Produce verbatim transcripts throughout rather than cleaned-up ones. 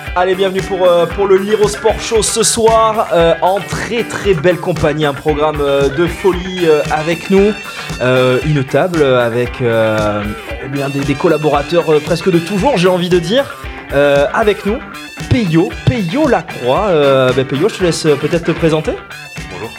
Allez, bienvenue pour, euh, pour le Liro Sport Show ce soir, euh, en très très belle compagnie, un programme euh, de folie euh, avec nous, euh, une table avec euh, eh bien, des, des collaborateurs euh, presque de toujours, j'ai envie de dire, euh, avec nous, Peyo, Peyo Lacroix. Euh, ben Peyo, je te laisse peut-être te présenter. Bonjour.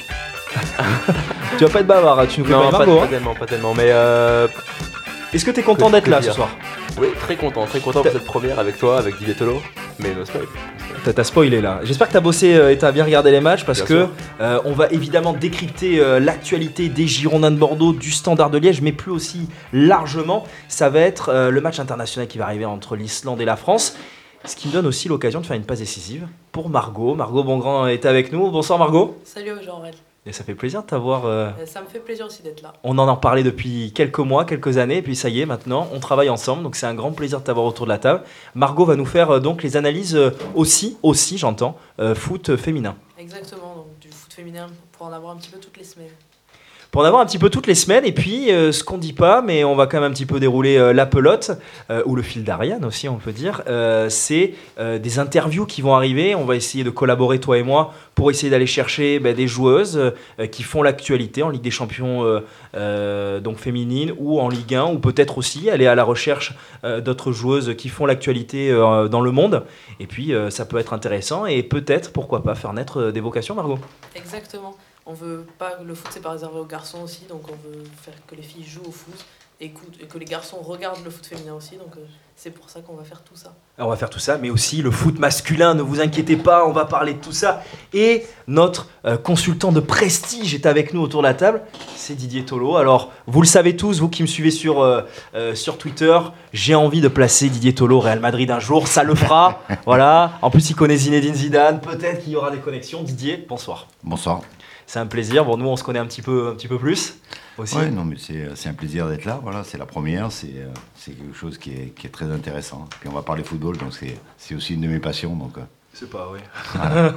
Tu vas pas être bavard, tu nous fais non, pas, pas, Margot, pas hein. tellement, pas tellement, mais euh... Est-ce que tu es content que d'être là ce soir? Oui, très content, très content pour cette première avec toi, avec Didier Tolo, mais no spoil. T'as, t'as spoilé là. J'espère que t'as bossé euh, et t'as bien regardé les matchs parce bien que euh, on va évidemment décrypter euh, l'actualité des Girondins de Bordeaux, du Standard de Liège, mais plus aussi largement, ça va être euh, le match international qui va arriver entre l'Islande et la France. Ce qui me donne aussi l'occasion de faire une passe décisive pour Margot. Margot Bongrand est avec nous. Bonsoir Margot. Salut Jean-Aurel. Et ça fait plaisir de t'avoir. Euh... Ça me fait plaisir aussi d'être là. On en a parlé depuis quelques mois, quelques années, et puis ça y est, maintenant, on travaille ensemble, donc c'est un grand plaisir de t'avoir autour de la table. Margot va nous faire euh, donc les analyses euh, aussi, aussi j'entends, euh, foot féminin. Exactement, donc du foot féminin pour en avoir un petit peu toutes les semaines. Pour en avoir un petit peu toutes les semaines, et puis euh, ce qu'on dit pas, mais on va quand même un petit peu dérouler euh, la pelote, euh, ou le fil d'Ariane aussi on peut dire, euh, c'est euh, des interviews qui vont arriver, on va essayer de collaborer toi et moi pour essayer d'aller chercher bah, des joueuses euh, qui font l'actualité en Ligue des Champions euh, euh, donc féminine ou en Ligue un, ou peut-être aussi aller à la recherche euh, d'autres joueuses qui font l'actualité euh, dans le monde, et puis euh, ça peut être intéressant, et peut-être, pourquoi pas, faire naître euh, des vocations, Margot. Exactement. On veut pas, le foot c'est pas réservé aux garçons aussi, donc on veut faire que les filles jouent au foot et que les garçons regardent le foot féminin aussi, donc euh, c'est pour ça qu'on va faire tout ça. Alors on va faire tout ça, mais aussi le foot masculin, ne vous inquiétez pas, on va parler de tout ça. Et notre euh, consultant de prestige est avec nous autour de la table, c'est Didier Tolo. Alors vous le savez tous, vous qui me suivez sur, euh, euh, sur Twitter, j'ai envie de placer Didier Tolo au Real Madrid un jour, ça le fera. Voilà. En plus il connaît Zinedine Zidane, peut-être qu'il y aura des connexions. Didier, bonsoir. Bonsoir. C'est un plaisir. Bon, nous, on se connaît un petit peu, un petit peu plus aussi. Oui, non, mais c'est, c'est un plaisir d'être là. Voilà, c'est la première. C'est, c'est quelque chose qui est, qui est très intéressant. Puis on va parler football, donc c'est, c'est aussi une de mes passions. Donc, c'est pas, oui. Voilà.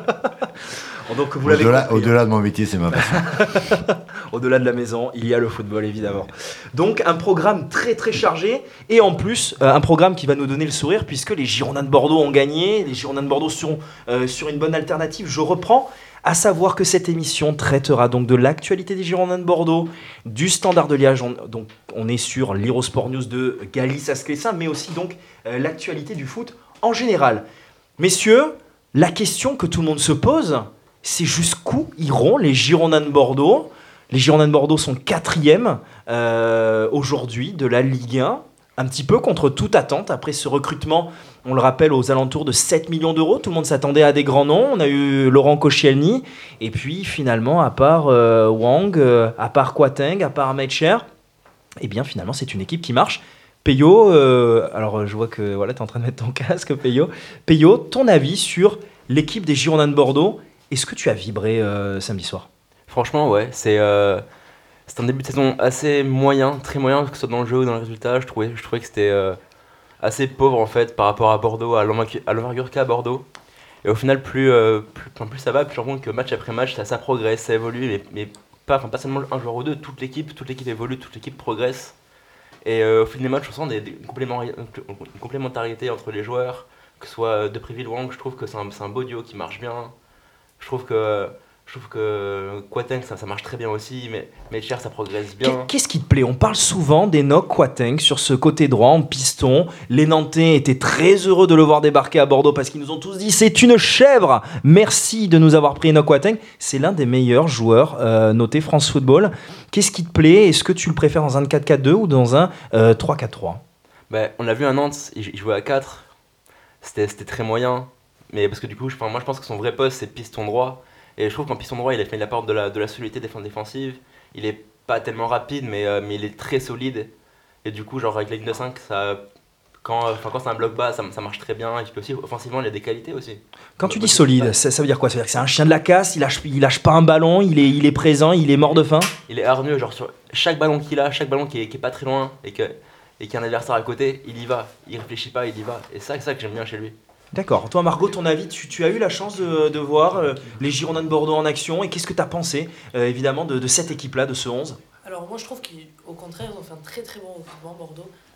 Donc, vous au-delà, l'avez compris, au-delà de mon métier, c'est ma passion. Au-delà de la maison, il y a le football, évidemment. Donc, un programme très, très chargé. Et en plus, euh, un programme qui va nous donner le sourire, puisque les Girondins de Bordeaux ont gagné. Les Girondins de Bordeaux sont euh, sur une bonne alternative. Je reprends. À savoir que cette émission traitera donc de l'actualité des Girondins de Bordeaux, du Standard de Liège, on, donc on est sur l'Hero Sport News de Galice Asclessin, mais aussi donc euh, l'actualité du foot en général. Messieurs, la question que tout le monde se pose, c'est jusqu'où iront les Girondins de Bordeaux. Les Girondins de Bordeaux sont quatrième euh, aujourd'hui de la Ligue un, un petit peu contre toute attente après ce recrutement. On le rappelle, aux alentours de sept millions d'euros. Tout le monde s'attendait à des grands noms. On a eu Laurent Koscielny. Et puis, finalement, à part euh, Wang, euh, à part Kwarteng, à part Meitcher, eh bien, finalement, c'est une équipe qui marche. Peyo, euh, alors je vois que voilà, tu es en train de mettre ton casque, Peyo. Peyo, ton avis sur l'équipe des Girondins de Bordeaux, est-ce que tu as vibré euh, samedi soir? Franchement, ouais. C'est, euh, c'est un début de saison assez moyen, très moyen, que ce soit dans le jeu ou dans le résultat. Je trouvais, je trouvais que c'était... Euh, assez pauvre en fait par rapport à Bordeaux, à l'envergure qu'a Bordeaux. Et au final, plus, euh, plus, plus ça va, plus je me rends compte que match après match, ça, ça progresse, ça évolue, mais, mais pas, enfin, pas seulement un joueur ou deux, toute l'équipe, toute l'équipe évolue, toute l'équipe progresse. Et euh, au fil des matchs, on sent des, des complémentari- une complémentarité entre les joueurs, que ce soit Depréville ou Wang, je trouve que c'est un, c'est un beau duo qui marche bien. Je trouve que... Je trouve que Kwarteng, ça, ça marche très bien aussi, mais Meitcher, ça progresse bien. Qu'est-ce qui te plaît? On parle souvent d'Enoch Kwarteng sur ce côté droit en piston. Les Nantais étaient très heureux de le voir débarquer à Bordeaux parce qu'ils nous ont tous dit c'est une chèvre. Merci de nous avoir pris Enoch Kwarteng. C'est l'un des meilleurs joueurs euh, notés France Football. Qu'est-ce qui te plaît? Est-ce que tu le préfères dans un quatre quatre deux ou dans un euh, trois quatre trois? Ben, on l'a vu à Nantes, il jouait à quatre. C'était, c'était très moyen. Mais parce que du coup, je, moi je pense que son vrai poste c'est piston droit. Et je trouve qu'en piston droit, il, a fait, il apporte de la, de la solidité défensive. Il est pas tellement rapide, mais, euh, mais il est très solide. Et du coup, genre avec la ligne de cinq, ça, quand, quand c'est un bloc bas, ça, ça marche très bien. Et puis aussi, offensivement, il a des qualités aussi. Quand tu dis solide, ça, ça veut dire quoi? Ça veut dire que c'est un chien de la casse, il lâche, il lâche pas un ballon, il est, il est présent, il est mort de faim? Il est hargneux, genre sur chaque ballon qu'il a, chaque ballon qui est, qui est pas très loin et, que, et qu'il y a un adversaire à côté, il y va. Il réfléchit pas, il y va. Et ça, c'est ça que j'aime bien chez lui. D'accord. Toi, Margot, ton avis, tu, tu as eu la chance de, de voir euh, les Girondins de Bordeaux en action. Et qu'est-ce que tu as pensé, euh, évidemment, de, de cette équipe-là, de ce onze? Alors moi, je trouve qu'au contraire, ils ont fait un très très bon recrutement, Bordeaux.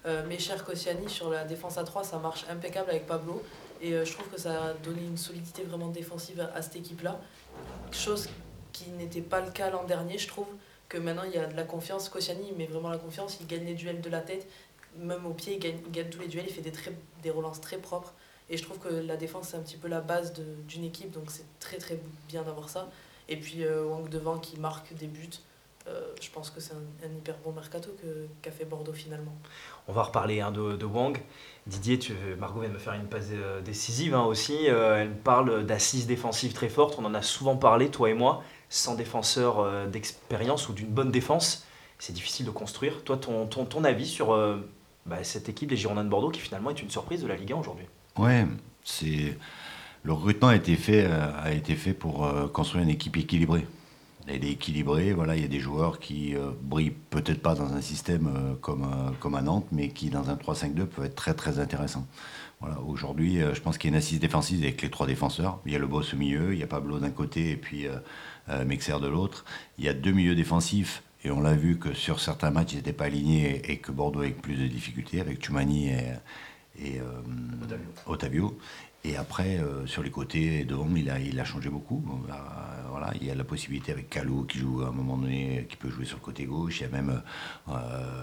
Euh, mes chers Koscielny, sur la défense à trois, ça marche impeccable avec Pablo. Et euh, je trouve que ça a donné une solidité vraiment défensive à, à cette équipe-là. Chose qui n'était pas le cas l'an dernier, je trouve. Que maintenant, il y a de la confiance. Koscielny, il met vraiment la confiance. Il gagne les duels de la tête. Même au pied, il gagne, il gagne tous les duels. Il fait des, très, des relances très propres. Et je trouve que la défense, c'est un petit peu la base de, d'une équipe. Donc c'est très très bien d'avoir ça. Et puis euh, Wang devant qui marque des buts. Euh, je pense que c'est un, un hyper bon mercato que, qu'a fait Bordeaux finalement. On va reparler hein, de, de Wang. Didier, tu, Margot vient de me faire une passe euh, décisive hein, aussi. Euh, elle parle d'assises défensives très fortes. On en a souvent parlé, toi et moi. Sans défenseur euh, d'expérience ou d'une bonne défense, c'est difficile de construire. Toi, ton, ton, ton avis sur euh, bah, cette équipe des Girondins de Bordeaux qui finalement est une surprise de la Ligue un aujourd'hui? Ouais, c'est... le recrutement a été fait, euh, a été fait pour euh, construire une équipe équilibrée. Elle est équilibrée, voilà, il y a des joueurs qui euh, brillent peut-être pas dans un système euh, comme, euh, comme à Nantes, mais qui dans un trois cinq deux peuvent être très très intéressants. Voilà, aujourd'hui, euh, je pense qu'il y a une assise défensive avec les trois défenseurs. Il y a le boss au milieu, il y a Pablo d'un côté et puis euh, euh, Mexer de l'autre. Il y a deux milieux défensifs et on l'a vu que sur certains matchs, ils n'étaient pas alignés et que Bordeaux avec plus de difficultés, avec Tchoumani et, et euh, Otavio. Otavio. Et après, euh, sur les côtés et devant, il a, il a changé beaucoup. Euh, voilà, il y a la possibilité avec Calou qui joue à un moment donné, qui peut jouer sur le côté gauche. Il y a même euh,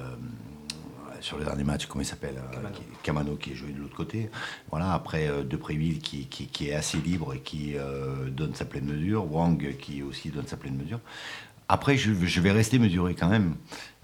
sur le dernier match, comment il s'appelle Camano. qui, Camano qui est joué de l'autre côté. Voilà, après euh, Depréville qui, qui, qui est assez libre et qui euh, donne sa pleine mesure. Wang qui aussi donne sa pleine mesure. Après, je, je vais rester mesuré quand même.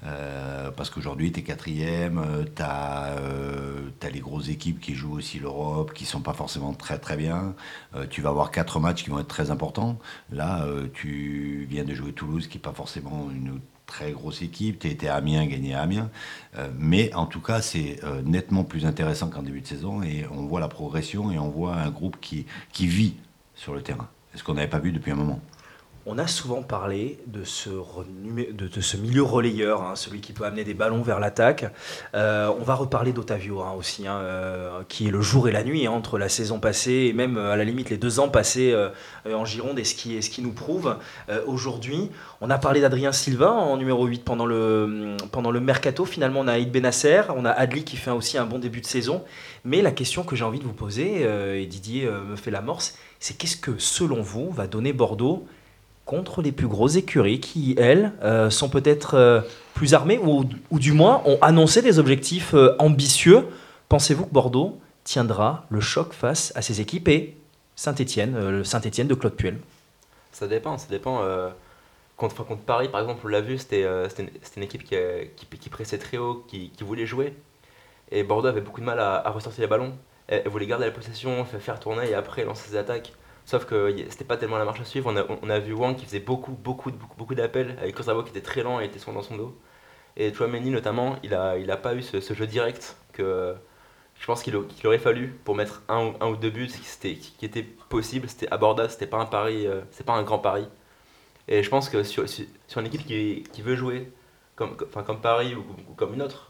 Euh, parce qu'aujourd'hui, tu es quatrième, euh, tu as euh, les grosses équipes qui jouent aussi l'Europe, qui sont pas forcément très très bien. Euh, tu vas avoir quatre matchs qui vont être très importants. Là, euh, tu viens de jouer Toulouse, qui n'est pas forcément une très grosse équipe. Tu étais à Amiens, gagné à Amiens. Euh, mais en tout cas, c'est euh, nettement plus intéressant qu'en début de saison. Et on voit la progression et on voit un groupe qui, qui vit sur le terrain. C'est ce qu'on n'avait pas vu depuis un moment. On a souvent parlé de ce, renumé- de, de ce milieu relayeur, hein, celui qui peut amener des ballons vers l'attaque. Euh, on va reparler d'Otavio hein, aussi, hein, euh, qui est le jour et la nuit hein, entre la saison passée et même euh, à la limite les deux ans passés euh, en Gironde et ce qui, et ce qui nous prouve euh, aujourd'hui. On a parlé d'Adrien Silva en numéro huit pendant le, pendant le mercato. Finalement, on a Aïd Benasser, on a Adli qui fait aussi un bon début de saison. Mais la question que j'ai envie de vous poser, euh, et Didier euh, me fait l'amorce, c'est qu'est-ce que selon vous va donner Bordeaux contre les plus grosses écuries qui, elles, euh, sont peut-être euh, plus armées ou, ou du moins ont annoncé des objectifs euh, ambitieux. Pensez-vous que Bordeaux tiendra le choc face à ces équipes et Saint-Étienne, euh, le Saint-Étienne de Claude Puel? Ça dépend, ça dépend. euh, contre, enfin, contre Paris, par exemple, on l'a vu, c'était euh, c'était une, c'était une équipe qui, euh, qui, qui pressait très haut, qui, qui voulait jouer. Et Bordeaux avait beaucoup de mal à, à ressortir les ballons. Elle, elle voulait garder la possession, faire faire tourner et après lancer ses attaques. Sauf que y- c'était pas tellement la marche à suivre. On a, on a vu Wang qui faisait beaucoup, beaucoup, beaucoup, beaucoup d'appels avec Kurzawa qui était très lent et était souvent dans son dos. Et Tchouaméni notamment, il a, il a pas eu ce, ce jeu direct que je pense qu'il, a- qu'il aurait fallu pour mettre un, ou- un ou deux buts qui, c'était- qui était possible, c'était abordable, c'était pas un pari, euh, c'est pas un grand pari. Et je pense que sur, sur, sur une équipe qui, qui veut jouer comme, comme- enfin, comme Paris ou, ou comme une autre,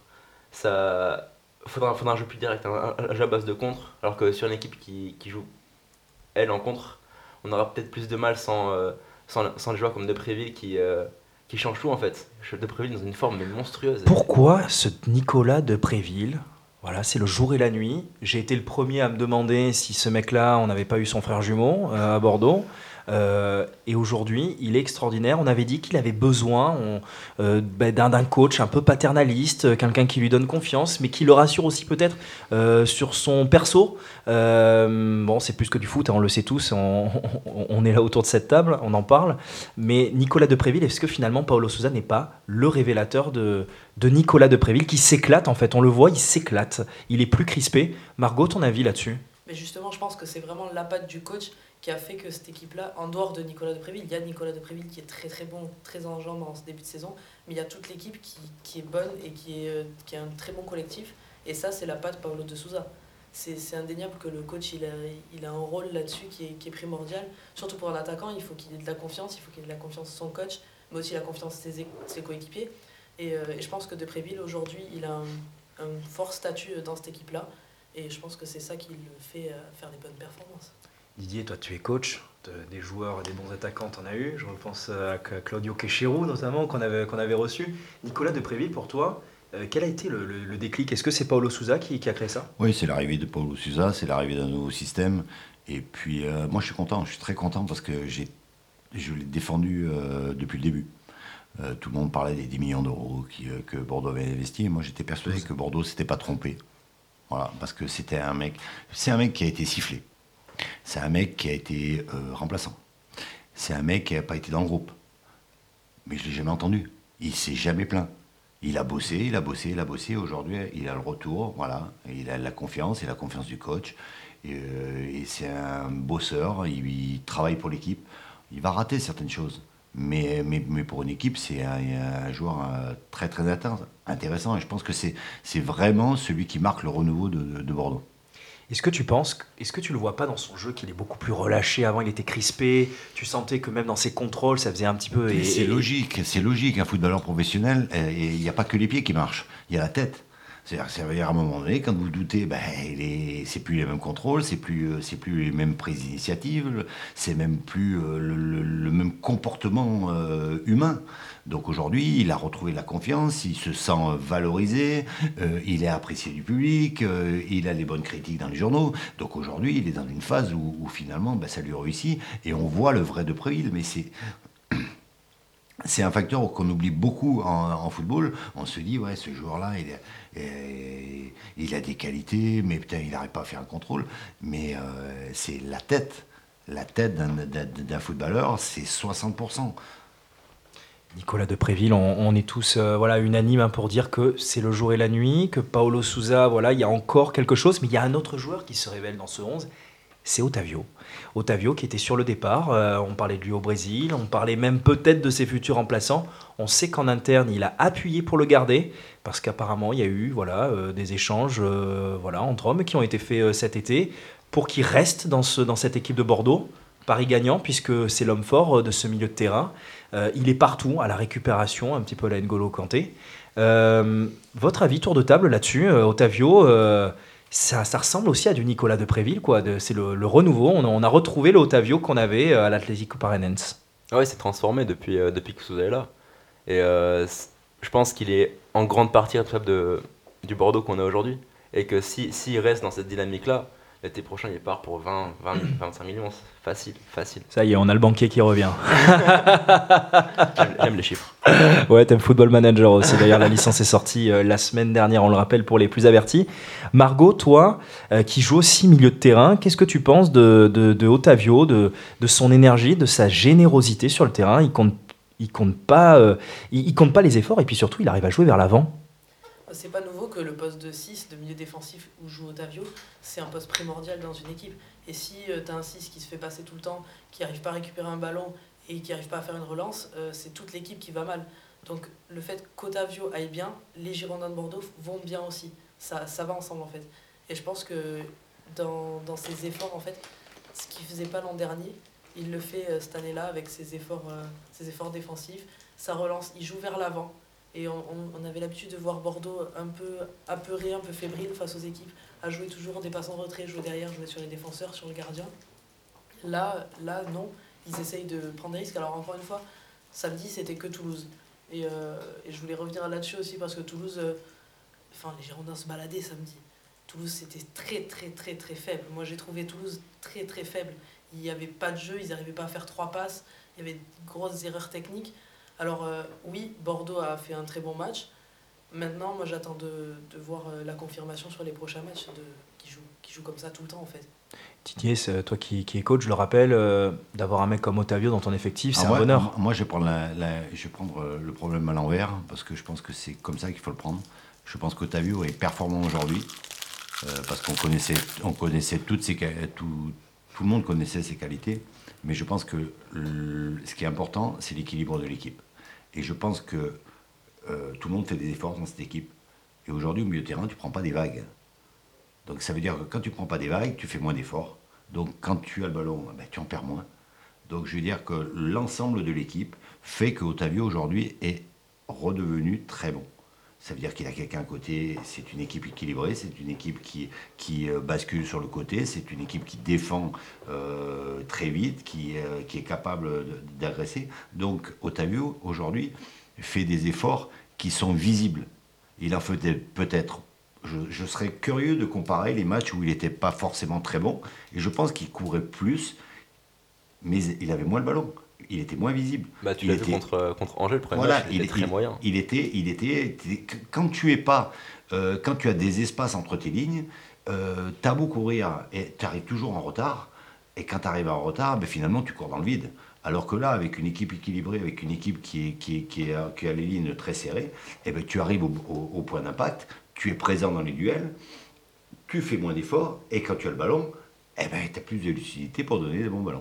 ça faudra, faudra un jeu plus direct, un, un- un jeu à base de contre, alors que sur une équipe qui, qui joue elle en contre, on aura peut-être plus de mal sans, euh, sans, sans les joueurs comme Depréville qui, euh, qui change tout en fait. Depréville dans une forme mais monstrueuse. Pourquoi ce Nicolas de Préville? Voilà, c'est le jour et la nuit. J'ai été le premier à me demander si ce mec-là, on n'avait pas eu son frère jumeau euh, à Bordeaux. Euh, et aujourd'hui, il est extraordinaire. On avait dit qu'il avait besoin on- euh, ben, d'un, d'un coach un peu paternaliste, euh, quelqu'un qui lui donne confiance, mais qui le rassure aussi peut-être euh, sur son perso. Euh, bon, c'est plus que du foot, hein, on le sait tous, on, on- on est là autour de cette table, on en parle. Mais Nicolas Depréville, est-ce que finalement Paulo Sousa n'est pas le révélateur de, de Nicolas Depréville qui s'éclate en fait? On le voit, il s'éclate. Il est plus crispé. Margot, ton avis là-dessus? Mais justement, je pense que c'est vraiment la patte du coach qui a fait que cette équipe-là, en dehors de Nicolas Depréville, il y a Nicolas Depréville qui est très très bon, très en jambes en ce début de saison, mais il y a toute l'équipe qui, qui est bonne et qui est, euh, qui est un très bon collectif. Et ça, c'est la patte Paulo de Sousa. C'est, c'est indéniable que le coach il a, il a un rôle là-dessus qui est, qui est primordial. Surtout pour un attaquant, il faut qu'il ait de la confiance, il faut qu'il ait de la confiance de son coach, mais aussi la confiance de ses, é- ses coéquipiers. Et, euh, et je pense que Depréville, aujourd'hui, il a un, un fort statut dans cette équipe-là. Et je pense que c'est ça qui le fait euh, faire des bonnes performances. Didier, toi tu es coach de- des joueurs et des bons attaquants, t'en as eu. Je repense à Claudio Quechero notamment qu'on avait, qu'on avait reçu. Nicolas Depréville, pour toi, Euh, quel a été le, le- le déclic? Est-ce que c'est Paulo Sousa qui, qui a créé ça? Oui, c'est l'arrivée de Paulo Sousa, c'est l'arrivée d'un nouveau système. Et puis, euh, moi, je suis content, je suis très content parce que j'ai, je l'ai défendu euh, depuis le début. Euh, tout le monde parlait des dix millions d'euros qui, euh, que Bordeaux avait investi. Et moi, j'étais persuadé que Bordeaux s'était pas trompé. Voilà, parce que c'était un mec, c'est un mec qui a été sifflé. C'est un mec qui a été euh, remplaçant. C'est un mec qui n'a pas été dans le groupe. Mais je l'ai jamais entendu. Il s'est jamais plaint. Il a bossé, il a bossé, il a bossé. Aujourd'hui, il a le retour, voilà. Il a la confiance, il a la confiance du coach. Et, euh, et c'est un bosseur, il, il travaille pour l'équipe. Il va rater certaines choses. Mais, mais, mais pour une équipe, c'est un, un joueur euh, très très atteint- intéressant. Et je pense que c'est, c'est vraiment celui qui marque le renouveau de, de- de Bordeaux. Est-ce que tu penses, est-ce que tu le vois pas dans son jeu qu'il est beaucoup plus relâché? Avant, il était crispé. Tu sentais que même dans ses contrôles, ça faisait un petit peu. Et Et, c'est et- logique, c'est logique. Un footballeur professionnel, euh, il n'y a pas que les pieds qui marchent, il y a la tête. C'est-à-dire, ça veut dire à un moment donné, quand vous doutez, ben, il est- c'est plus les mêmes contrôles, c'est plus, euh, c'est plus les mêmes prises d'initiative, c'est même plus euh, le, le- le même comportement euh, humain. Donc aujourd'hui, il a retrouvé de la confiance, il se sent valorisé, euh, il est apprécié du public, euh, il a les bonnes critiques dans les journaux. Donc aujourd'hui, il est dans une phase où, où finalement, ben, ça lui réussit et on voit le vrai de Préville. Mais c'est c'est un facteur qu'on oublie beaucoup en, en football. On se dit, ouais, ce joueur-là, il, a- euh, il a des qualités, mais putain, il n'arrive pas à faire un contrôle. Mais euh, c'est la tête. La tête d'un, d'un- d'un footballeur, c'est soixante pour cent. Nicolas Depréville, on, on est tous euh, voilà, unanimes hein, pour dire que c'est le jour et la nuit, que Paulo Sousa, voilà, il y a encore quelque chose, mais il y a un autre joueur qui se révèle dans ce onze, c'est Otavio. Otavio qui était sur le départ, euh, on parlait de lui au Brésil, on parlait même peut-être de ses futurs remplaçants. On sait qu'en interne, il a appuyé pour le garder, parce qu'apparemment, il y a eu voilà, euh, des échanges euh, voilà, entre hommes qui ont été faits euh, cet été pour qu'il reste dans, ce, dans cette équipe de Bordeaux. Paris gagnant, puisque c'est l'homme fort euh, de ce milieu de terrain. Euh, il est partout, à la récupération, un petit peu à la N'Golo Kanté. Euh, votre avis, tour de table là-dessus, euh, Otavio, euh, ça, ça ressemble aussi à du Nicolas Depréville, quoi. De- c'est le, le renouveau. On a, on a retrouvé le Otavio qu'on avait euh, à l'Atlético Paranense. Ah ouais, il s'est transformé depuis, euh, depuis que Sousa est là. Et euh, c- je pense qu'il est en grande partie responsable de, du Bordeaux qu'on a aujourd'hui. Et que si, s'il reste dans cette dynamique-là, l'été prochain, il part pour vingt, vingt, vingt-cinq millions. Facile, facile. Ça y est, on a le banquier qui revient. J'aime, j'aime les chiffres. Ouais, t'aimes Football Manager aussi. D'ailleurs, la licence est sortie euh, la semaine dernière, on le rappelle, pour les plus avertis. Margot, toi, euh, qui joues aussi milieu de terrain, qu'est-ce que tu penses de, de, de Otavio, de, de son énergie, de sa générosité sur le terrain? Il compte, il compte pas, euh, il, il compte pas les efforts et puis surtout, il arrive à jouer vers l'avant. C'est pas nouveau que le poste de six, de milieu défensif où joue Otavio, c'est un poste primordial dans une équipe. Et si euh, tu as un six qui se fait passer tout le temps, qui n'arrive pas à récupérer un ballon et qui n'arrive pas à faire une relance, euh, c'est toute l'équipe qui va mal. Donc le fait qu'Otavio aille bien, les Girondins de Bordeaux vont bien aussi. Ça, ça va ensemble en fait. Et je pense que dans, dans ses efforts, en fait, ce qu'il ne faisait pas l'an dernier, il le fait euh, cette année-là avec ses efforts, euh, ses efforts défensifs. Sa relance, il joue vers l'avant. Et on, on, on avait l'habitude de voir Bordeaux un peu apeuré, un peu fébrile face aux équipes, à jouer toujours en dépassant de retrait, jouer derrière, jouer sur les défenseurs, sur le gardien. Là, là non, ils essayent de prendre des risques. Alors encore une fois, samedi, c'était que Toulouse. Et, euh, et je voulais revenir là-dessus aussi parce que Toulouse, euh, enfin les Girondins se baladaient samedi. Toulouse, c'était très très très très faible. Moi, j'ai trouvé Toulouse très très faible. Il n'y avait pas de jeu, ils n'arrivaient pas à faire trois passes, il y avait de grosses erreurs techniques. Alors euh, oui, Bordeaux a fait un très bon match. Maintenant, moi j'attends de, de voir euh, la confirmation sur les prochains matchs, de, qui, joue, qui joue comme ça tout le temps en fait. Didier, c'est toi qui, qui es coach, je le rappelle, euh, d'avoir un mec comme Otavio dans ton effectif, c'est Ah un ouais, bonheur. Moi, moi, je vais prendre, la- la- je vais prendre euh, le problème à l'envers, parce que je pense que c'est comme ça qu'il faut le prendre. Je pense qu'Otavio est performant aujourd'hui, euh, parce qu'on connaissait, on connaissait toutes ses, qua- tout, tout le monde connaissait ses qualités, mais je pense que le- ce qui est important, c'est l'équilibre de l'équipe. Et je pense que euh, tout le monde fait des efforts dans cette équipe. Et aujourd'hui, au milieu de terrain, tu ne prends pas des vagues. Donc ça veut dire que quand tu ne prends pas des vagues, tu fais moins d'efforts. Donc quand tu as le ballon, ben, tu en perds moins. Donc je veux dire que l'ensemble de l'équipe fait que Otavio aujourd'hui est redevenu très bon. Ça veut dire qu'il a quelqu'un à côté, c'est une équipe équilibrée, c'est une équipe qui, qui euh, bascule sur le côté, c'est une équipe qui défend euh, très vite, qui, euh, qui est capable de- d'agresser. Donc Otavio aujourd'hui fait des efforts qui sont visibles. il en faisait peut-être. Je, je serais curieux de comparer les matchs où il n'était pas forcément très bon. Et je pense qu'il courait plus, mais il avait moins le ballon. Il était moins visible. Bah, tu il l'as était... vu contre, contre Angers, le premier voilà, match, il, il était très il, moyen. Il était, il était, quand tu es pas, euh, quand tu as des espaces entre tes lignes, euh, tu as beau courir et tu arrives toujours en retard. Et quand tu arrives en retard, ben finalement, tu cours dans le vide. Alors que là, avec une équipe équilibrée, avec une équipe qui, est, qui, est, qui, est, qui a les lignes très serrées, eh ben, tu arrives au, au, au point d'impact, tu es présent dans les duels, tu fais moins d'efforts, et quand tu as le ballon, eh ben, tu as plus de lucidité pour donner des bons ballons.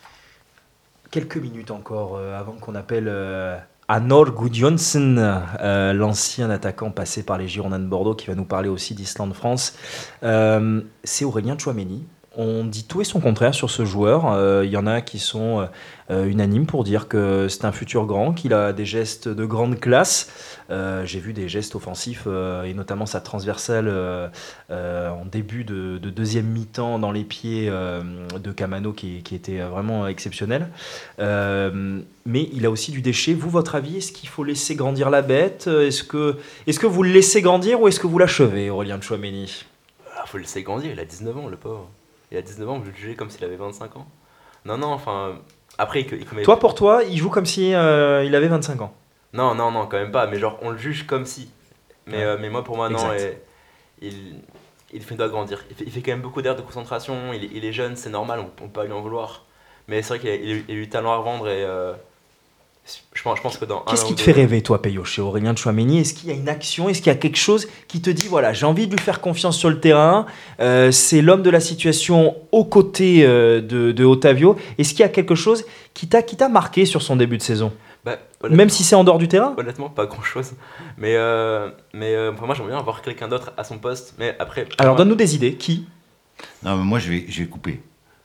Quelques minutes encore euh, avant qu'on appelle euh, Arnór Gudjohnsen, euh, l'ancien attaquant passé par les Girondins de Bordeaux, qui va nous parler aussi d'Islande-France. Euh, c'est Aurélien Tchouaméni. On dit tout et son contraire sur ce joueur. Il euh, y en a qui sont euh, unanimes pour dire que c'est un futur grand, qu'il a des gestes de grande classe. Euh, j'ai vu des gestes offensifs euh, et notamment sa transversale euh, euh, en début de, de deuxième mi-temps dans les pieds euh, de Camano qui, qui était vraiment exceptionnel. Euh, mais il a aussi du déchet. Vous, votre avis, est-ce qu'il faut laisser grandir la bête ? Est-ce que, est-ce que vous le laissez grandir ou est-ce que vous l'achevez, Aurélien Tchouaméni ? Il faut le laisser grandir, il a dix-neuf ans, le pauvre. Il a dix-neuf ans, vous le jugez comme s'il avait vingt-cinq ans. Non, non, enfin... Après, il, il commet... Toi, pour toi, il joue comme si euh, il avait vingt-cinq ans. Non, non, non, quand même pas. Mais genre, on le juge comme si. Mais, Ouais. euh, mais moi, pour moi, non. Exact. Et, il, il fait doit grandir. Il fait, il fait quand même beaucoup d'heures de concentration. Il, il est jeune, c'est normal, on ne peut pas lui en vouloir. Mais c'est vrai qu'il a, il a, il a eu du talent à revendre et... Euh, je, pense, je pense que dans Qu'est-ce un qui an te ou fait deux- rêver, toi, Peyo, chez Aurélien Tchouaméni ? Est-ce qu'il y a une action ? Est-ce qu'il y a quelque chose qui te dit, voilà, j'ai envie de lui faire confiance sur le terrain, euh, c'est l'homme de la situation aux côtés euh, de, de Otavio. Est-ce qu'il y a quelque chose qui t'a, qui t'a marqué sur son début de saison ? Bah, honnêtement- Même si c'est en dehors du terrain ? Honnêtement, pas grand chose. Mais, euh, mais euh, pour moi, j'aimerais bien avoir quelqu'un d'autre à son poste. Mais après. pour Alors, moi- donne-nous des idées. Qui ? Non, mais moi, je vais, je vais couper.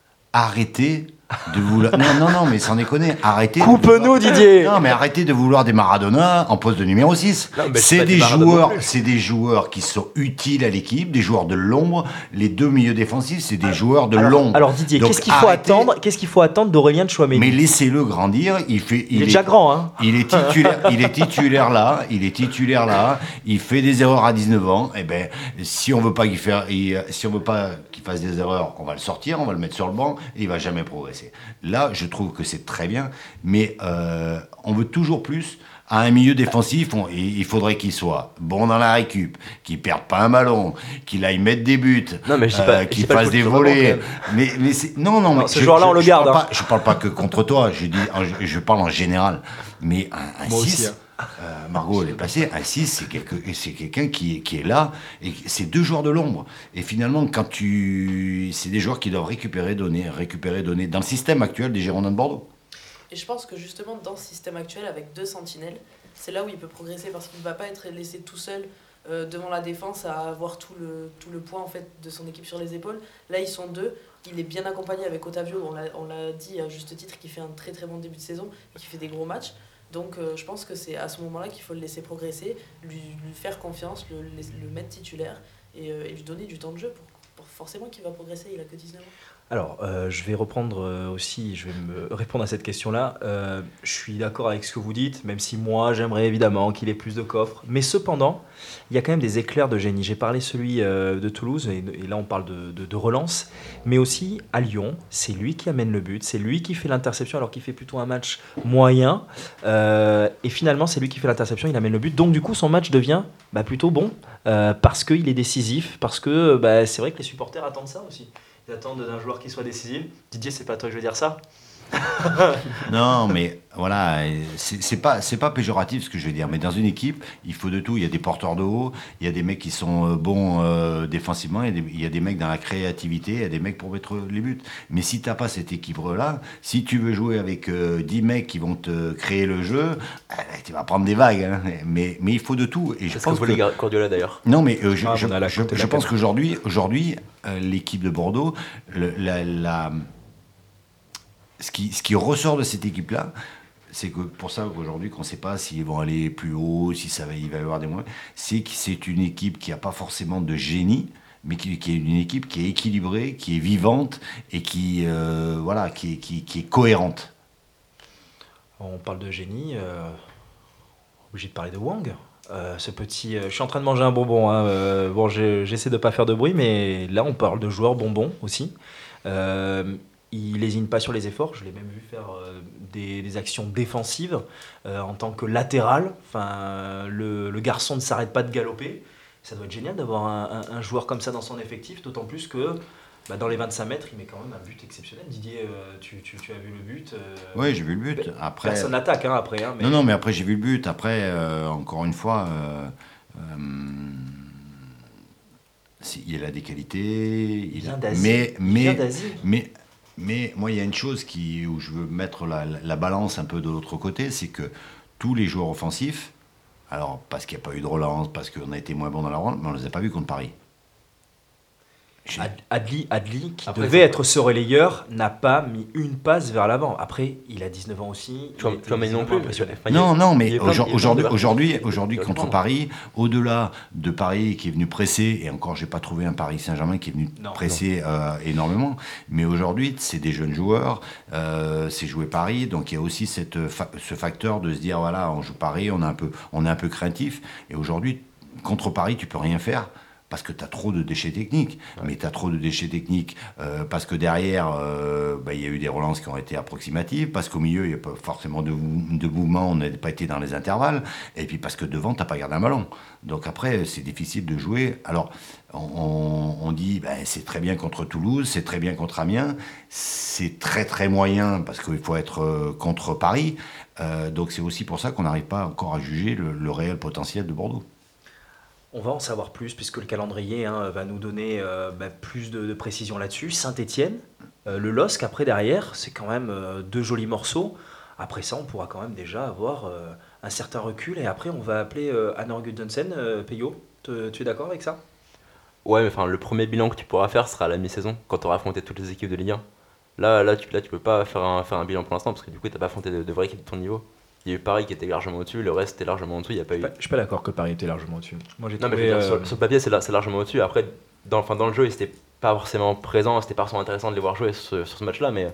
Arrêtez de vouloir... Non, non, non, mais sans déconner, arrêtez... de Coupe-nous, vouloir- Didier ! Non, mais arrêtez de vouloir des Maradona en poste de numéro six. Non, mais c'est C'est pas des des Maradona joueurs, non plus. c'est des joueurs qui sont utiles à l'équipe, des joueurs de l'ombre. Les deux milieux défensifs, c'est des joueurs de alors, l'ombre. alors, Didier, Donc, qu'est-ce qu'il faut arrêtez. attendre Qu'est-ce qu'il faut attendre d'Aurélien Tchouaméni ? Mais laissez-le grandir. Il fait. Il est déjà grand, hein ? Il est titulaire. il est titulaire là. Il est titulaire là. Il fait des erreurs à dix-neuf ans. Eh ben, si on veut pas qu'il fasse, si on veut pas qu'il fasse des erreurs, on va le sortir, on va le mettre sur le banc et il va jamais progresser. Là, je trouve que c'est très bien, mais euh, on veut toujours plus. À un milieu défensif, on- il il faudrait qu'il soit bon dans la récup, qu'il perde pas un ballon, qu'il aille mettre des buts, Non, mais je dis pas- je qu'il dis pas fasse le des foot sur le volets. banc, Mais, mais c'est- non, non, Non, mais ce je- joueur-là, je- on le je garde, parle hein. pas- je parle pas que contre toi, je, dis, je, je parle en général. Mais un, un Moi aussi, six, hein. euh, Margot, elle est passée, un six, c'est quelque- c'est quelqu'un qui, est- qui est là, et c'est deux joueurs de l'ombre. Et finalement, quand tu. C'est des joueurs qui doivent récupérer, donner, récupérer, donner, dans le système actuel des Girondins de Bordeaux. Et je pense que justement, dans ce système actuel, avec deux sentinelles, c'est là où il peut progresser parce qu'il ne va pas être laissé tout seul euh, devant la défense à avoir tout le, tout le poids en fait, de son équipe sur les épaules. Là, ils sont deux. Il est bien accompagné avec Otavio, on l'a, on l'a dit à juste titre, qui fait un très très bon début de saison et qui fait des gros matchs. Donc euh, je pense que c'est à ce moment-là qu'il faut le laisser progresser, lui, lui faire confiance, le, le mettre titulaire et, euh, et lui donner du temps de jeu pour, pour forcément qu'il va progresser. Il a que dix-neuf ans. Alors, euh, je vais reprendre euh, aussi, je vais me répondre à cette question-là. Euh, je suis d'accord avec ce que vous dites, même si moi, j'aimerais évidemment qu'il ait plus de coffres. Mais cependant, il y a quand même des éclairs de génie. J'ai parlé celui euh, de Toulouse, et, et là, on parle de, de, de relance. Mais aussi, à Lyon, c'est lui qui amène le but, c'est lui qui fait l'interception, alors qu'il fait plutôt un match moyen. Euh, et finalement, c'est lui qui fait l'interception, il amène le but. Donc, du coup, son match devient bah, plutôt bon, euh, parce qu'il est décisif, parce que bah, c'est vrai que les supporters attendent ça aussi. Ils attendent d'un joueur qui soit décisif. Didier, c'est pas toi que je veux dire ça. Non, mais voilà, c'est c'est pas, c'est pas péjoratif ce que je veux dire, mais dans une équipe, il faut de tout. Il y a des porteurs de haut, il y a des mecs qui sont euh, bons euh, défensivement, il y, a des, il y a des mecs dans la créativité, il y a des mecs pour mettre les buts. Mais si t'as pas cette équipe-là, si tu veux jouer avec euh, dix mecs qui vont te créer le jeu, euh, tu vas prendre des vagues. Hein. Mais, mais il faut de tout. Et je C'est ce que pense voulait que... Guardiola d'ailleurs. Non, mais euh, je, Ah, je, on a la je- côte et je la pense canne. qu'aujourd'hui, aujourd'hui, euh, l'équipe de Bordeaux, le- la, la- ce, qui, ce qui ressort de cette équipe-là, c'est que pour ça qu'aujourd'hui, qu'on ne sait pas s'ils vont aller plus haut, si ça va, il va y avoir des moyens, c'est que c'est une équipe qui n'a pas forcément de génie, mais qui, qui est une équipe qui est équilibrée, qui est vivante et qui, euh, voilà, qui, est- qui, qui est cohérente. On parle de génie, euh, obligé de parler de Wang. Euh, ce petit, euh, je suis en train de manger un bonbon. Hein, euh, bon, j'ai- j'essaie de pas faire de bruit, mais là, on parle de joueur bonbon aussi. Euh, il lésine pas sur les efforts. Je l'ai même vu faire euh, des, des actions défensives euh, en tant que latéral. Enfin, le, le garçon ne s'arrête pas de galoper. Ça doit être génial d'avoir un, un- un joueur comme ça dans son effectif, d'autant plus que bah, dans les vingt-cinq mètres, il met quand même un but exceptionnel. Didier, euh, tu, tu- tu as vu le but. euh, Oui, j'ai vu le but. Après, Personne n'attaque hein, après. Hein, mais... non, non, mais après j'ai vu le but. Après, euh, encore une fois, euh, euh, si- il a des qualités. Il Il vient a- d'Asie. mais, Il vient mais, d'Asie. mais, mais moi, il y a une chose qui, où je veux mettre la, la balance un peu de l'autre côté, c'est que tous les joueurs offensifs, alors parce qu'il n'y a pas eu de relance, parce qu'on a été moins bon dans la relance, mais on ne les a pas vus contre Paris. J'ai- Ad- Adli, Adli, qui Après, devait ça- être ce relayeur, n'a pas mis une passe vers l'avant. Après, il a dix-neuf ans aussi. Tu vois, il tu vois, mais était non plus. impressionnant. Enfin, il y a- Non, non, il y mais a eu plein de- aujourd- il y a eu plein de aujourd'hui, vertus aujourd'hui, qui- aujourd'hui qui doivent contre prendre. Paris, au-delà de Paris qui est venu presser, et encore, j'ai pas trouvé un Paris Saint-Germain qui est venu Non, presser euh, énormément, mais aujourd'hui, c'est des jeunes joueurs, euh, c'est jouer Paris, donc il y a aussi cette, fa- ce facteur de se dire, voilà, on joue Paris, on est un peu, on est un peu craintif, et aujourd'hui, contre Paris, tu peux rien faire. Parce que tu as trop de déchets techniques. Ouais. Mais tu as trop de déchets techniques euh, parce que derrière, euh, bah, il y a eu des relances qui ont été approximatives, parce qu'au milieu, il n'y a pas forcément de, de mouvement, on n'a pas été dans les intervalles, et puis parce que devant, tu n'as pas gardé un ballon. Donc après, c'est difficile de jouer. Alors, on, on- on dit, ben, c'est très bien contre Toulouse, c'est très bien contre Amiens, c'est très très moyen, parce qu'il faut être euh, contre Paris. Euh, donc c'est aussi pour ça qu'on n'arrive pas encore à juger le, le réel potentiel de Bordeaux. On va en savoir plus puisque le calendrier hein, va nous donner euh, bah, plus de, de précision là-dessus. Saint-Étienne, euh, le L O S C après derrière, c'est quand même euh, deux jolis morceaux. Après ça, on pourra quand même déjà avoir euh, un certain recul et après on va appeler euh, Anor Gudjonsen, euh, Peyo. Te- tu es d'accord avec ça? Ouais, mais enfin, le premier bilan que tu pourras faire sera à la mi-saison, quand tu auras affronté toutes les équipes de Ligue un. Là, là, tu, là, tu peux pas faire un, faire un bilan pour l'instant, parce que du coup, t'as pas affronté de, de vraies équipes de ton niveau. Il y a eu Paris qui était largement au-dessus, le reste était largement au-dessous, il n'y a pas eu. Je suis pas d'accord que Paris était largement au-dessus. Moi j'ai Non, mais trouvé. je veux dire, euh, sur, sur le papier, c'est là- c'est largement au-dessus. Après, dans, enfin, dans le jeu, ils étaient pas forcément présents, c'était pas forcément intéressant de les voir jouer sur, ce- sur ce match-là, mais,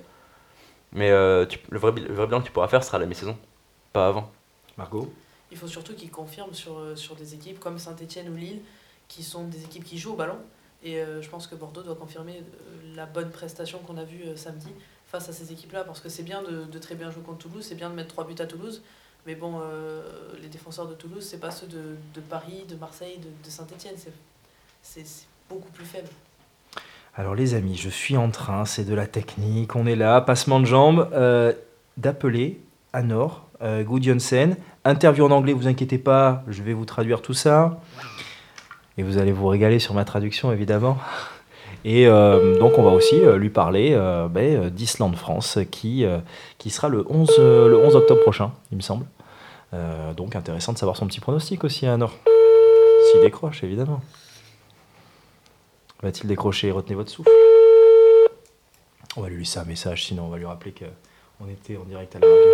mais euh, tu- le, vrai, bil- le vrai bilan que tu pourras faire sera à la mi-saison, pas avant. Margot? Il faut surtout qu'ils confirment sur, euh, sur des équipes comme Saint-Etienne ou Lille, qui sont des équipes qui jouent au ballon. Et euh, je pense que Bordeaux doit confirmer euh, la bonne prestation qu'on a vue euh, samedi face à ces équipes-là. Parce que c'est bien de, de très bien jouer contre Toulouse, c'est bien de mettre trois buts à Toulouse. Mais bon, euh, les défenseurs de Toulouse, c'est pas ceux de, de Paris, de Marseille, de, de Saint-Etienne. C'est, c'est, c'est beaucoup plus faible. Alors les amis, je suis en train, c'est de la technique, on est là, passement de jambes, euh, d'appeler Anor euh, Gudjonsen. Interview en anglais, vous inquiétez pas, je vais vous traduire tout ça. Et vous allez vous régaler sur ma traduction évidemment. Et euh, donc on va aussi euh, lui parler euh, ben, d'Islande-France qui, euh, qui sera le onze, euh, le onze octobre prochain, il me semble. Euh, donc intéressant de savoir son petit pronostic aussi, Anor. S'il décroche évidemment. Va-t-il décrocher? Retenez votre souffle. On va lui laisser un message, sinon on va lui rappeler qu'on était en direct à la radio.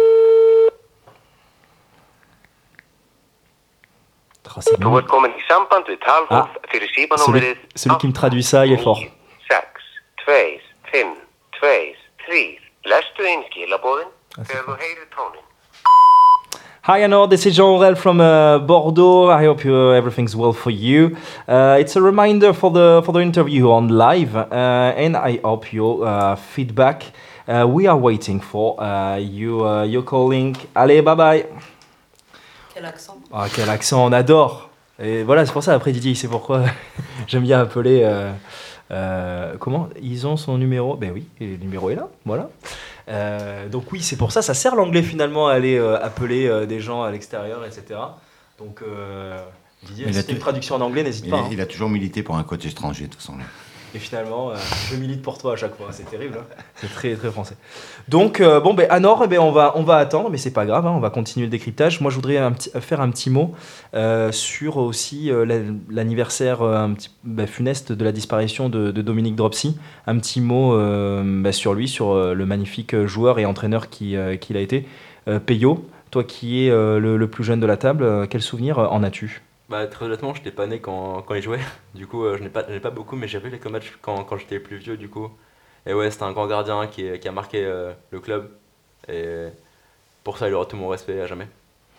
Ah, c'est Þú nul. ert komin í samband við talhólf fyrir Celui, símanúmerið celui qui me traduit ça, il est fort. sex, tveir, fimm, tveir, þrír. Lestu inn skilabóðin Ah, c'est þegar fort. þú heyrir tónin. Hi Anor, this is Jean Aurel from uh, Bordeaux. I hope you, everything's well for you. Uh, it's a reminder for the for the interview on live, uh, and I hope your uh, feedback. Uh, we are waiting for uh, you. Uh, you're calling. Allez, bye bye. Quel accent! Ah, quel accent, on adore. Et voilà, c'est pour ça, après Didier, il sait pourquoi j'aime bien appeler... euh, euh, comment? Ils ont son numéro? Ben oui, et le numéro est là, voilà. Euh, donc oui, c'est pour ça, ça sert l'anglais finalement à aller euh, appeler euh, des gens à l'extérieur, et cetera. Donc euh, Didier, Mais si il a tu as une t- traduction en anglais, n'hésite Il, pas. a- hein. il a toujours milité pour un coach étranger, de toute façon. lui. Et finalement, euh, je milite pour toi à chaque fois, c'est terrible, hein. C'est très très français. Donc euh, bon, ben Anor, eh ben, on va on va attendre, mais c'est pas grave, hein, on va continuer le décryptage. Moi, je voudrais un petit- faire un petit mot euh, sur aussi euh, la- l'anniversaire euh, un petit, ben, funeste de la disparition de, de Dominique Dropsy. Un petit mot euh, ben, sur lui, sur euh, le magnifique joueur et entraîneur qui, euh, qu'il a été. Euh, Peyo, toi qui es euh, le, le plus jeune de la table, euh, quel souvenir euh, en as-tu? Bah, très honnêtement, je n'étais pas né quand, quand il jouait. Du coup, euh, je n'ai pas, je n'ai pas beaucoup, mais j'ai vu quelques matchs quand, quand j'étais plus vieux, du coup. Et ouais, c'était un grand gardien qui, qui a marqué euh, le club. Et pour ça, il aura tout mon respect à jamais.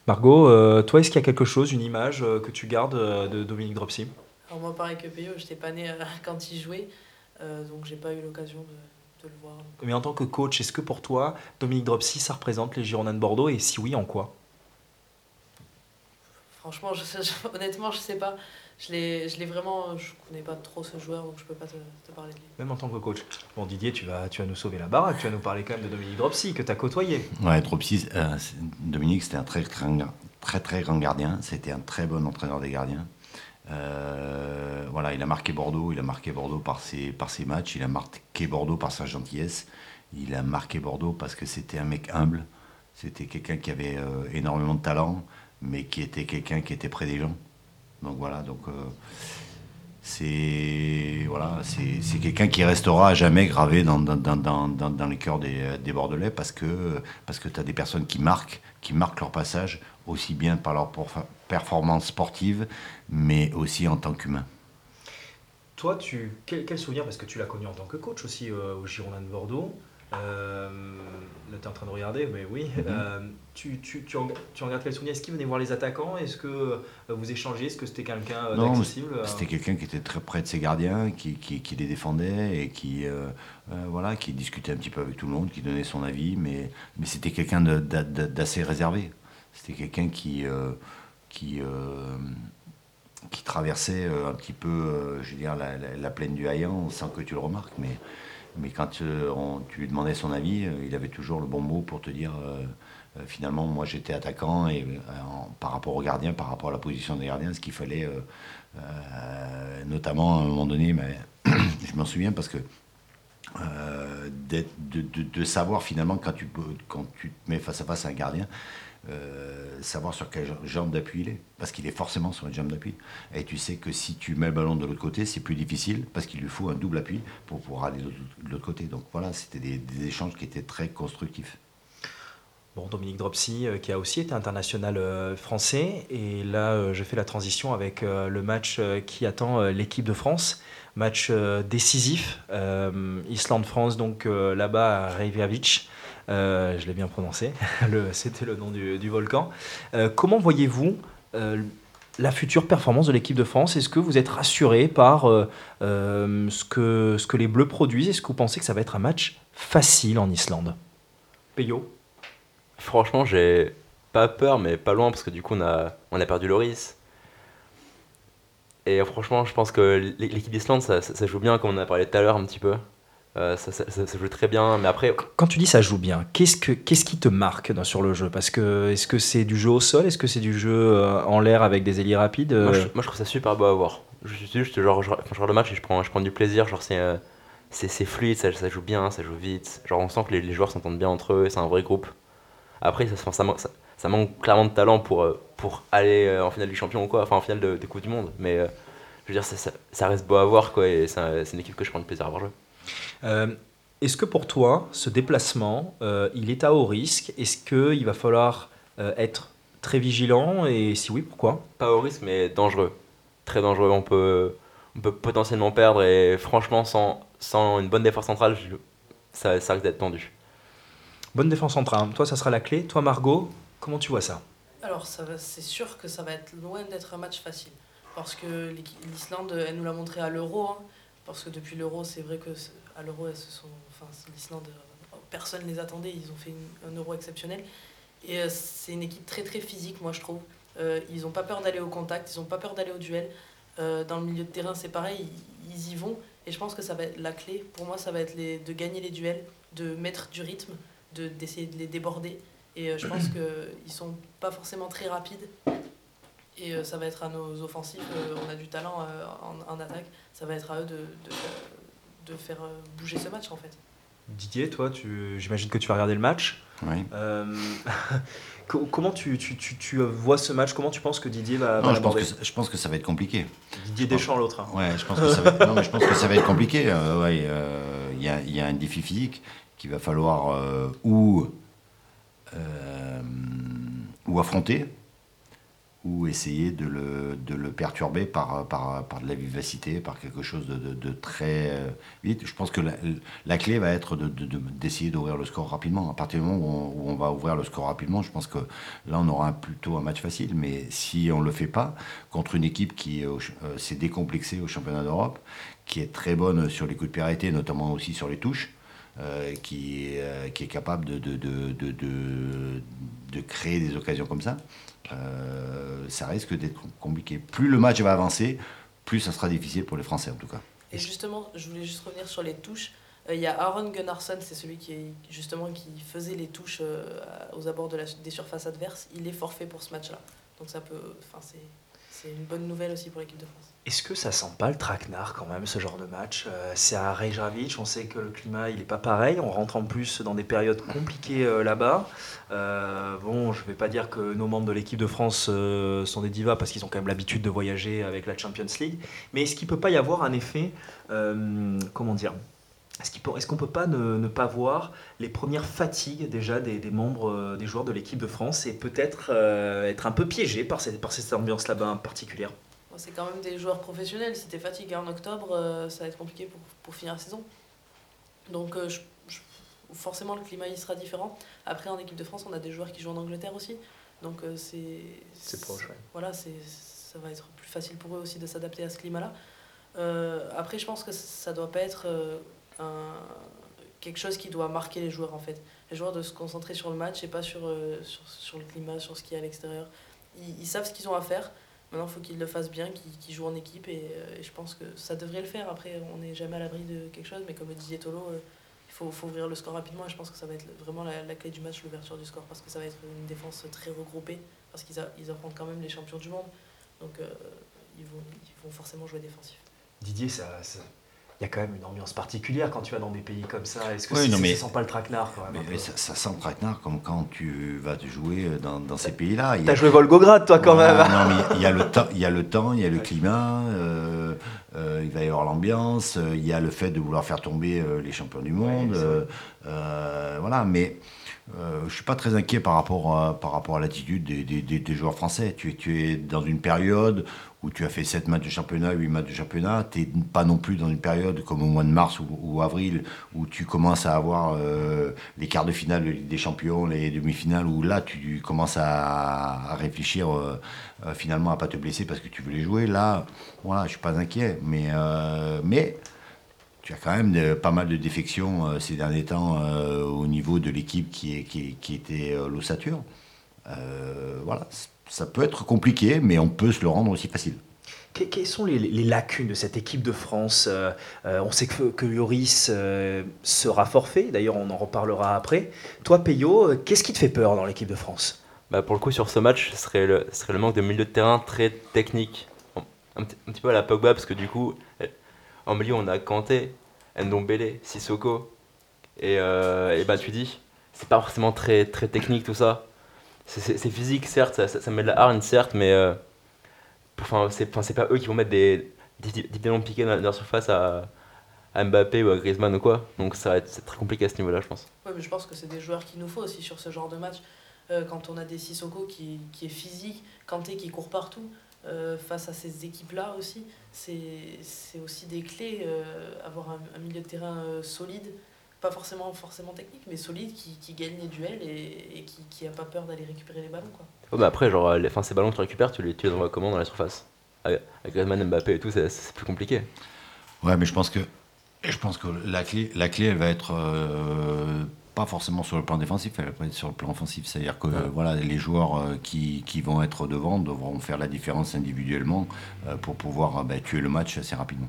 Margot, euh, toi, est-ce qu'il y a quelque chose, une image euh, que tu gardes euh, de Dominique Dropsy? Alors moi, pareil que Peyo, j'étais pas née euh, quand il jouait, euh, donc j'ai pas eu l'occasion de, de le voir. Mais en tant que coach, est-ce que pour toi, Dominique Dropsy, ça représente les Girondins de Bordeaux? Et si oui, en quoi? Franchement, je sais- je- honnêtement, je sais pas. Je l'ai, je l'ai vraiment, je connais pas trop ce joueur, donc je peux pas te, te parler de lui. Même en tant que coach. Bon, Didier, tu vas, tu vas nous sauver la baraque, tu vas nous parler quand même de Dominique Dropsy, que tu as côtoyé. Ouais, Dropsy, euh, c'est- Dominique, c'était un très, très, très, très grand gardien. C'était un très bon entraîneur des gardiens. Euh, voilà, il a marqué Bordeaux. Il a marqué Bordeaux par ses, par ses matchs. Il a marqué Bordeaux par sa gentillesse. Il a marqué Bordeaux parce que c'était un mec humble. C'était quelqu'un qui avait euh, énormément de talent, mais qui était quelqu'un qui était près des gens. Donc voilà, donc euh, c'est voilà, c'est c'est quelqu'un qui restera à jamais gravé dans, dans, dans, dans, dans- dans les cœurs des, des Bordelais parce que, parce que tu as des personnes qui marquent, qui marquent leur passage, aussi bien par leur porfa- performance sportive, mais aussi en tant qu'humain. Toi, tu, quel, quel souvenir, parce que tu l'as connu en tant que coach aussi euh, au Girondins de Bordeaux. Euh, là, tu es en train de regarder, mais oui. Mhm. Euh, tu, tu, tu, en, tu en gardes quel souvenir? Est-ce qu'il venait voir les attaquants? Est-ce que euh, vous échangez? Est-ce que c'était quelqu'un euh, Non, mais d'accessible? c'était quelqu'un qui était très près de ses gardiens, qui, qui, qui les défendait et qui, euh, euh, voilà, qui discutait un petit peu avec tout le monde, qui donnait son avis, mais, mais c'était quelqu'un de- d'a- d'a- d'assez réservé. C'était quelqu'un qui, euh, qui, euh, qui traversait euh, un petit peu, euh, je veux dire, la, la- la plaine du Haillan sans que tu le remarques. Mais, mais quand euh, on- tu lui demandais son avis, euh, il avait toujours le bon mot pour te dire, euh, euh, finalement, moi j'étais attaquant et euh, en- par rapport aux gardiens, par rapport à la position des gardiens, ce qu'il fallait, euh, euh, notamment à un moment donné, mais je m'en souviens parce que euh, d'être- de, de- de savoir finalement quand tu, peux- quand tu te mets face à face à un gardien, euh, savoir sur quelle jambe d'appui il est, parce qu'il est forcément sur une jambe d'appui. Et tu sais que si tu mets le ballon de l'autre côté, c'est plus difficile, parce qu'il lui faut un double appui pour pouvoir aller de l'autre- de l'autre côté. Donc voilà, c'était des, des échanges qui étaient très constructifs. Bon, Dominique Dropsy, euh, qui a aussi été international euh, français. Et là, euh, je fais la transition avec euh, le match euh, qui attend euh, l'équipe de France. Match euh, décisif. Euh, Islande-France, donc euh, là-bas à Reykjavik. Euh, je l'ai bien prononcé. Le- C'était le nom du, du volcan. Euh, comment voyez-vous euh, la future performance de l'équipe de France? Est-ce que vous êtes rassuré par euh, euh, ce que, ce que les Bleus produisent? Est-ce que vous pensez que ça va être un match facile en Islande? Peyo? Franchement, j'ai pas peur, mais pas loin, parce que du coup, on a, on a perdu Loris. Et euh, franchement, je pense que l'é- l'équipe d'Islande, ça, ça- ça joue bien, comme on en a parlé tout à l'heure un petit peu. Euh, ça, ça- ça- ça joue très bien, mais après, Quand tu dis ça joue bien, qu'est-ce que qu'est-ce qui te marque dans- sur le jeu? Parce que est-ce que c'est du jeu au sol? Est-ce que c'est du jeu euh, en l'air avec des ailiers rapides? moi je, Euh, moi, je trouve ça super beau à voir. Je suis juste, genre, je, enfin, je regarde le match et je prends, je prends du plaisir. Genre, c'est euh, c'est c'est fluide, ça, ça joue bien, ça joue vite. Genre, on sent que les, les joueurs s'entendent bien entre eux, c'est un vrai groupe. Après, ça, ça, manque, ça, ça manque clairement de talent pour, euh, pour aller euh, en finale du champion ou quoi, enfin en finale de, de Coupe du Monde. Mais euh, je veux dire, ça, ça, ça reste beau à voir, quoi, et c'est un- c'est une équipe que je prends du plaisir à voir jouer. euh, Est-ce que pour toi, ce déplacement, euh, il est à haut risque? Est-ce qu'il va falloir euh, être très vigilant? Et si oui, pourquoi? Pas au risque, mais dangereux. Très dangereux. On peut, on peut potentiellement perdre, et franchement, sans, sans une bonne défense centrale, je- ça, ça risque d'être tendu. Bonne défense centrale. Toi, ça sera la clé. Toi, Margot, comment tu vois ça? Alors, ça va- c'est sûr que ça va être loin d'être un match facile. Parce que l'équi- l'Islande, elle nous l'a montré à l'Euro. hein. Parce que depuis l'Euro, c'est vrai que c'est- à l'Euro, elles se sont, enfin, c'est l'Islande, euh, personne ne les attendait. Ils ont fait une- un Euro exceptionnel. Et euh, c'est une équipe très très physique, moi je trouve. Euh, ils n'ont pas peur d'aller au contact, ils n'ont pas peur d'aller au duel. Euh, dans le milieu de terrain, c'est pareil, ils, ils y vont. Et je pense que ça va être la clé. Pour moi, ça va être les, de gagner les duels, de mettre du rythme, de, d'essayer de les déborder. Et euh, je pense qu'ils ne sont pas forcément très rapides. Et euh, ça va être à nos offensifs, euh, on a du talent euh, en, en attaque, ça va être à eux de, de, de faire euh, bouger ce match en fait. Didier, toi, tu, j'imagine que tu vas regarder le match. Oui. Euh, co- comment tu, tu, tu, tu vois ce match? Comment tu penses que Didier va, va Non, je pense, l'aborder? que, ça- je pense que ça va être compliqué. Didier Deschamps, l'autre. hein. Ouais, je pense que ça va être, non, mais je pense que ça va être compliqué. Euh, ouais, euh, il y, a, il y a un défi physique qu'il va falloir euh, ou, euh, ou affronter, ou essayer de le, de le perturber par, par, par de la vivacité, par quelque chose de, de, de très euh, vite. Je pense que la, la clé va être de, de, de, d'essayer d'ouvrir le score rapidement. À partir du moment où on, où on va ouvrir le score rapidement, je pense que là, on aura un, plutôt un match facile. Mais si on ne le fait pas, contre une équipe qui euh, s'est décomplexée au championnat d'Europe, qui est très bonne sur les coups de pied arrêtés, notamment aussi sur les touches, euh, qui, euh, qui est capable de, de, de, de, de, de créer des occasions comme ça, Euh, ça risque d'être compliqué. Plus le match va avancer, plus ça sera difficile pour les Français en tout cas. Et justement, je voulais juste revenir sur les touches. Il euh, y a Aaron Gunnarsson, c'est celui qui, est, justement, qui faisait les touches euh, aux abords de la, des surfaces adverses. Il est forfait pour ce match-là. Donc ça peut, c'est, c'est une bonne nouvelle aussi pour l'équipe de France. Est-ce que ça sent pas le traquenard quand même, ce genre de match? euh, C'est à Reykjavik, on sait que le climat il est pas pareil, on rentre en plus dans des périodes compliquées euh, là-bas. Euh, bon, je vais pas dire que nos membres de l'équipe de France euh, sont des divas parce qu'ils ont quand même l'habitude de voyager avec la Champions League, mais est-ce qu'il peut pas y avoir un effet, euh, comment dire, est-ce, qu'il peut, est-ce qu'on peut pas ne, ne pas voir les premières fatigues déjà des, des membres, euh, des joueurs de l'équipe de France et peut-être euh, être un peu piégé par cette, par cette ambiance là-bas particulière? C'est quand même des joueurs professionnels. Si t'es fatigué en octobre, euh, ça va être compliqué pour, pour finir la saison. Donc euh, je, je, forcément le climat il sera différent. Après en équipe de France, on a des joueurs qui jouent en Angleterre aussi. Donc euh, c'est, c'est proche, ouais. Voilà, c'est, ça va être plus facile pour eux aussi de s'adapter à ce climat-là. Euh, après je pense que ça doit pas être euh, un, quelque chose qui doit marquer les joueurs en fait. Les joueurs doivent se concentrer sur le match et pas sur, euh, sur, sur le climat, sur ce qu'il y a à l'extérieur. Ils, ils savent ce qu'ils ont à faire. Maintenant, il faut qu'ils le fassent bien, qu'ils, qu'ils jouent en équipe et, euh, et je pense que ça devrait le faire. Après, on n'est jamais à l'abri de quelque chose, mais comme le disait Tolo, euh, il faut, faut ouvrir le score rapidement et je pense que ça va être vraiment la, la clé du match, l'ouverture du score, parce que ça va être une défense très regroupée, parce qu'ils a, ils affrontent quand même les champions du monde, donc euh, ils, vont, ils vont forcément jouer défensif. Didier, ça... ça... il y a quand même une ambiance particulière quand tu vas dans des pays comme ça. Est-ce que oui, c'est, non, mais, ça sent pas le traquenard quand même? Mais, mais ça, ça sent le traquenard comme quand tu vas te jouer dans, dans ces pays-là. T'as a... joué Volgograd, toi, quand voilà, même. Non, mais il y a le temps, il y a le temps, il y a le climat. Euh, euh, il va y avoir l'ambiance. Euh, il y a le fait de vouloir faire tomber euh, les champions du monde. Ouais, euh, euh, voilà, mais. Euh, je ne suis pas très inquiet par rapport à, par rapport à l'attitude des, des, des, des joueurs français. Tu, tu es dans une période où tu as fait sept matchs de championnat, huit matchs de championnat. Tu n'es pas non plus dans une période comme au mois de mars ou, ou avril où tu commences à avoir euh, les quarts de finale de Ligue des Champions, les demi-finales, où là tu commences à, à réfléchir euh, euh, finalement à ne pas te blesser parce que tu veux les jouer. Là, voilà, je ne suis pas inquiet. Mais... Euh, mais tu as quand même de, pas mal de défections euh, ces derniers temps euh, au niveau de l'équipe qui, est, qui, qui était euh, l'ossature. Euh, voilà, ça peut être compliqué, mais on peut se le rendre aussi facile. Quelles sont les, les lacunes de cette équipe de France? euh, On sait que, que Lloris euh, sera forfait, d'ailleurs on en reparlera après. Toi, Peyo, qu'est-ce qui te fait peur dans l'équipe de France? Bah pour le coup, sur ce match, ce serait le, ce serait le manque de milieu de terrain très technique. Un, un, un petit peu à la Pogba, parce que du coup... En milieu, on a Kanté, Ndombele, Sissoko. Et, euh, et bah, tu dis, c'est pas forcément très, très technique tout ça. C'est, c'est, c'est physique, certes, ça, ça, ça met de la hargne, certes, mais euh, enfin, c'est, enfin, c'est pas eux qui vont mettre des, des, des ballons piqués dans leur surface à, à Mbappé ou à Griezmann ou quoi. Donc ça va être c'est très compliqué à ce niveau-là, je pense. Oui, mais je pense que c'est des joueurs qu'il nous faut aussi sur ce genre de match. Euh, quand on a des Sissoko qui, qui est physique, Kanté qui court partout. Euh, face à ces équipes-là aussi, c'est, c'est aussi des clés, euh, avoir un, un milieu de terrain euh, solide, pas forcément, forcément technique, mais solide, qui, qui gagne les duels et, et qui, qui a pas peur d'aller récupérer les ballons, quoi. Ouais, bah après, genre, les, ces ballons que tu récupères, tu les, tu les envoies comment dans la surface? Avec Griezmann, Mbappé et tout, c'est, c'est plus compliqué. Ouais, mais je pense que, je pense que la, clé, la clé, elle va être... Euh, pas forcément sur le plan défensif, elle va être sur le plan offensif. C'est-à-dire que ouais. euh, voilà, les joueurs euh, qui, qui vont être devant devront faire la différence individuellement euh, pour pouvoir euh, bah, tuer le match assez rapidement.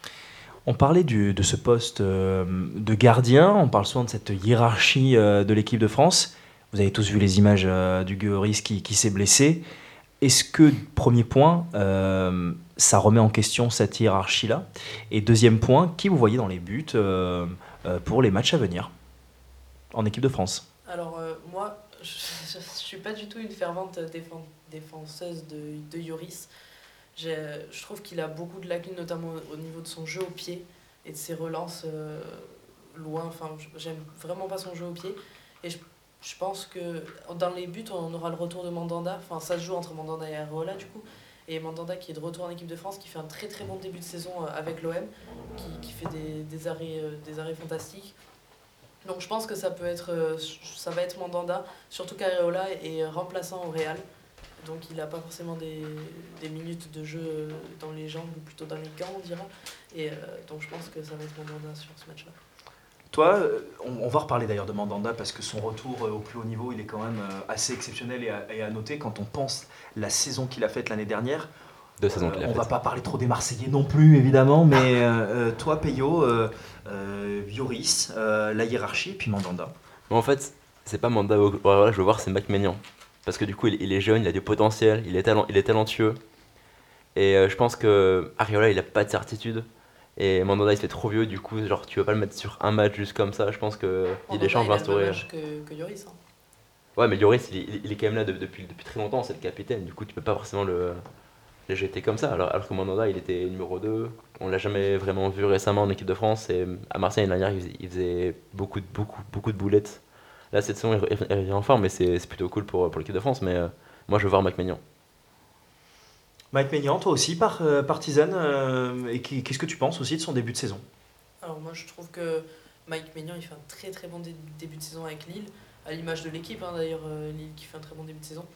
On parlait du, de ce poste euh, de gardien, on parle souvent de cette hiérarchie euh, de l'équipe de France. Vous avez tous vu les images euh, du Lloris qui, qui s'est blessé. Est-ce que, premier point, euh, ça remet en question cette hiérarchie-là? Et deuxième point, qui vous voyez dans les buts euh, euh, pour les matchs à venir en équipe de France? Alors euh, moi, je ne suis pas du tout une fervente défend, défenseuse de, de Lloris. J'ai, je trouve qu'il a beaucoup de lacunes, notamment au, au niveau de son jeu au pied et de ses relances euh, loin. Enfin, j'aime vraiment pas son jeu au pied. Et je, je pense que dans les buts, on aura le retour de Mandanda. Enfin, ça se joue entre Mandanda et Areola, du coup. Et Mandanda qui est de retour en équipe de France, qui fait un très très bon début de saison euh, avec l'O M, qui, qui fait des, des, arrêts, euh, des arrêts fantastiques. Donc je pense que ça peut être, euh, ça va être Mandanda, surtout qu'Areola est remplaçant au Real. Donc il n'a pas forcément des, des minutes de jeu dans les jambes, ou plutôt dans les gants, on dira. Et euh, donc je pense que ça va être Mandanda sur ce match-là. Toi, euh, on, on va reparler d'ailleurs de Mandanda parce que son retour euh, au plus haut niveau, il est quand même euh, assez exceptionnel et à, et à noter quand on pense la saison qu'il a faite l'année dernière. Deux saisons Euh, qu'il a on va faites. pas parler trop des Marseillais non plus, évidemment, mais euh, euh, toi, Peyo, euh, euh, Lloris, euh, la hiérarchie, et puis Mandanda. Mais en fait, c'est pas Mandanda, voilà, je veux voir, c'est Mac Maignan. Parce que du coup, il, il est jeune, il a du potentiel, il est, talent, il est talentueux. Et euh, je pense que Areola, il a pas de certitude. Et Mandanda, il se fait trop vieux, du coup, genre, tu vas pas le mettre sur un match juste comme ça. Je pense que Didier Deschamps va instaurer. Il a le même âge que, que Lloris. Hein. Ouais, mais Lloris, il, il, il est quand même là de- depuis, depuis très longtemps, c'est le capitaine. Du coup, tu peux pas forcément le, le jeter comme ça. Alors, alors que Mandanda, il était numéro deux. On l'a jamais vraiment vu récemment en équipe de France. Et à Marseille, l'année dernière, il faisait, il faisait beaucoup, de, beaucoup, beaucoup de boulettes. Là, cette saison, il, il revient en forme, mais c'est c'est plutôt cool pour, pour l'équipe de France. Mais euh, moi, je veux voir Mac Maignan. Mike Maignan, toi aussi, par, euh, partisane, euh, et qui- qu'est-ce que tu penses aussi de son début de saison? Alors moi je trouve que Mike Maignan il fait un très très bon dé- début de saison avec Lille, à l'image de l'équipe hein, d'ailleurs, euh, Lille qui fait un très bon début de saison.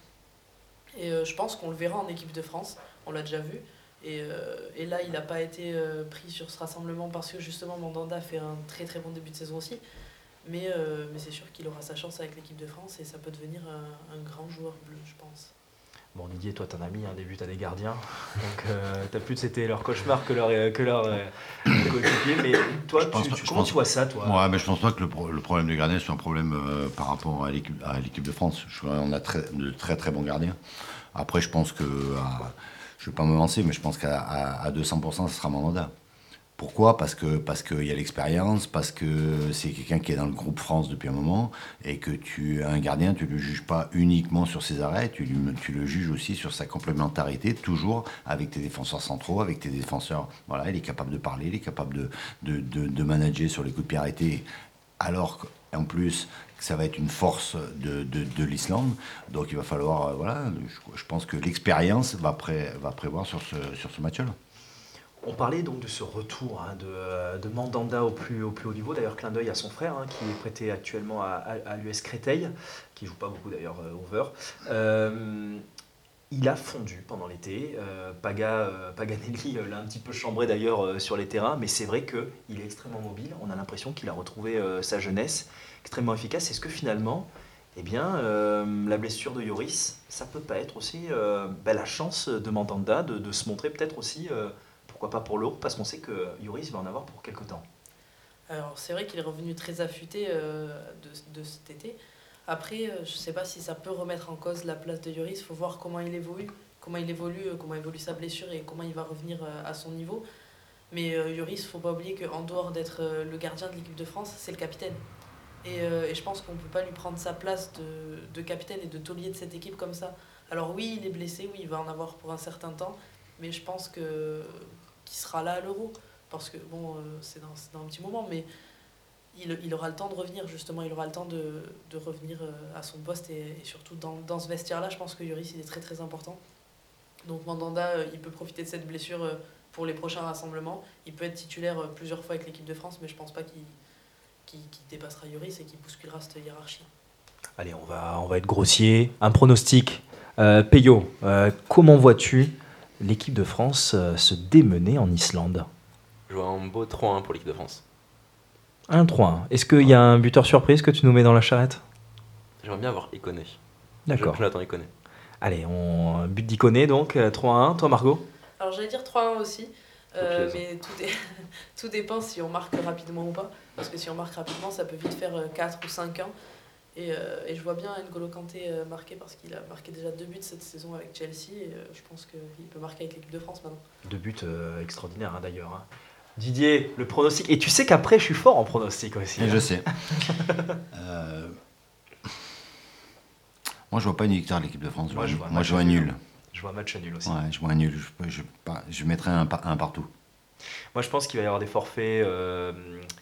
Et euh, je pense qu'on le verra en équipe de France, on l'a déjà vu. Et, euh, et là il n'a pas été euh, pris sur ce rassemblement parce que justement Mandanda fait un très très bon début de saison aussi. Mais, euh, mais c'est sûr qu'il aura sa chance avec l'équipe de France et ça peut devenir un, un grand joueur bleu je pense. Bon, Didier, toi, t'en as mis un début, t'as des gardiens. Donc, euh, t'as plus, c'était leur cauchemar que leur, euh, que leur euh, coéquipier. Mais toi, Je pense tu, pas- tu- je comment pense- tu vois ça, toi? Ouais, mais je pense pas que le, pro- le problème des gardiens soit un problème euh, par rapport à l'équipe, à l'équipe de France. Je, on a très, de très très bons gardiens. Après, je pense que, à- je vais pas me lancer, mais je pense qu'à à, à deux cents pour cent, ce sera Mandanda. Pourquoi? Parce que parce qu'il y a l'expérience, parce que c'est quelqu'un qui est dans le groupe France depuis un moment, et que tu un gardien, tu le juges pas uniquement sur ses arrêts, tu, lui- tu le juges aussi sur sa complémentarité, toujours avec tes défenseurs centraux, avec tes défenseurs. Voilà, il est capable de parler, il est capable de, de, de, de manager sur les coups de pied arrêtés, alors qu'en plus, ça va être une force de, de, de l'Islande. Donc il va falloir, euh, voilà, je, je pense que l'expérience va, pré, va prévoir sur ce, sur ce match-là. On parlait donc de ce retour hein, de, euh, de Mandanda au plus, au plus haut niveau. D'ailleurs, clin d'œil à son frère hein, qui est prêté actuellement à, à, à l'U S Créteil, qui joue pas beaucoup d'ailleurs euh, over. Euh, il a fondu pendant l'été. Euh, Paga, euh, Paganelli euh, l'a un petit peu chambré d'ailleurs euh, sur les terrains, mais c'est vrai qu'il est extrêmement mobile. On a l'impression qu'il a retrouvé euh, sa jeunesse, extrêmement efficace. Est-ce que finalement, eh bien, euh, la blessure de Lloris, ça peut pas être aussi euh, ben, la chance de Mandanda de, de se montrer peut-être aussi. Euh, Pourquoi pas pour l'Euro, parce qu'on sait que Lloris va en avoir pour quelques temps. Alors c'est vrai qu'il est revenu très affûté euh, de, de cet été. Après, euh, je ne sais pas si ça peut remettre en cause la place de Lloris. Il faut voir comment il évolue, comment il évolue, euh, comment évolue sa blessure et comment il va revenir euh, à son niveau. Mais euh, Lloris, il ne faut pas oublier qu'en dehors d'être euh, le gardien de l'équipe de France, c'est le capitaine. Et, euh, et je pense qu'on ne peut pas lui prendre sa place de, de capitaine et de taulier de cette équipe comme ça. Alors oui, il est blessé, oui, il va en avoir pour un certain temps, mais je pense que qu'il sera là à l'Euro. Parce que bon, euh, c'est dans, c'est dans un petit moment, mais il, il aura le temps de revenir, justement, il aura le temps de, de revenir euh, à son poste et, et surtout dans, dans ce vestiaire-là, je pense que Lloris, il est très très important. Donc Mandanda, euh, il peut profiter de cette blessure euh, pour les prochains rassemblements. Il peut être titulaire euh, plusieurs fois avec l'équipe de France, mais je pense pas qu'il, qu'il, qu'il dépassera Lloris et qu'il bousculera cette hiérarchie. Allez, on va, on va être grossier. Un pronostic. Euh, Peyo, euh, comment vois-tu l'équipe de France euh, se démener en Islande? Je vois un beau trois un pour l'équipe de France. un trois un. Est-ce qu'il y a un buteur surprise que tu nous mets dans la charrette? J'aimerais bien avoir Iconé. D'accord. Je, je l'attends Iconé. Allez, on but d'Iconé donc, euh, trois un. Toi, Margot? Alors j'allais dire trois un aussi, euh, Ok, ça. mais tout, est- tout dépend si on marque rapidement ou pas. Parce que si on marque rapidement, ça peut vite faire euh, quatre ou cinq un. Et, euh, et je vois bien N'Golo Kanté euh, marquer parce qu'il a marqué déjà deux buts cette saison avec Chelsea. Et euh, je pense qu'il peut marquer avec l'équipe de France maintenant. Deux buts euh, extraordinaires hein, d'ailleurs. hein. Didier, le pronostic. Et tu sais qu'après, je suis fort en pronostic aussi. Et hein. je sais. Euh, Moi, je vois pas une victoire de l'équipe de France. Moi, je je vois un moi, match je vois un nul. nul. Je vois un match nul aussi. Ouais, je vois un nul. Je, je, je, je mettrais un, par- un partout. Moi, je pense qu'il va y avoir des forfaits. euh,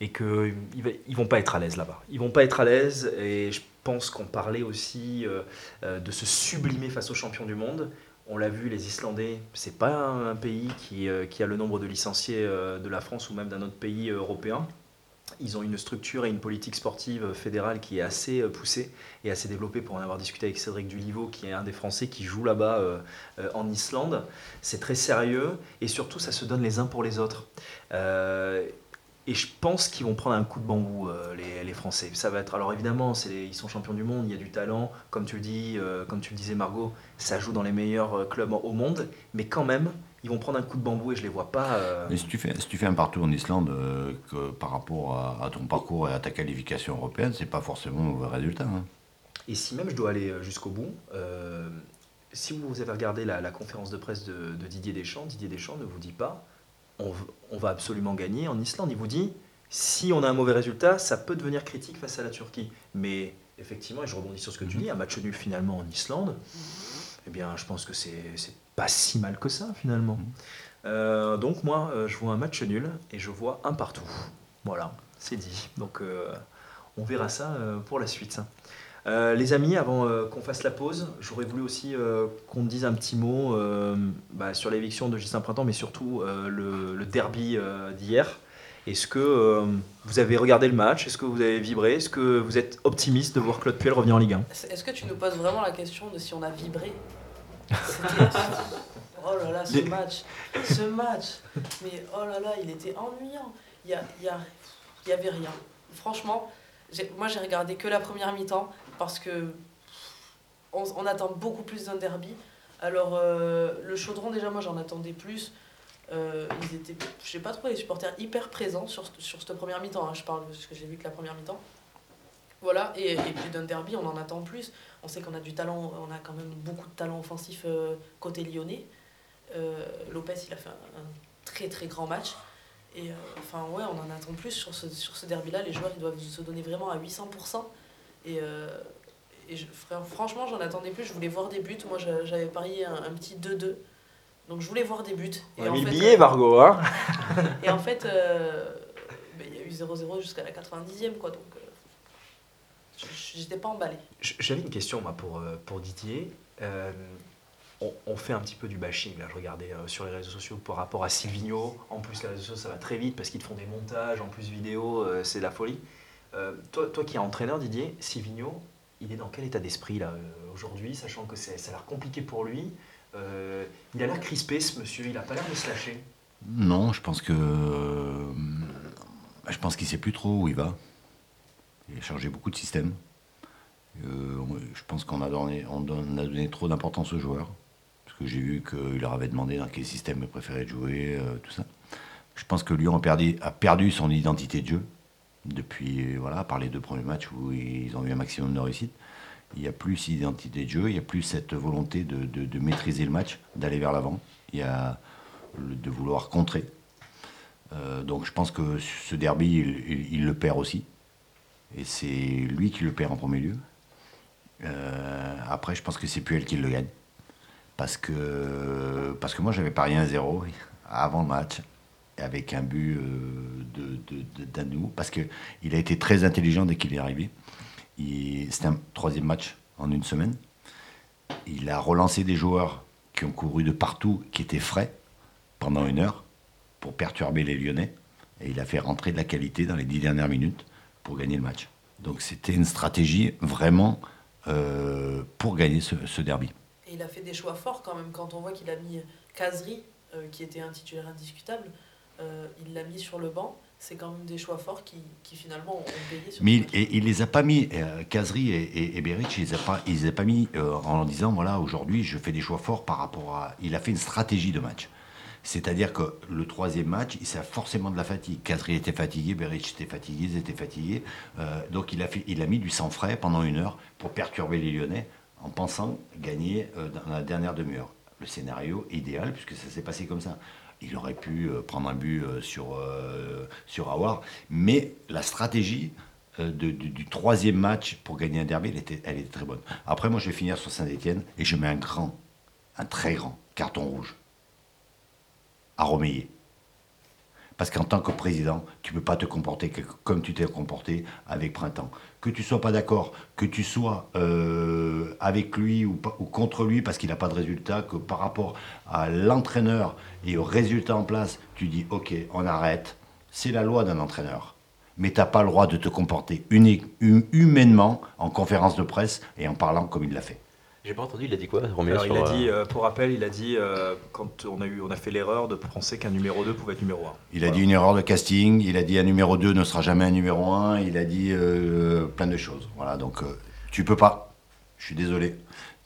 et qu'ils ne vont pas être à l'aise là-bas. Ils vont pas être à l'aise et je pense qu'on parlait aussi euh, euh, de se sublimer face aux champions du monde. On l'a vu, les Islandais, c'est pas un pays qui, euh, qui a le nombre de licenciés euh, de la France ou même d'un autre pays euh, européen. Ils ont une structure et une politique sportive fédérale qui est assez euh, poussée et assez développée, pour en avoir discuté avec Cédric Duliveau, qui est un des Français qui joue là-bas euh, euh, en Islande. C'est très sérieux et surtout, ça se donne les uns pour les autres. Euh, Et je pense qu'ils vont prendre un coup de bambou, euh, les, les Français. Ça va être, alors évidemment, c'est les- ils sont champions du monde, il y a du talent, comme tu le dis, euh, comme tu le disais Margot, ça joue dans les meilleurs euh, clubs au monde, mais quand même, ils vont prendre un coup de bambou et je les vois pas. euh, Mais si tu fais, si tu fais un partout en Islande, euh, que par rapport à, à ton parcours et à ta qualification européenne, c'est pas forcément un mauvais résultat. Hein. Et si même je dois aller euh, jusqu'au bout, euh, si vous avez regardé la, la conférence de presse de, de Didier Deschamps, Didier Deschamps ne vous dit pas on, v- on va absolument gagner en Islande. Il vous dit si on a un mauvais résultat, ça peut devenir critique face à la Turquie. Mais effectivement, et je rebondis sur ce que tu dis, un match nul finalement en Islande, eh bien, je pense que c'est c'est pas si mal que ça finalement. Euh, donc moi, euh, je vois un match nul et je vois un partout. Voilà, c'est dit. Donc euh, on verra ça euh, pour la suite. Euh, les amis, avant euh, qu'on fasse la pause, j'aurais voulu aussi euh, qu'on dise un petit mot euh, bah, sur l'éviction de Gislain Printemps, mais surtout euh, le, le derby euh, d'hier. Est-ce que euh, vous avez regardé le match? Est-ce que vous avez vibré? Est-ce que vous êtes optimiste de voir Claude Puel revenir en Ligue un? Est-ce que tu nous poses vraiment la question de si on a vibré? C'était- Oh là là, ce Les- match, ce match, mais oh là là, il était ennuyant. Il y, a, il y, a- il y avait rien. Franchement, j'ai- moi j'ai regardé que la première mi-temps parce que on, on attend beaucoup plus d'un derby. Alors euh, le Chaudron, déjà moi j'en attendais plus. Euh, ils étaient, je sais pas trop, les supporters hyper présents sur, sur cette première mi-temps. Hein, je parle parce que j'ai vu que la première mi-temps. Voilà, et, et puis d'un derby, on en attend plus. On sait qu'on a du talent, on a quand même beaucoup de talent offensif euh, côté lyonnais. Euh, Lopez, il a fait un, un très très grand match. Et euh, enfin, ouais, on en attend plus sur ce, sur ce derby-là. Les joueurs, ils doivent se donner vraiment à huit cents pour cent. Et, euh, et je, fr- franchement, j'en attendais plus. Je voulais voir des buts. Moi, j'a- j'avais parié un, un petit deux deux. Donc, je voulais voir des buts. On Et a en mis le fait, billet, euh, Margot, hein? Et en fait, euh, ben, il y a eu zéro zéro jusqu'à la quatre-vingt-dixième, quoi. Donc, euh, j- j'étais pas emballée. J- J'avais une question moi, pour, euh, pour Didier. Euh, on, on fait un petit peu du bashing, là, je regardais euh, sur les réseaux sociaux par rapport à Silvino. En plus, les réseaux sociaux, ça va très vite parce qu'ils te font des montages, en plus vidéo, euh, c'est la folie. Euh, toi, toi qui es entraîneur, Didier, Silvino, il est dans quel état d'esprit là euh, aujourd'hui, sachant que c'est- ça a l'air compliqué pour lui. Euh, il a l'air crispé, ce monsieur, il a pas l'air de se lâcher. Non, je pense que. euh, je pense qu'il sait plus trop où il va. Il a changé beaucoup de systèmes. Euh, on- je pense qu'on a donné, on donne- a donné trop d'importance aux joueurs. Parce que j'ai vu qu'il leur avait demandé dans quel système ils préféraient jouer, euh, tout ça. Je pense que Lyon a perdu, a perdu son identité de jeu. Depuis, voilà, par les deux premiers matchs où ils ont eu un maximum de réussite. Il n'y a plus cette identité de jeu, il n'y a plus cette volonté de, de- de maîtriser le match, d'aller vers l'avant. Il y a le- de vouloir contrer. Euh, donc je pense que ce derby, il, il- il le perd aussi. Et c'est lui qui le perd en premier lieu. Euh, après, je pense que c'est Puel qui le gagne. Parce que, parce que moi, j'avais parié un zéro avant le match, avec un but euh, de, de, de- d'Anou. Parce qu'il a été très intelligent dès qu'il est arrivé. Il- C'était un troisième match en une semaine. Il a relancé des joueurs qui ont couru de partout, qui étaient frais, pendant une heure, pour perturber les Lyonnais. Et il a fait rentrer de la qualité dans les dix dernières minutes pour gagner le match. Donc c'était une stratégie vraiment euh, pour gagner ce, ce derby. Et il a fait des choix forts quand même. Quand on voit qu'il a mis Kazri, euh, qui était un titulaire indiscutable, euh, il l'a mis sur le banc. C'est quand même des choix forts qui, qui finalement ont payé sur Mais ce il, match. et, il les a pas mis, euh, Kazri et, et, et Beric, il les a pas, il les a pas mis euh, en disant voilà, aujourd'hui je fais des choix forts par rapport à. Il a fait une stratégie de match. C'est-à-dire que le troisième match, il a forcément de la fatigue. Kazri était fatigué, Beric était fatigué, ils étaient fatigués. Euh, donc il a, fait, il a mis du sang frais pendant une heure pour perturber les Lyonnais en pensant gagner euh, dans la dernière demi-heure. Le scénario idéal, puisque ça s'est passé comme ça. Il aurait pu euh, prendre un but euh, sur, euh, sur Aouar, mais la stratégie euh, de- du, du troisième match pour gagner un derby, elle était, elle était très bonne. Après, moi, je vais finir sur Saint-Etienne et je mets un grand, un très grand carton rouge à Romeyer. Parce qu'en tant que président, tu ne peux pas te comporter comme tu t'es comporté avec Printemps. Que tu ne sois pas d'accord, que tu sois euh, avec lui ou, pas, ou contre lui parce qu'il n'a pas de résultat, que par rapport à l'entraîneur et aux résultats en place, tu dis ok, on arrête. C'est la loi d'un entraîneur. Mais tu n'as pas le droit de te comporter unique, hum, humainement en conférence de presse et en parlant comme il l'a fait. J'ai pas entendu, il a dit quoi Roméo, Alors, sur, il a dit, euh, euh, pour rappel, il a dit euh, quand on a, eu, on a fait l'erreur de penser qu'un numéro deux pouvait être numéro un. Il a Voilà. dit une erreur de casting, il a dit un numéro deux ne sera jamais un numéro un, il a dit euh, plein de choses. Voilà, donc euh, tu peux pas. Je suis désolé.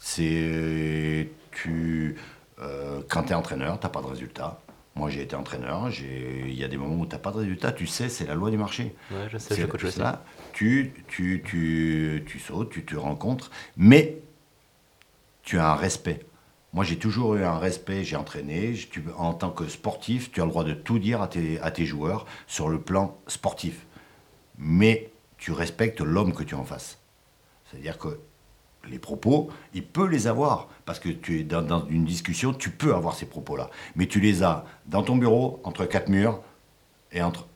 C'est tu euh, quand tu es entraîneur, tu n'as pas de résultat. Moi, j'ai été entraîneur, j'ai il y a des moments où tu n'as pas de résultat, tu sais, c'est la loi du marché. Ouais, je sais, C'est je coach aussi. ça. Tu, tu, tu, tu sautes, tu te rencontres, mais tu as un respect. Moi, j'ai toujours eu un respect, j'ai entraîné. Je- tu- en tant que sportif, tu as le droit de tout dire à tes, à tes joueurs sur le plan sportif. Mais tu respectes l'homme que tu as en face. C'est-à-dire que les propos, il peut les avoir. Parce que tu es dans, dans une discussion, tu peux avoir ces propos-là. Mais tu les as dans ton bureau, entre quatre murs, et entre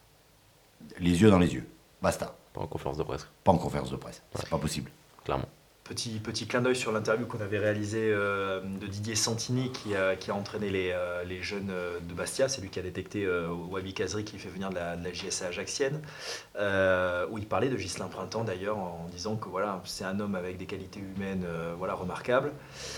les yeux dans les yeux. Basta. Pas en conférence de presse, Pas en conférence de presse. C'est pas possible. clairement. Petit, petit clin d'œil sur l'interview qu'on avait réalisée euh, de Didier Santini qui a, qui a entraîné les, euh, les jeunes euh, de Bastia. C'est lui qui a détecté euh, Wabi Kazri qui fait venir de la, de la J S A ajaxienne, euh, où il parlait de Ghislain Printemps d'ailleurs en disant que voilà, c'est un homme avec des qualités humaines euh, voilà, remarquables.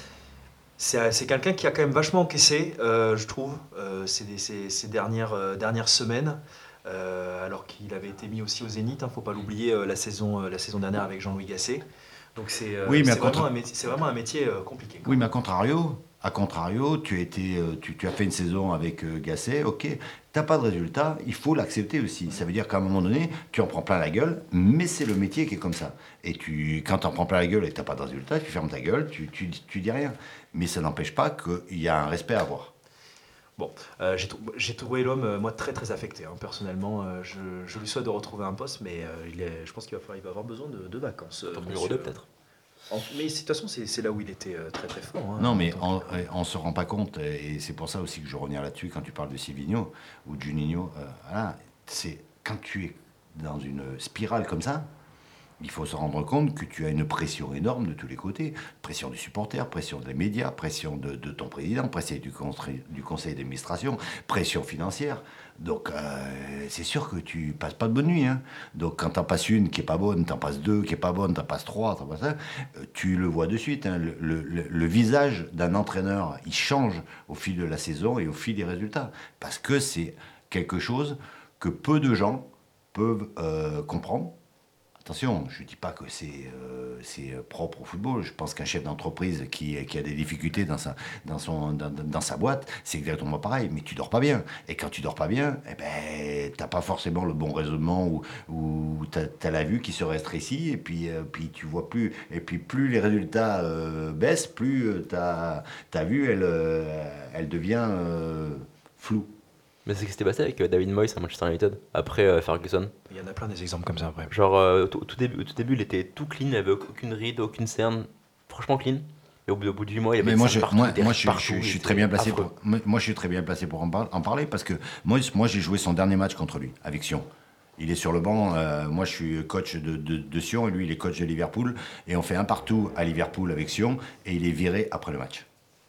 C'est, c'est quelqu'un qui a quand même vachement encaissé, euh, je trouve, euh, ces, ces, ces dernières, euh, dernières semaines. Euh, alors qu'il avait été mis aussi au Zénith, il hein, ne faut pas l'oublier, euh, la, saison, euh, la saison dernière avec Jean-Louis Gasset. Donc c'est, euh, Oui, mais c'est, à vraiment, contre- un métier, c'est vraiment un métier euh, compliqué. quoi. Oui, mais à contrario, à contrario, tu as, été, euh, tu, tu as fait une saison avec euh, Gasset, ok, tu n'as pas de résultat, il faut l'accepter aussi. Ça veut dire qu'à un moment donné, tu en prends plein la gueule, mais c'est le métier qui est comme ça. Et tu, quand tu en prends plein la gueule et que tu n'as pas de résultat, tu fermes ta gueule, tu, tu, tu dis rien. Mais ça n'empêche pas qu'il y a un respect à avoir. Bon, euh, j'ai, trou- j'ai trouvé l'homme, euh, moi, très très affecté. hein. Personnellement, euh, je, je lui souhaite de retrouver un poste, mais euh, il est, je pense qu'il va, falloir- il va avoir besoin de, de vacances. euh, Tant que numéro monsieur. deux peut-être. En- mais de toute façon, c'est, c'est là où il était euh, très très fort. hein. Non, mais Donc, on ne se rend pas compte, et c'est pour ça aussi que je reviens là-dessus quand tu parles de Silvino ou de Juninho. euh, voilà, c'est quand tu es dans une spirale comme ça, il faut se rendre compte que tu as une pression énorme de tous les côtés. Pression du supporter, pression des médias, pression de, de ton président, pression du conseil, du conseil d'administration, pression financière. Donc, euh, c'est sûr que tu passes pas de bonne nuit. Hein. Donc, quand t'en passes une qui est pas bonne, t'en passes deux qui est pas bonne, t'en passes trois, t'en passes un, euh, tu le vois de suite. Hein. Le, le- le- le visage d'un entraîneur, il change au fil de la saison et au fil des résultats. Parce que c'est quelque chose que peu de gens peuvent euh, comprendre. Attention, je ne dis pas que c'est euh, c'est propre au football. Je pense qu'un chef d'entreprise qui, qui a des difficultés dans sa, dans son, dans, dans sa boîte, c'est exactement pareil. Mais tu dors pas bien. Et quand tu dors pas bien, eh ben, tu n'as pas forcément le bon raisonnement ou, ou tu as la vue qui se rétrécit. Et puis, euh, puis tu vois plus. Et puis plus les résultats euh, baissent, plus euh, ta, ta vue, elle, euh, elle devient euh, floue. Mais c'est ce qui s'était passé avec euh, David Moyes à Manchester United, après euh, Ferguson. il y en a plein des exemples comme ça après. Genre, euh, au, tout- au tout début, au tout début, il était tout clean, il avait aucune ride, aucune cerne, franchement clean. Et au bout, au bout du mois, il y avait Mais des moi, cernes je, partout, moi, des moi, rides je, partout, je- je il suis était très bien placé affreux. pour, moi, moi, je suis très bien placé pour en, par- en parler parce que moi, moi j'ai joué son dernier match contre lui, avec Sion. Il est sur le banc. euh, moi, je suis coach de, de, de Sion et lui, il est coach de Liverpool. Et on fait un partout à Liverpool avec Sion et il est viré après le match.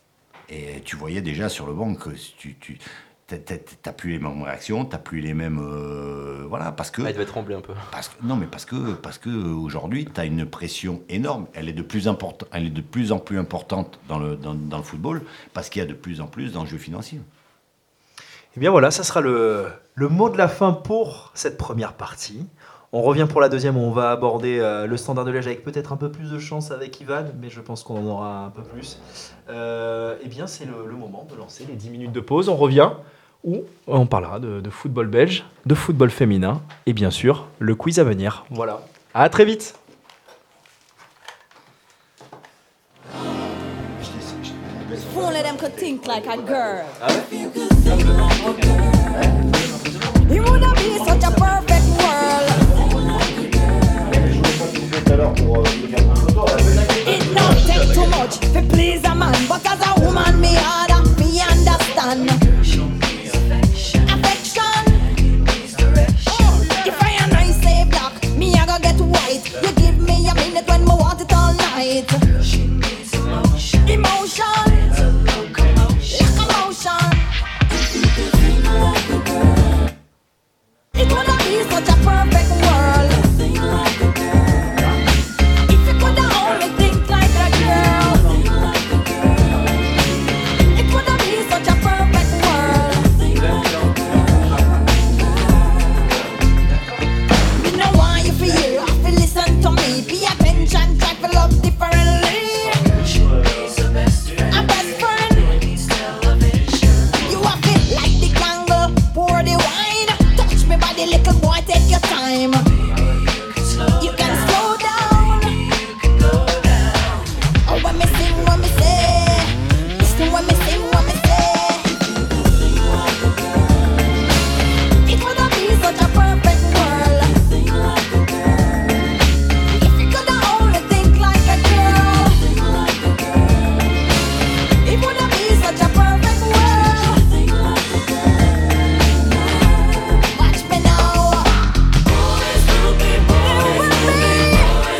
Et tu voyais déjà sur le banc que tu, tu t'as- t'as t'as plus les mêmes réactions, t'as plus les mêmes, euh, voilà, parce que. Ah, il devait trembler un peu. Parce que, non, mais parce que, parce que aujourd'hui, tu as une pression énorme. Elle est de plus import- elle est de plus en plus importante dans le, dans, dans le football parce qu'il y a de plus en plus d'enjeux financiers. Et bien voilà, ça sera le, le mot de la fin pour cette première partie. On revient pour la deuxième où on va aborder euh, le Standard de Liège avec peut-être un peu plus de chance avec Ivan, mais je pense qu'on en aura un peu plus. Euh, et bien c'est le, le moment de lancer les dix minutes de pause. On revient où on parlera de, de football belge, de football féminin et bien sûr le quiz à venir. Voilà, à très vite. If only them could think like a girl. It would have been such a perfect world. It don't take too much to please a man, but as a woman, me harder me understand. Affection. French and try to love differently. A best friend. You have it like the candle, pour the wine. Touch me body, little boy, take your time. You can slow down. Oh, when me sing, when me say, listen when me sing, when me say. It would have been such a perfect world if you could have only think like a girl. It would have been such a perfect world. Watch me now. There will be, there will be,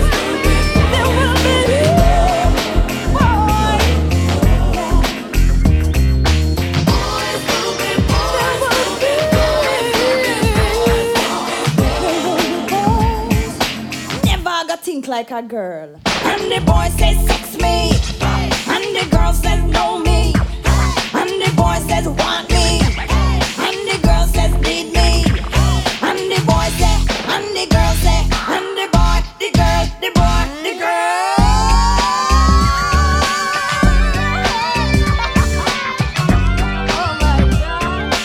never got think like a girl. And the boy says sex me, and the girl says know me, and the boy says want me, and the girl says need me, and the boy say, and the girl say, and the boy, the girl, the boy, the girl. Oh my God.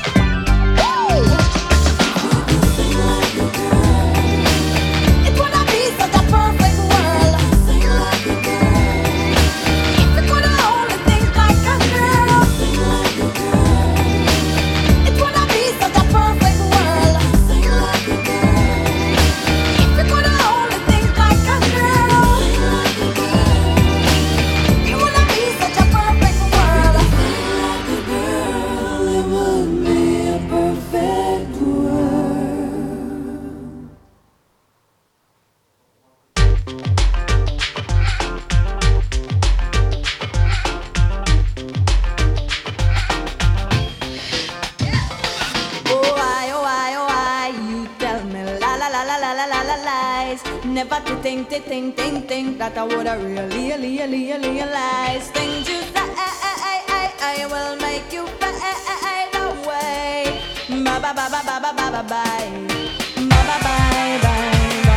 It would have been such a perfect world if we could have only think like a girl. It would have been such a perfect world if we could have only think like a girl. It would have been such a perfect world. It would be a perfect world. Oh I, oh I, oh I, you tell me la la la la la la la la lies. Never to think, to think, think, think that I would have really, really, really realized things you say. I will make you fade away. Bye bye bye bye bye bye bye bye bye. Bye bye bye bye.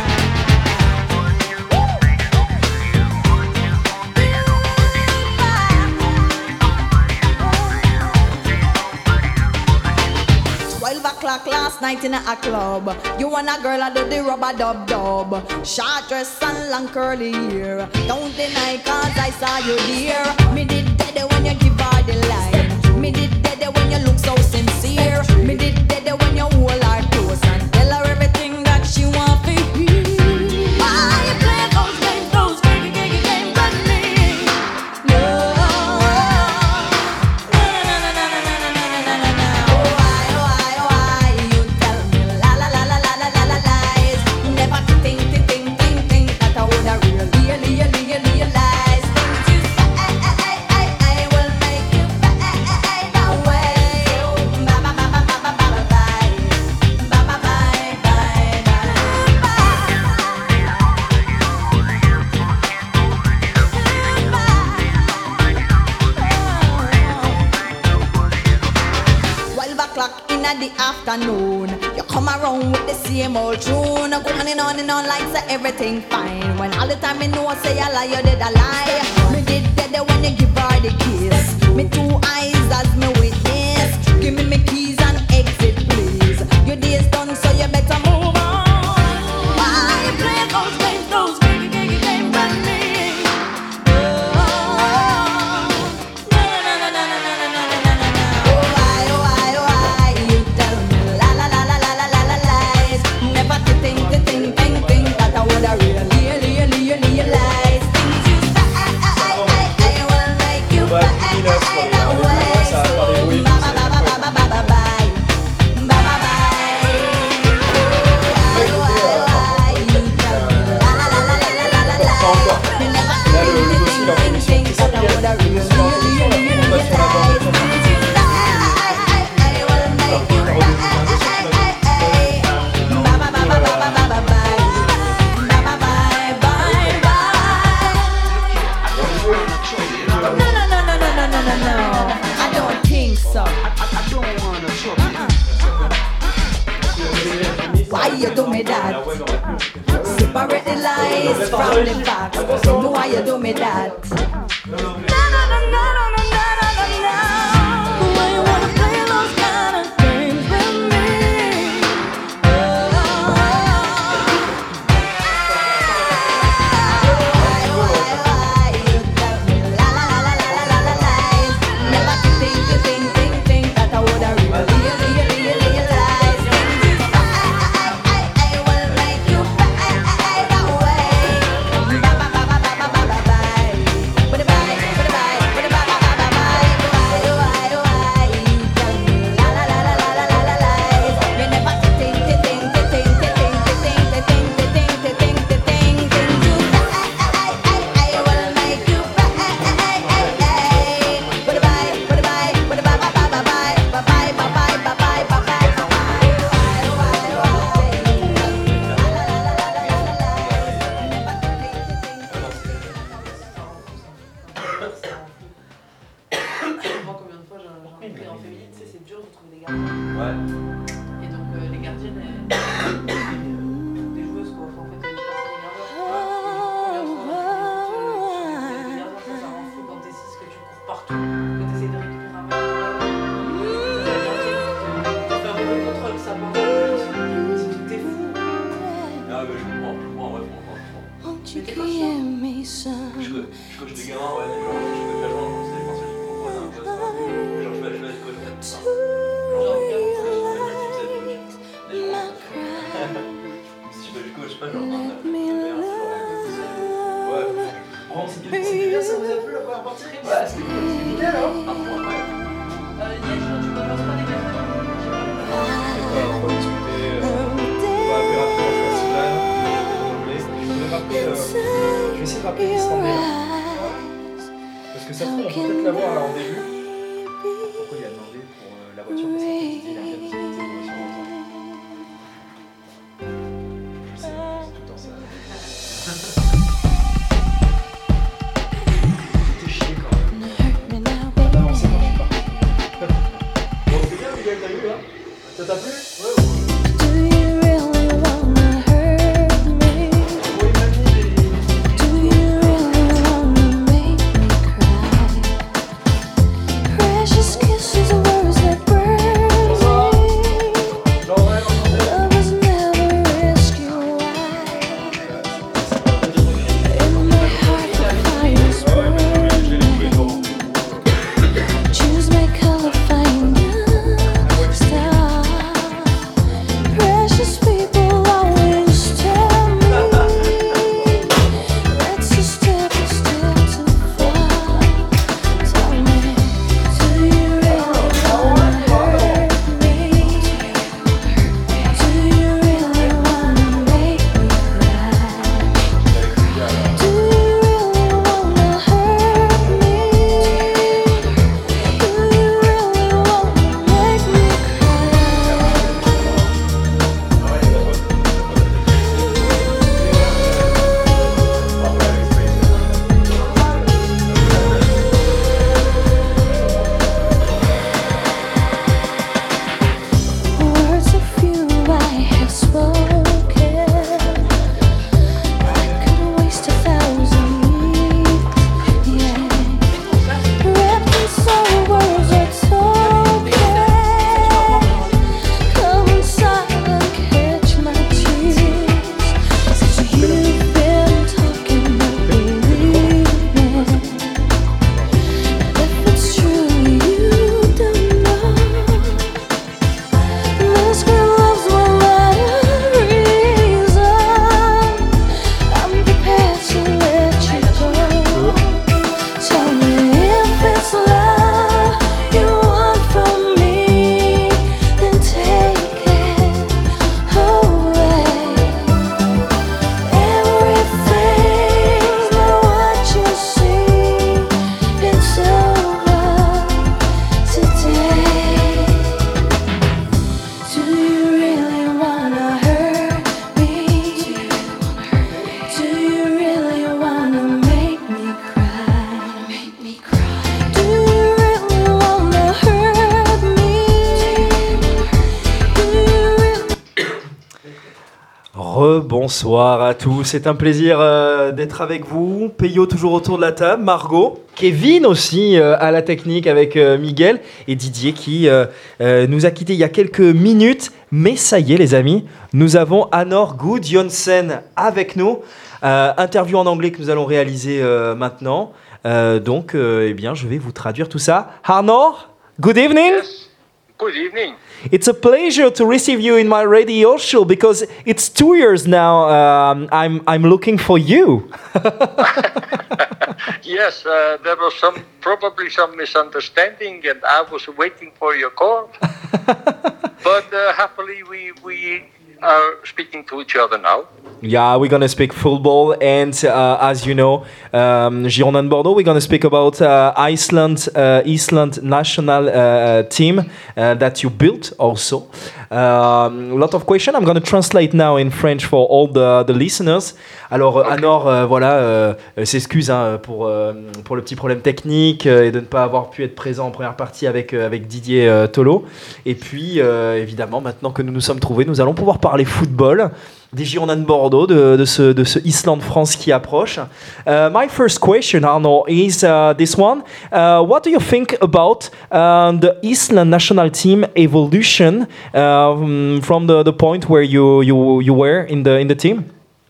Twelve o'clock last night in a club. You and a girl I do the rubber dub dub. Short dress and long curly hair. Don't deny cause I saw you there. Me did dead when you give her the line. Me did dead when you look so sincere. Me did dead when you hold her close and tell her everything that she want to hear. Why you play those games, those games, games, games with me? No, no, no, no, no, no, no, no, no, no, no. Oh, why, oh, why, oh, why you tell me la la la la la la la la lies? Never to think, to think, think, think that I would have really, really, really realized things you say. I will make you fade away. Bye bye bye bye bye bye bye. Bye bye bye bye bye. Twelve o'clock in the afternoon, you come around with the same old tune. Go on and on and on like say everything fine. When all the time me know I say a lie, you did a lie. Me did dead when you give her the kiss. Me two eyes as me witness. Give me me keys and exit please. Your day's done so you better move on. Why you play those games, those games, games, games with me? Oh, no, no, no, no, no, no, no, no, no, no, no. Oh, why, oh, why, oh, why you tell me la la la la la la la la lies? Never to think, to think, think, think that I would have really, really, really realized things you say. I will make you fade away. Bye bye bye bye bye bye bye bye. Bye bye bye. Why, why, why you tell me la la la la la la la la lies? Never to think, to think, think, think that I would have really, really, really realized things you say. I will make you fade away. Bye bye bye bye bye bye bye bye. Bye bye bye bye bye. No no no no no no no no no. I don't think so. Uh-uh. Why you do me that? separate the lies from the facts. So know why you do me that. Na na na na na na na na na. Why you wanna play those kind of games with me? Moi, combien de fois j'en j'en ai pris en féminine, tu sais, c'est dur de trouver des gardiens. Et donc, euh, les gardiennes, elles- des joueuses, quoi. Enfin, en fait, elles passent les gardiens. Et du coup, combien de fois tu- tu- tu- les gardiens, ça, ça rend fou quand t'es six, que tu cours partout, que t'essayes de récupérer un mec. T'as la gardienne qui te fait un mauvais contrôle, ça part en plus. Si tout est fou. Ah, mais je comprends, je comprends, ouais, je comprends, je comprends. Won't you give me some? Je coach, je coach des gamins, ouais, mais genre, je coach la journée, c'est les personnes qui proposent un poste. Genre, je vais, je vais être coach de ça. Genre, je vais faire une team, c'est coach. Des gens, si je fais du coach, pas genre, un peu de merde, genre, ouais. Bon, c'est bien, c'est bien, ça vous a plu la première partie? Bah, c'était cool, c'était nickel, alors. Un point, ouais. Euh, Liège, tu proposes pas des gardiens? On va discuter, euh, on va appeler rapidement Francilane, je voudrais rappeler, euh, je vais essayer de rappeler l'Islandais, parce que ça se trouve, on peut peut-être l'avoir là en début. Pourquoi il a demandé pour euh, la voiture? Parce qu'il dit qu'il a bien visité une voiture en temps. Je sais, c'est tout le temps ça. C'était chier quand même. Ah non, c'est bon, je suis parti. Bon, c'est bien, Miguel, t'as vu là? Ça t'a plu? Ouais, ouais. Do you really wanna hurt me? Bon, il m'a mis des... Do you really wanna make me cry? Rebonsoir à tous, c'est un plaisir euh, d'être avec vous. Peyo toujours autour de la table, Margot, Kevin aussi euh, à la technique avec euh, Miguel et Didier qui euh, euh, nous a quittés il y a quelques minutes. Mais ça y est les amis, nous avons Anor Gudjonsen avec nous. Euh, interview en anglais que nous allons réaliser euh, maintenant. Euh, donc euh, eh bien, je vais vous traduire tout ça. Anor, good evening. Yes. Good evening. It's a pleasure to receive you in my radio show because it's two years now. Um, I'm I'm looking for you. Yes, uh, there was some probably some misunderstanding, and I was waiting for your call. But uh, happily, we we are speaking to each other now. Yeah, we're gonna speak football, and uh, as you know, um, Girondins Bordeaux. We're gonna speak about uh, Iceland, uh, Iceland national uh, team uh, that you built also. A um, lot of questions. I'm gonna translate now in French for all the, the listeners. Alors, okay. Anor, euh, voilà, euh, s'excuse hein, pour euh, pour le petit problème technique euh, et de ne pas avoir pu être présent en première partie avec euh, avec Didier euh, Tolo. Et puis, euh, évidemment, maintenant que nous nous sommes trouvés, nous allons pouvoir parler football. Des Girondins de Bordeaux, de, de ce, de ce Islande-France qui approche. Uh, my first question, Arno, is uh, this one. Uh, what do you think about uh, the Iceland national team evolution uh, from the, the point where you, you, you were in the, in the team?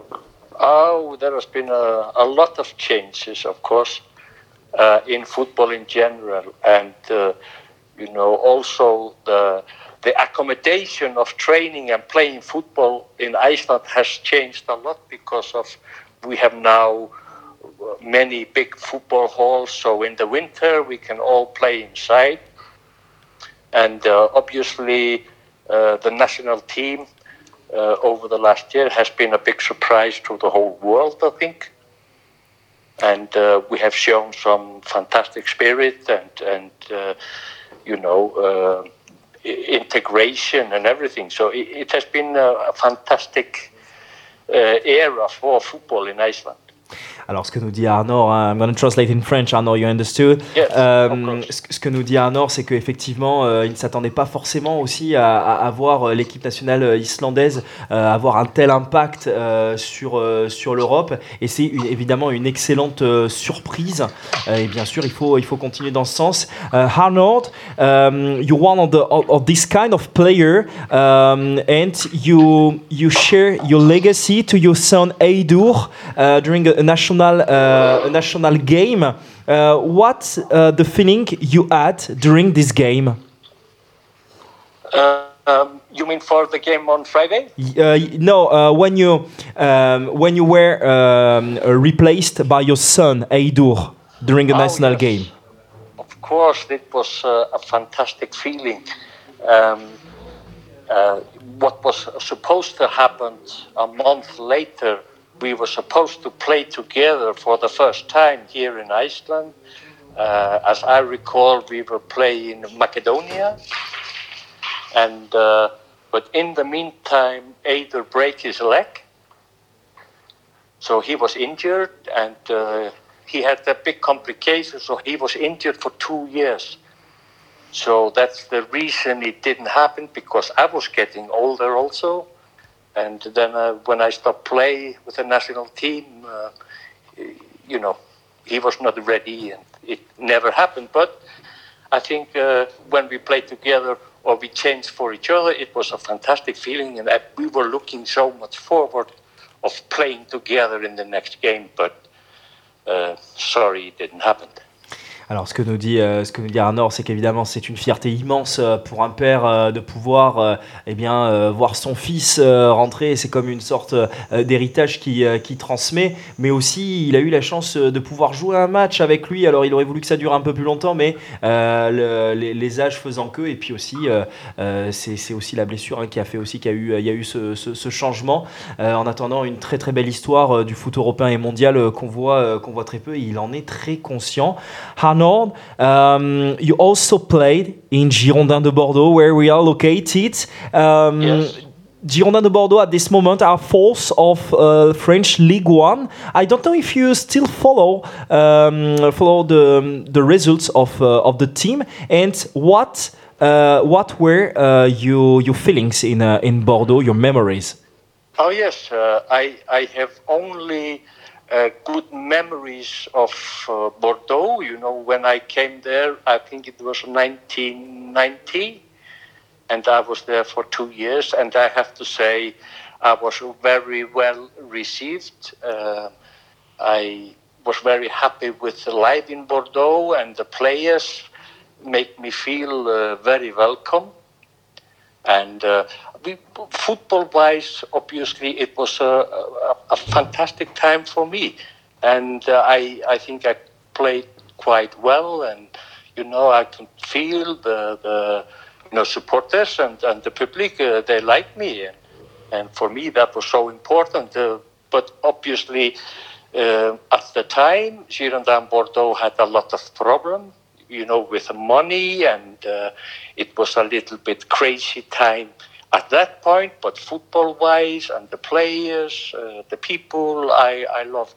Oh, there has been a, a lot of changes, of course, uh, in football in general. And, uh, you know, also the... The accommodation of training and playing football in Iceland has changed a lot because of we have now many big football halls. So in the winter we can all play inside, and uh, obviously uh, the national team uh, over the last year has been a big surprise to the whole world, I think. And uh, we have shown some fantastic spirit and and uh, you know. Uh, integration and everything. So it, it has been a, a fantastic uh, era for football in Iceland. Alors, ce que nous dit Arnor, hein, I'm going to translate in French, Arnor, you understood. Yes, euh, ce, ce que nous dit Arnor, c'est qu'effectivement, euh, il ne s'attendait pas forcément aussi à, à, à voir euh, l'équipe nationale islandaise euh, avoir un tel impact euh, sur, euh, sur l'Europe. Et c'est une, évidemment une excellente euh, surprise. Euh, et bien sûr, il faut, il faut continuer dans ce sens. Uh, Arnold, um, you're one of, the, of, of this kind of player, um, and you, you share your legacy to your son Eidur uh, during a, a national Uh, a national game. Uh, what uh, the feeling you had during this game? Uh, um, you mean for the game on Friday? Uh, no, uh, when you um, when you were um, replaced by your son Eidur during a oh, national yes. game. Of course, it was uh, a fantastic feeling. Um, uh, what was supposed to happen a month later. We were supposed to play together for the first time here in Iceland. Uh, as I recall, we were playing Macedonia, and uh, but in the meantime, Eidur broke his leg, so he was injured, and uh, he had a big complication. So he was injured for two years. So that's the reason it didn't happen, because I was getting older also. And then uh, when I stopped playing with the national team, uh, you know, he was not ready and it never happened. But I think uh, when we played together or we changed for each other, it was a fantastic feeling, and I, we were looking so much forward of playing together in the next game. But uh, sorry, it didn't happen. Alors, ce que nous dit, euh, ce que nous dit Arnor, c'est qu'évidemment, c'est une fierté immense euh, pour un père euh, de pouvoir euh, eh bien, euh, voir son fils euh, rentrer. C'est comme une sorte euh, d'héritage qui, euh, qui transmet. Mais aussi, il a eu la chance de pouvoir jouer un match avec lui. Alors, il aurait voulu que ça dure un peu plus longtemps, mais euh, le, les, les âges faisant que. Et puis aussi, euh, euh, c'est, c'est aussi la blessure hein, qui a fait aussi qu'il y a eu, il y a eu ce, ce, ce changement. Euh, en attendant, une très très belle histoire euh, du foot européen et mondial euh, qu'on voit, euh, qu'on voit très peu. Et il en est très conscient. Arnor, Um, you also played in Girondins de Bordeaux, where we are located. Um, yes. Girondins de Bordeaux at this moment are fourth of uh, French League One. I don't know if you still follow um, follow the the results of uh, of the team, and what uh, what were uh, your your feelings in uh, in Bordeaux, your memories? Oh yes, uh, I I have only uh, good memories of uh, Bordeaux. You know, when I came there, I think it was nineteen ninety, and I was there for two years. And I have to say, I was very well received. Uh, I was very happy with the life in Bordeaux, and the players make me feel uh, very welcome. And uh, we, football-wise, obviously, it was a, a, a fantastic time for me. And uh, I, I think I played quite well. And, you know, I can feel the, the you know, supporters and, and the public, uh, they like me. And, and for me, that was so important. Uh, but obviously, uh, at the time, Girondins Bordeaux had a lot of problems, you know, with the money, and uh, it was a little bit crazy time at that point. But football-wise, and the players, uh, the people, I, I loved.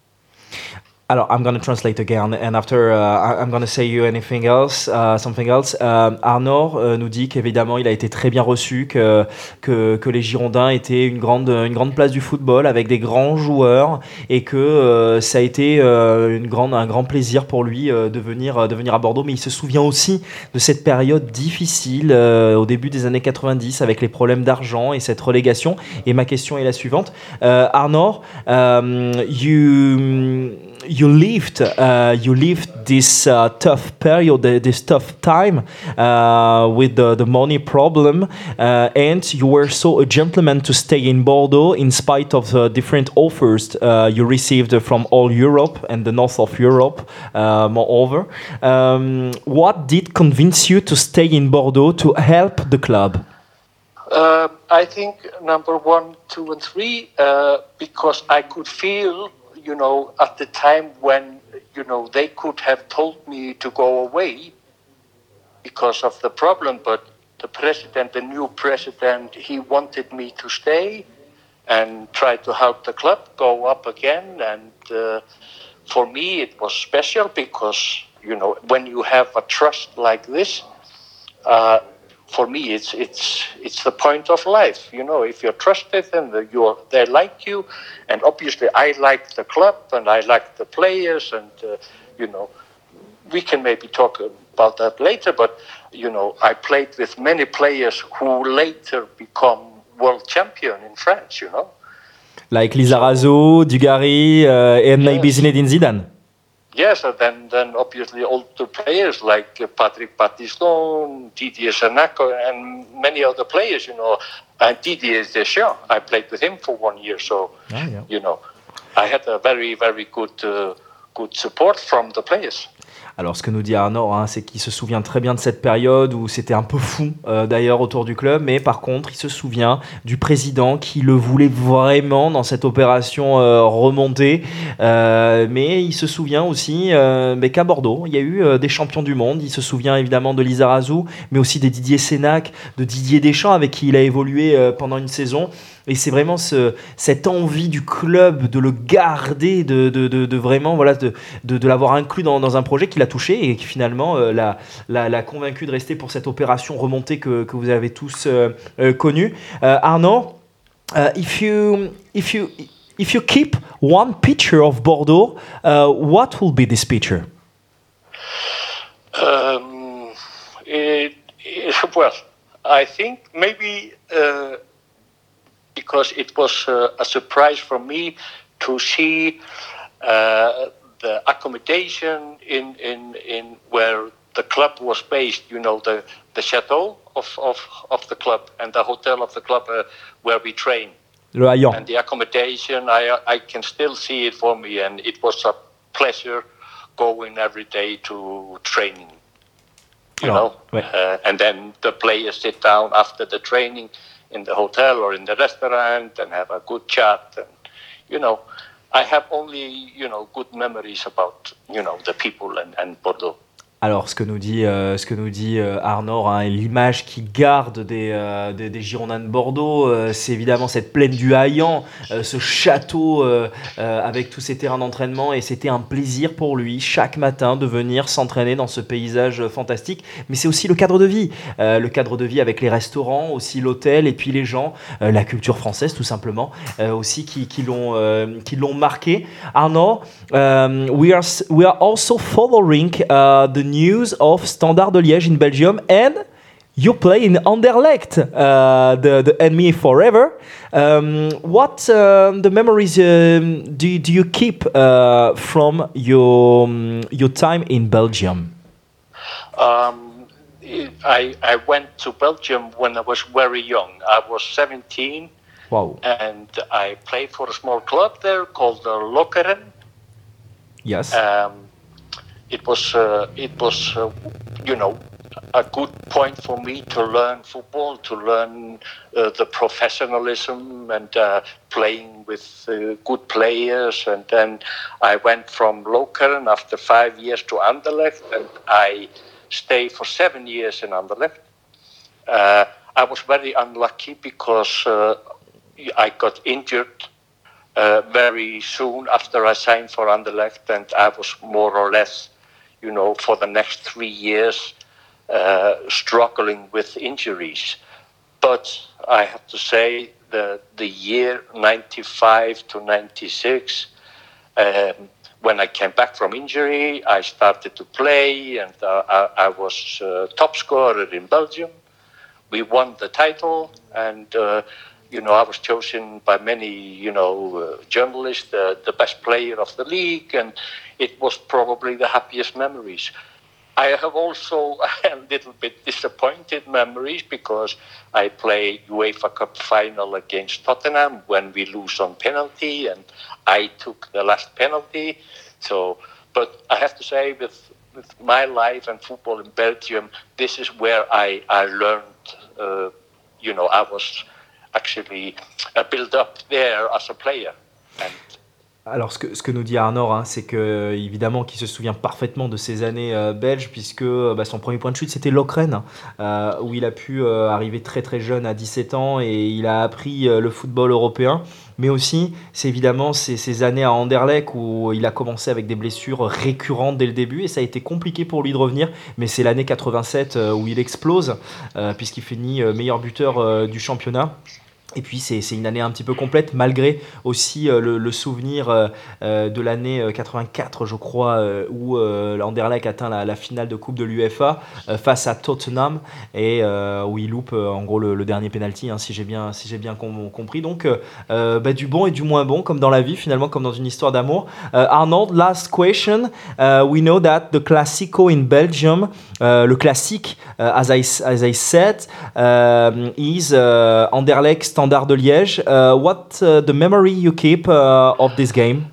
Alors, I'm going to translate again, and after uh, I'm going to say you anything else, uh, something else. Uh, Arnor uh, nous dit qu'évidemment, il a été très bien reçu, que, que, que les Girondins étaient une grande, une grande place du football avec des grands joueurs, et que euh, ça a été euh, une grande, un grand plaisir pour lui euh, de, venir, de venir à Bordeaux. Mais il se souvient aussi de cette période difficile euh, au début des années quatre-vingt-dix avec les problèmes d'argent et cette relégation. Et ma question est la suivante. Uh, Arnor, um, you... You lived, uh, you lived this uh, tough period, this tough time uh, with the, the money problem, uh, and you were so a gentleman to stay in Bordeaux in spite of the different offers uh, you received from all Europe and the north of Europe, uh, moreover. Um, what did convince you to stay in Bordeaux to help the club? Uh, I think number one, two, and three, uh, because I could feel, you know, at the time when, you know, they could have told me to go away because of the problem, but the president, the new president, he wanted me to stay and try to help the club go up again. And uh, for me, it was special because, you know, when you have a trust like this, uh, for me, it's it's it's the point of life. You know, if you're trusted and you're they like you, and obviously I like the club and I like the players, and uh, you know, we can maybe talk about that later. But you know, I played with many players who later become world champion in France. You know, like Lizarazu, Dugarry, uh, and maybe Yes. Zinedine Zidane. yes, and then then obviously older players like uh, Patrick Battiston, Didier Sanako, and many other players. You know, and Didier Deschamps. I played with him for one year, so Ah, yeah. you know, I had a very very good uh, good support from the players. Alors, ce que nous dit Arnor, hein, c'est qu'il se souvient très bien de cette période où c'était un peu fou, euh, d'ailleurs, autour du club. Mais par contre, il se souvient du président qui le voulait vraiment dans cette opération euh, remontée. Euh, mais il se souvient aussi euh, mais qu'à Bordeaux, il y a eu euh, des champions du monde. Il se souvient évidemment de Lizarazu, mais aussi de Didier Sénac, de Didier Deschamps, avec qui il a évolué euh, pendant une saison. Et c'est vraiment ce, cette envie du club de le garder, de, de, de, de vraiment voilà, de, de, de l'avoir inclus dans, dans un projet qui l'a touché et qui finalement euh, l'a, l'a, l'a convaincu de rester pour cette opération remontée que, que vous avez tous euh, euh, connue. Euh, Arnaud, uh, if you if you if you keep one picture of Bordeaux, uh, what will be this picture? Um, it, it, well, I think maybe uh, because it was uh, a surprise for me to see uh, the accommodation in, in, in where the club was based, you know, the, the chateau of, of, of the club and the hotel of the club uh, where we train. Le Hayan. And the accommodation, I, I can still see it for me, and it was a pleasure going every day to training. You Alors, know, ouais. uh, and then the players sit down after the training in the hotel or in the restaurant and have a good chat. And, you know, I have only, you know, good memories about, you know, the people and, and Bordeaux. Alors, ce que nous dit, euh, ce que nous dit euh, Arnaud, hein, l'image qu'il garde des, euh, des, des Girondins de Bordeaux, euh, c'est évidemment cette plaine du Haillan, euh, ce château euh, euh, avec tous ces terrains d'entraînement, et c'était un plaisir pour lui chaque matin de venir s'entraîner dans ce paysage euh, fantastique. Mais c'est aussi le cadre de vie, euh, le cadre de vie avec les restaurants, aussi l'hôtel, et puis les gens, euh, la culture française tout simplement, euh, aussi qui, qui l'ont, euh, qui l'ont marqué. Arnaud, um, we are we are also following uh, the news of Standard de Liège in Belgium, and you play in Anderlecht, uh, the the enemy forever. Um, what uh, the memories um, do do you keep uh, from your um, your time in Belgium? Um, I, I went to Belgium when I was very young. I was seventeen, Wow. and I played for a small club there called uh, Lokeren. Yes. Um, it was, uh, it was, uh, you know, a good point for me to learn football, to learn uh, the professionalism and uh, playing with uh, good players. And then I went from Lokeren after five years to Anderlecht, and I stayed for seven years in Anderlecht. Uh, I was very unlucky because uh, I got injured uh, very soon after I signed for Anderlecht, and I was more or less, you know, for the next three years uh, struggling with injuries. But I have to say the the year ninety-five to ninety-six, um, when I came back from injury, I started to play, and uh, I, I was uh, top scorer in Belgium. We won the title, and uh, you know, I was chosen by many, you know, uh, journalists uh, the best player of the league, and it was probably the happiest memories. I have also a little bit disappointed memories because I played UEFA Cup final against Tottenham when we lose on penalty, and I took the last penalty. So, but I have to say, with with my life and football in Belgium, this is where I I learned. Uh, you know, I was actually uh, built up there as a player. And Alors, ce que, ce que nous dit Arnaud, hein, c'est que évidemment qu'il se souvient parfaitement de ses années euh, belges, puisque euh, bah, son premier point de chute c'était Lokeren, euh, où il a pu euh, arriver très très jeune à dix-sept ans, et il a appris euh, le football européen. Mais aussi, c'est évidemment ces, ces années à Anderlecht où il a commencé avec des blessures récurrentes dès le début, et ça a été compliqué pour lui de revenir. Mais c'est l'année quatre-vingt-sept euh, où il explose, euh, puisqu'il finit euh, meilleur buteur euh, du championnat. Et puis c'est, c'est une année un petit peu complète, malgré aussi euh, le, le souvenir euh, euh, de l'année euh, quatre-vingt-quatre, je crois, euh, où euh, Anderlecht atteint la, la finale de Coupe de l'UEFA euh, face à Tottenham, et euh, où il loupe euh, en gros le, le dernier penalty, hein, si j'ai bien, si j'ai bien com- compris. Donc euh, bah, du bon et du moins bon, comme dans la vie finalement, comme dans une histoire d'amour. Uh, Arnold, last question. Uh, we know that the Classico in Belgium, uh, le classique, uh, as I as I said, um, is uh, Anderlecht Standard de Liège. Uh, what uh, the memory you keep uh, of this game?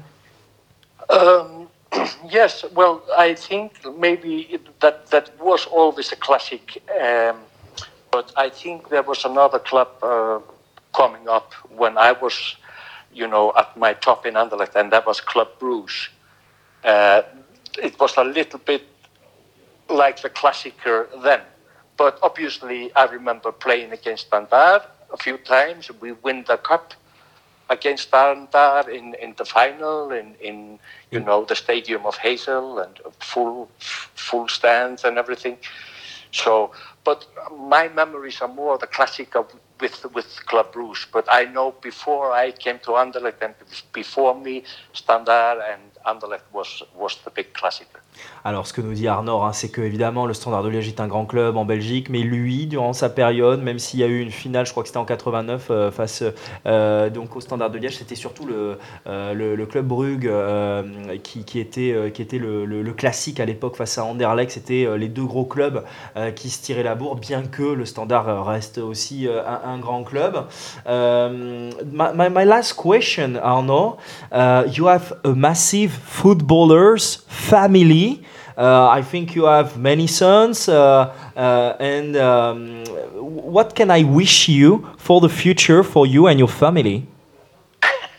Um, yes, well, I think maybe it, that that was always a classic, um, but I think there was another club uh, coming up when I was, you know, at my top in Anderlecht, and that was Club Brugge. Uh, it was a little bit like the Klassiker then, but obviously I remember playing against Standard a few times. We win the cup against Standard in, in the final, in, in you know the stadium of Hazel, and full full stands and everything. So, but my memories are more the classic of, with with Club Brugge. But I know before I came to Anderlecht, and before me, Standard and Anderlecht was was the big classic. Alors, ce que nous dit Arnaud, hein, c'est que évidemment le Standard de Liège est un grand club en Belgique, mais lui, durant sa période, même s'il y a eu une finale, je crois que c'était en quatre-vingt-neuf, euh, face euh, donc au Standard de Liège, c'était surtout le, euh, le, le club Brugge euh, qui, qui était, euh, qui était le, le, le classique à l'époque face à Anderlecht. C'était euh, les deux gros clubs euh, qui se tiraient la bourre, bien que le Standard reste aussi euh, un, un grand club. Um, my, my, my last question, Arnaud, uh, you have a massive footballers family. Uh, I think you have many sons, uh, uh, and um, what can I wish you for the future for you and your family?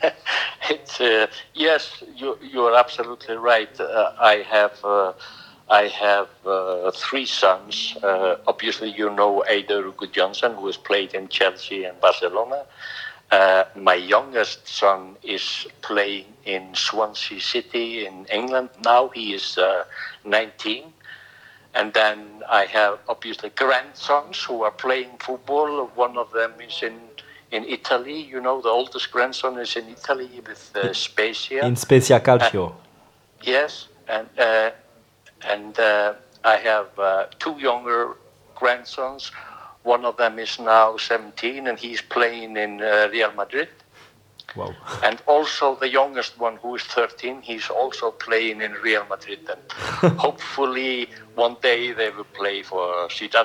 It's, uh, yes, you, you're absolutely right. Uh, I have uh, I have uh, three sons. Uh, obviously, you know Eidur Gudjohnsen, who has played in Chelsea and Barcelona. Uh, my youngest son is playing in Swansea City in England now. He is uh, nineteen. And then I have obviously grandsons who are playing football. One of them is in, in Italy. You know, the oldest grandson is in Italy with uh, Spezia. In Spezia Calcio. Yes, and uh, and uh, I have uh, two younger grandsons. One of them is now seventeen, and he's playing in uh, Real Madrid. Wow. And also the youngest one, who is thirteen, he's also playing in Real Madrid. And hopefully one day they will play for Zidane.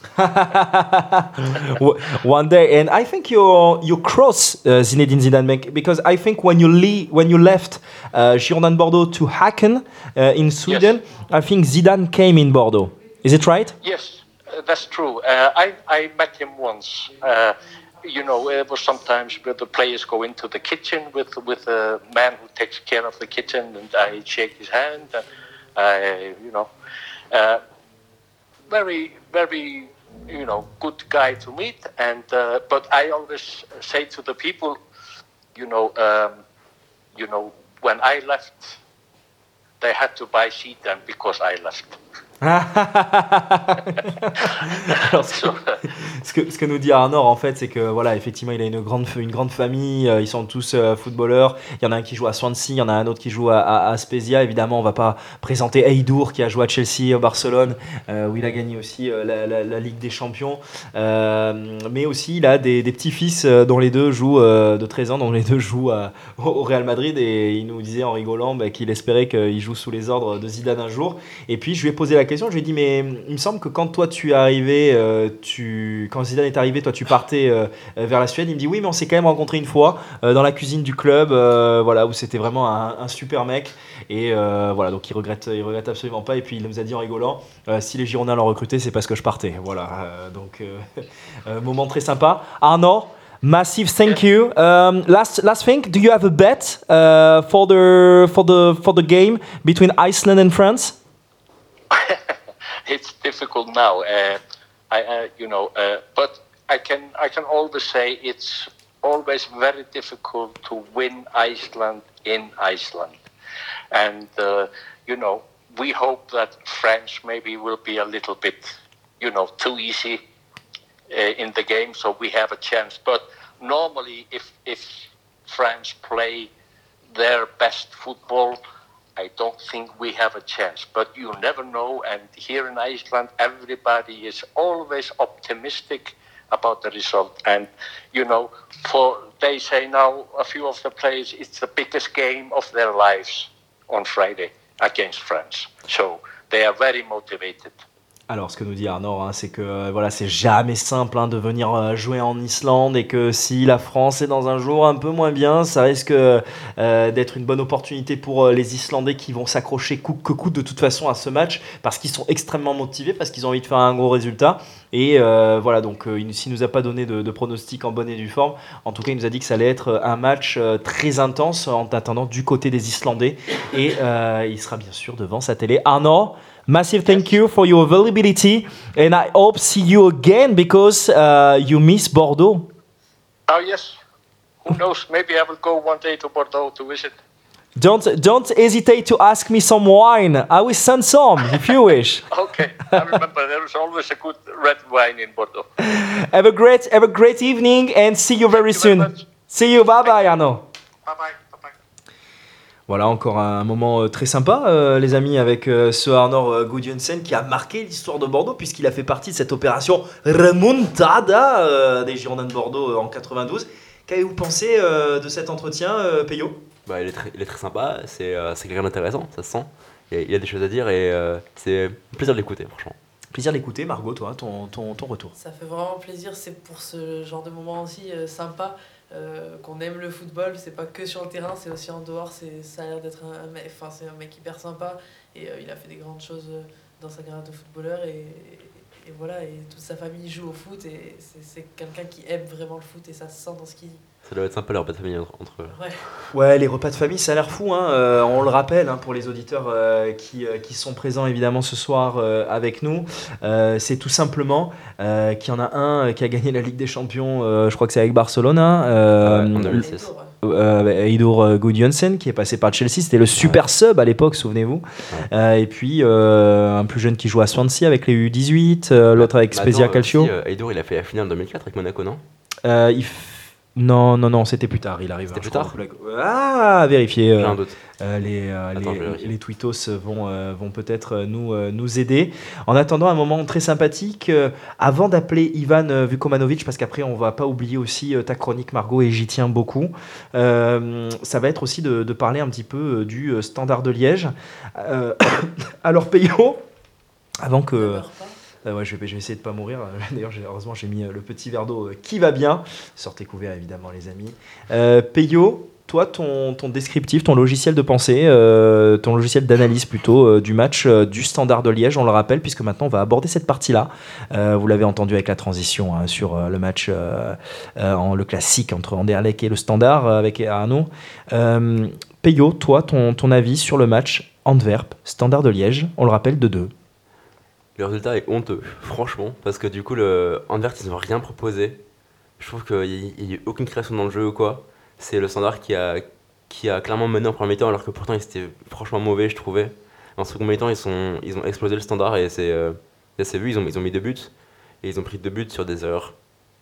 One day, and I think you you cross uh, Zinedine Zidane, because I think when you le- when you left uh, Girondins Bordeaux to Haken uh, in Sweden, yes. I think Zidane came in Bordeaux. Is it right? Yes, uh, that's true. Uh, I I met him once. Uh, you know, it was sometimes where the players go into the kitchen with with a man who takes care of the kitchen, and I shake his hand. And I, you know, uh, very very. you know, good guy to meet, and uh, but I always say to the people, you know, um, you know, when I left, they had to buy Zidane because I left. Alors, ce, que, ce, que, ce que nous dit Arnor en fait, c'est que voilà, effectivement, il a une grande, une grande famille, euh, ils sont tous euh, footballeurs. Il y en a un qui joue à Swansea, il y en a un autre qui joue à, à, à Spezia. Évidemment, on va pas présenter Eidur qui a joué à Chelsea, au Barcelone, euh, où il a gagné aussi euh, la, la, la Ligue des Champions. Euh, mais aussi, il a des, des petits-fils euh, dont les deux jouent euh, de treize ans, dont les deux jouent à, au Real Madrid. Et il nous disait en rigolant bah, qu'il espérait qu'il joue sous les ordres de Zidane un jour. Et puis, je lui ai posé la question. Je lui ai dit, mais il me semble que quand toi tu es arrivé, euh, tu... quand Zidane est arrivé, toi tu partais euh, vers la Suède. Il me dit, oui, mais on s'est quand même rencontré une fois euh, dans la cuisine du club, euh, voilà, où c'était vraiment un, un super mec. Et euh, voilà, donc il regrette, il regrette absolument pas. Et puis il nous a dit en rigolant, euh, si les Girondins l'ont recruté, c'est parce que je partais. Voilà, euh, donc euh, euh, moment très sympa. Arnaud, massive thank you. Um, last last thing, do you have a bet uh, for the for the for the game between Iceland and France? It's difficult now, uh, I, uh, you know, uh, but I can I can always say it's always very difficult to win Iceland in Iceland, and uh, you know, we hope that France maybe will be a little bit, you know, too easy uh, in the game, so we have a chance. But normally, if if France play their best football, I don't think we have a chance, but you never know. And here in Iceland, everybody is always optimistic about the result. And, you know, for they say now, a few of the players, it's the biggest game of their lives on Friday against France. So they are very motivated. Alors, ce que nous dit Arnor, hein, c'est que euh, voilà, c'est jamais simple hein, de venir euh, jouer en Islande, et que si la France est dans un jour un peu moins bien, ça risque euh, d'être une bonne opportunité pour euh, les Islandais qui vont s'accrocher coûte que coûte de toute façon à ce match, parce qu'ils sont extrêmement motivés, parce qu'ils ont envie de faire un gros résultat. Et euh, voilà, donc euh, il ne nous a pas donné de, de pronostic en bonne et due forme. En tout cas, il nous a dit que ça allait être un match euh, très intense en attendant du côté des Islandais. Et euh, il sera bien sûr devant sa télé. Arnor, massive thank you for your availability, and I hope see you again, because uh, you miss Bordeaux. Oh yes, who knows? Maybe I will go one day to Bordeaux to visit. Don't don't hesitate to ask me some wine. I will send some if you wish. Okay, I remember there is always a good red wine in Bordeaux. Have a great have a great evening, and see you very Thank you soon. very much. See you, bye bye, Arnaud. Bye bye. Bye bye. Voilà, encore un moment euh, très sympa, euh, les amis, avec euh, ce Arnor euh, Gudjohnsen qui a marqué l'histoire de Bordeaux, puisqu'il a fait partie de cette opération remontada euh, des Girondins de Bordeaux euh, en quatre-vingt-douze. Qu'avez-vous pensé euh, de cet entretien, euh, Peyo ? Bah, il, est très, il est très sympa, c'est, euh, c'est quelqu'un d'intéressant, ça se sent. Il y, a, il y a des choses à dire, et euh, c'est un plaisir de l'écouter, franchement. Plaisir d'écouter. Margot, toi, ton, ton, ton retour. Ça fait vraiment plaisir, c'est pour ce genre de moment aussi euh, sympa, euh, qu'on aime le football, c'est pas que sur le terrain, c'est aussi en dehors, c'est, ça a l'air d'être un, un mec, enfin, c'est un mec hyper sympa, et euh, il a fait des grandes choses euh, dans sa carrière de footballeur, et, et, et voilà, et toute sa famille joue au foot, et c'est, c'est quelqu'un qui aime vraiment le foot, et ça se sent dans ce qu'il dit. Ça doit être sympa leur repas de famille entre, entre eux. Ouais. Ouais, les repas de famille, ça a l'air fou, hein. Euh, on le rappelle hein, pour les auditeurs euh, qui, euh, qui sont présents évidemment ce soir euh, avec nous. Euh, c'est tout simplement euh, qu'il y en a un euh, qui a gagné la Ligue des Champions, euh, je crois que c'est avec Barcelone. hein, euh, Ouais, en deux mille Les seize. tours, ouais. euh, Eidur Gudjohnsen qui est passé par Chelsea, c'était le super sub à l'époque, souvenez-vous. Euh, et puis euh, un plus jeune qui joue à Swansea avec les U dix-huit, euh, l'autre avec Mais Spezia attends, Calcio. aussi, euh, Eidur, il a fait la finale en deux mille quatre avec Monaco, non? Euh, il f- Non, non, non, c'était plus tard, il arrive. C'était hein, je plus crois, tard au Black- Ah, à vérifier. J'ai euh, un doute. euh, les, euh, Attends, je vais les, vérifier. les tweetos vont, euh, vont peut-être euh, nous, euh, nous aider. En attendant, un moment très sympathique, euh, avant d'appeler Ivan euh, Vukomanovic, parce qu'après on va pas oublier aussi euh, ta chronique Margot, et j'y tiens beaucoup, euh, ça va être aussi de, de parler un petit peu euh, du euh, Standard de Liège. Euh, alors Peyo, avant que... Ne meurs pas. Euh, ouais, je, vais, je vais essayer de pas mourir. D'ailleurs, j'ai- heureusement, j'ai mis euh, le petit verre d'eau euh, qui va bien. Sortez couverts, évidemment, les amis. Euh, Peyo, toi, ton, ton descriptif, ton logiciel de pensée, euh, ton logiciel d'analyse plutôt euh, du match euh, du Standard de Liège, on le rappelle, puisque maintenant on va aborder cette partie-là. Euh, vous l'avez entendu avec la transition hein, sur euh, le match, euh, euh, en, le classique entre Anderlecht et le Standard euh, avec Arnaud. Euh, Peyo, toi, ton, ton avis sur le match Antwerp, Standard de Liège, on le rappelle, de deux. Le résultat est honteux, franchement, parce que du coup, le Antwerp, ils n'ont rien proposé. Je trouve qu'il n'y a eu aucune création dans le jeu ou quoi. C'est le Standard qui a, qui a clairement mené en premier temps, alors que pourtant, ils étaient franchement mauvais, je trouvais. En second temps, ils, sont, ils ont explosé le Standard et c'est euh, ça s'est vu, ils ont, ils ont mis deux buts. Et ils ont pris deux buts sur des erreurs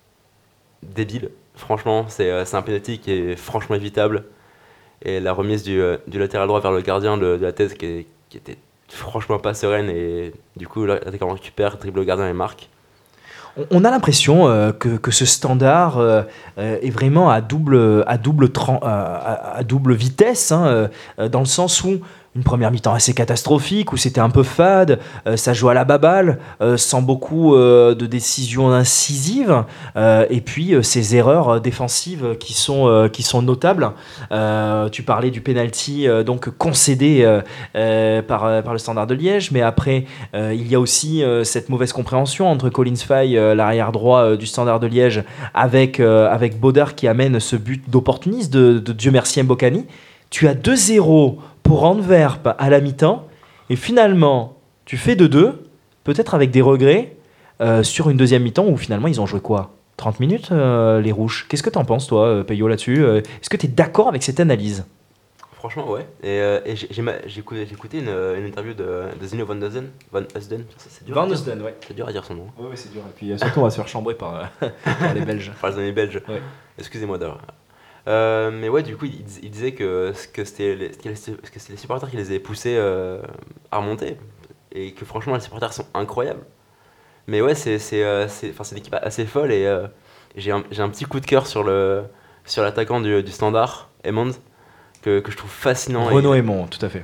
débiles. Franchement, c'est euh, c'est un penalty qui est franchement évitable. Et la remise du, euh, du latéral droit vers le gardien de, de la tête qui, est- qui était franchement pas sereine. Et du coup, l'attaquant récupère, dribble le gardien et marque. On- On a l'impression euh, que, que ce Standard euh, euh, est vraiment à double, à double, tran- à, à- à double vitesse, hein, euh, dans le sens où une première mi-temps assez catastrophique, où c'était un peu fade, euh, ça joue à la baballe, euh, sans beaucoup euh, de décisions incisives, euh, et puis euh, ces erreurs euh, défensives qui sont, euh, qui sont notables. Euh, tu parlais du penalty euh, donc concédé euh, euh, par, euh, par le Standard de Liège, mais après euh, il y a aussi euh, cette mauvaise compréhension entre Collins Faye, euh, l'arrière droit euh, du Standard de Liège, avec, euh, avec Baudard qui amène ce but d'opportuniste de, de Dieu merci Mbokani. Tu as deux zéro pour Antwerp à la mi-temps, et finalement tu fais deux deux, peut-être avec des regrets, euh, sur une deuxième mi-temps où finalement ils ont joué quoi, trente minutes euh, les Rouges. Qu'est-ce que t'en penses toi, euh, Peyo, là-dessus? Euh, Est-ce que tu es d'accord avec cette analyse? Franchement, ouais. Et, euh, et j'ai j'ai ma- j'ai écouté, j'ai écouté une, une interview de, de Zino Van Usden. Van Usden, ça, c'est dur, à Van dire. Usden, ouais. C'est dur à dire son nom. Oui, oui, c'est dur. Et puis euh, surtout, on va se faire chambrer par, euh, par les Belges. Par les amis belges. Ouais. Excusez-moi d'ailleurs. Euh, mais ouais, du coup, il, il disait que, que c'était les, que c'était les supporters qui les avaient poussés euh, à remonter. Et que franchement, les supporters sont incroyables. Mais ouais, c'est c'est, euh, c'est- enfin, c'est une équipe assez folle. Et euh, j'ai un, j'ai un petit coup de cœur sur le sur l'attaquant du, du Standard, Emmond, que, que je trouve fascinant. Renaud Et- Aymon, tout à fait.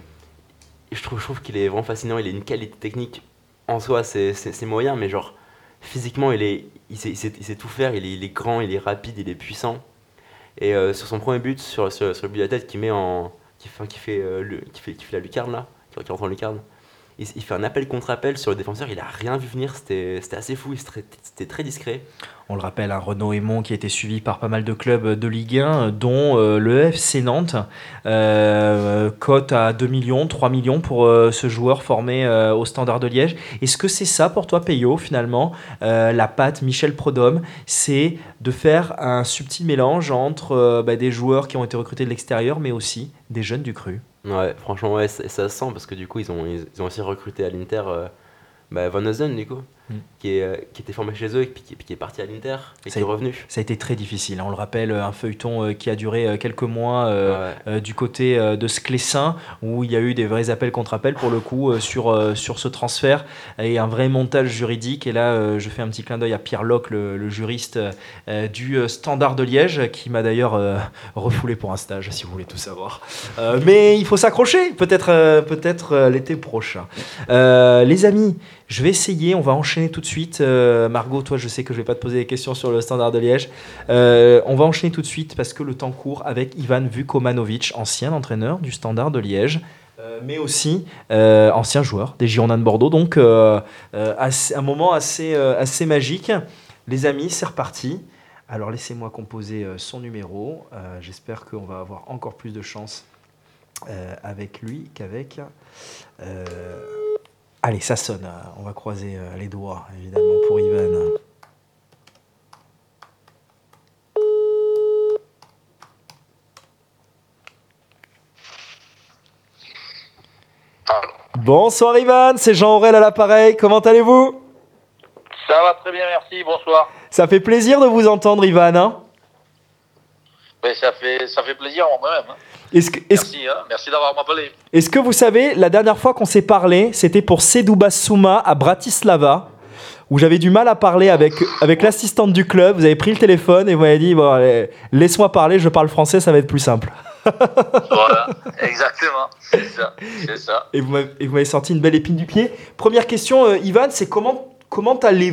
je trouve, je trouve qu'il est vraiment fascinant. Il a une qualité technique en soi, c'est c'est- c'est moyen, mais genre physiquement, il, est, il, sait, il, sait, il sait tout faire. Il est, il est grand, il est rapide, il est puissant. Et euh, sur son premier but, sur, sur, sur le but de la tête qui met en, qui fait, qui fait, euh, le- qui fait, qui fait la lucarne là, qui, qui rentre en lucarne, il, il fait un appel contre appel sur le défenseur. Il a rien vu venir. C'était c'était assez fou. C'était c'était très discret. On le rappelle, un Renaud Aymon qui a été suivi par pas mal de clubs de Ligue un, dont euh, le F C Nantes. Euh, cote à deux millions, trois millions pour euh, ce joueur formé euh, au Standard de Liège. Est-ce que c'est ça pour toi, Peyo, finalement, euh, la patte Michel Prodhomme? C'est de faire un subtil mélange entre euh, bah, des joueurs qui ont été recrutés de l'extérieur, mais aussi des jeunes du cru. Ouais, franchement, ouais, ça, ça se sent parce que du coup, ils ont, ils, ils ont aussi recruté à l'Inter euh, bah, Van Usden, du coup, Mm. qui, est, euh, qui était formé chez eux et puis qui, puis qui est parti à l'Inter et Ça qui y est est. revenu. Ça a été très difficile, hein. On le rappelle, un feuilleton euh, qui a duré euh, quelques mois euh, Ouais. euh, du côté euh, de Sclessin, où il y a eu des vrais appels contre appels pour le coup euh, sur, euh, sur ce transfert et un vrai montage juridique. Et là, euh, je fais un petit clin d'œil à Pierre Locke, le, le juriste euh, du euh, Standard de Liège, qui m'a d'ailleurs euh, refoulé pour un stage, si vous voulez tout savoir. Euh, mais il faut s'accrocher, peut-être euh, peut-être euh, l'été prochain. Euh, les amis, je vais essayer, on va enchaîner tout de suite. Euh, Margot, toi, je sais que je vais pas te poser des questions sur le Standard de Liège. Euh, on va enchaîner tout de suite parce que le temps court avec Ivan Vukomanovic, ancien entraîneur du Standard de Liège, euh, mais aussi euh, ancien joueur des Girondins de Bordeaux. Donc, euh, euh, assez- un moment assez, euh, assez magique. Les amis, c'est reparti. Alors laissez-moi composer euh, son numéro. Euh, j'espère qu'on va avoir encore plus de chance euh, avec lui qu'avec... Euh... Allez, ça sonne. On va croiser euh, les doigts, évidemment, pour Ivan. Bonsoir Ivan, c'est Jean Aurel à l'appareil. Comment allez-vous ? Ça va très bien, merci. Bonsoir. Ça fait plaisir de vous entendre, Ivan. Hein ben, ça, fait, ça fait plaisir en moi-même. Hein. Est-ce que, est-ce, merci, hein. Merci d'avoir m'appelé. Est-ce que vous savez, la dernière fois qu'on s'est parlé, c'était pour Sedou Bassouma à Bratislava, où j'avais du mal à parler avec, avec l'assistante du club. Vous avez pris le téléphone et vous m'avez dit bon, allez, laisse-moi parler, je parle français, ça va être plus simple. Voilà, exactement. C'est ça. C'est ça. Et vous m'avez, et vous m'avez sorti une belle épine du pied. Première question, euh, Ivan, c'est comment, comment allez-vous ?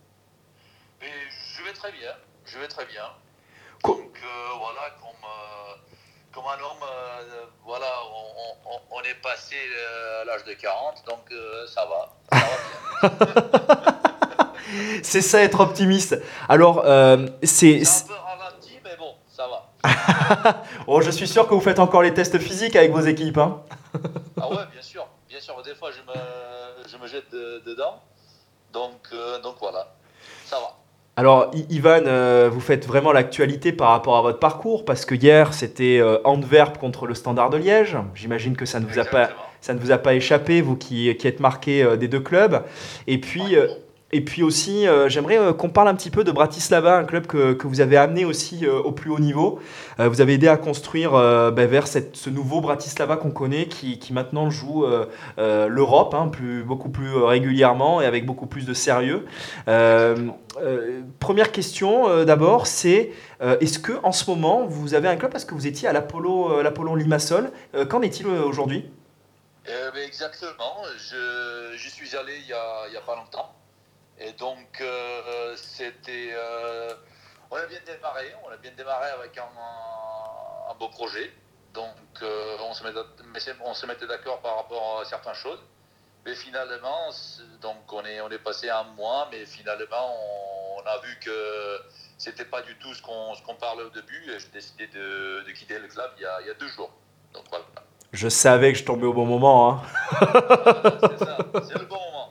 Et je vais très bien. Je vais très bien. Co- Donc euh, voilà, comme, euh, comme un homme, euh, voilà, on, on, on est passé euh, à l'âge de quarante, donc euh, ça va. Ça va bien. C'est ça, être optimiste. Alors, euh, c'est... C'est un peu ralenti, mais bon, ça va. Oh, je suis sûr que vous faites encore les tests physiques avec vos équipes. Hein. Ah ouais, bien sûr. Bien sûr, des fois, je me, je me jette de- dedans. Donc, euh, donc voilà, ça va. Alors, I- Ivan, euh, vous faites vraiment l'actualité par rapport à votre parcours, parce que hier, c'était euh, Antwerp contre le Standard de Liège. J'imagine que ça ne vous a pas, Exactement. ça ne vous a pas échappé, vous qui, qui êtes marqué euh, des deux clubs. Et puis, euh, et puis aussi, euh, j'aimerais euh, qu'on parle un petit peu de Bratislava, un club que, que vous avez amené aussi euh, au plus haut niveau. Euh, vous avez aidé à construire euh, ben, vers cette, ce nouveau Bratislava qu'on connaît, qui, qui maintenant joue euh, euh, l'Europe, hein, plus, beaucoup plus euh, régulièrement et avec beaucoup plus de sérieux. Euh, euh, première question euh, d'abord, c'est euh, est-ce que en ce moment vous avez un club, parce que vous étiez à l'Apollo, euh, l'Apollon Limassol, euh, qu'en est-il euh, aujourd'hui ? Euh, ben, exactement, je, je suis allé il y a, il y a pas longtemps. Et donc, euh, c'était. Euh, on a bien démarré, on a bien démarré avec un, un, un beau projet. Donc, euh, on, se mettait, on se mettait d'accord par rapport à certaines choses. Mais finalement, donc on est, on est passé un mois, mais finalement, on, on a vu que c'était pas du tout ce qu'on, ce qu'on parlait au début. Et j'ai décidé de, de quitter le club il y a, il y a deux jours. Donc voilà. Je savais que je tombais au bon moment. Hein. C'est ça, c'est le bon moment.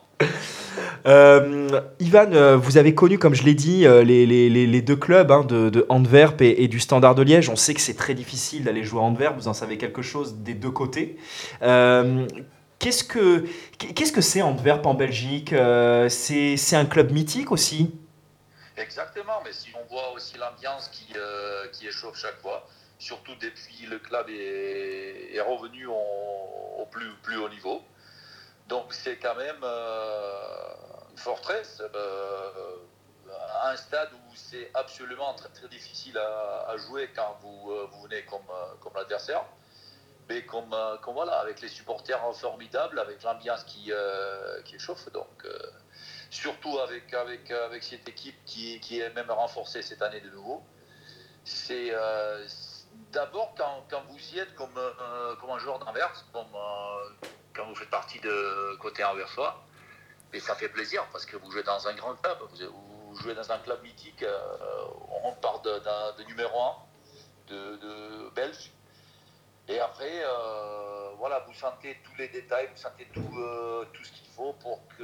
Euh, Ivan, euh, vous avez connu, comme je l'ai dit, euh, les, les, les, les deux clubs hein, de, de Antwerp et, et du Standard de Liège. On sait que c'est très difficile d'aller jouer à Antwerp. Vous en savez quelque chose des deux côtés. Euh, qu'est-ce que qu'est-ce que c'est Antwerp en Belgique ? euh, c'est, c'est un club mythique aussi. Exactement, mais si on voit aussi l'ambiance qui, euh, qui échauffe chaque fois, surtout depuis le club est, est revenu au, au plus, plus haut niveau. Donc c'est quand même euh, une forteresse, euh, un stade où c'est absolument très, très difficile à, à jouer quand vous, euh, vous venez comme, euh, comme l'adversaire. Mais comme, euh, comme voilà, avec les supporters formidables, avec l'ambiance qui, euh, qui échauffe. Donc, euh, surtout avec, avec, avec cette équipe qui, qui est même renforcée cette année de nouveau. C'est euh, d'abord quand, quand vous y êtes comme, euh, comme un joueur d'Anvers, comme, euh, quand vous faites partie de côté anversois, et ça fait plaisir parce que vous jouez dans un grand club, vous, vous jouez dans un club mythique, euh, on part de, de, de numéro un de, de Belge. Et après, euh, voilà, vous sentez tous les détails, vous sentez tout, euh, tout ce qu'il faut pour que...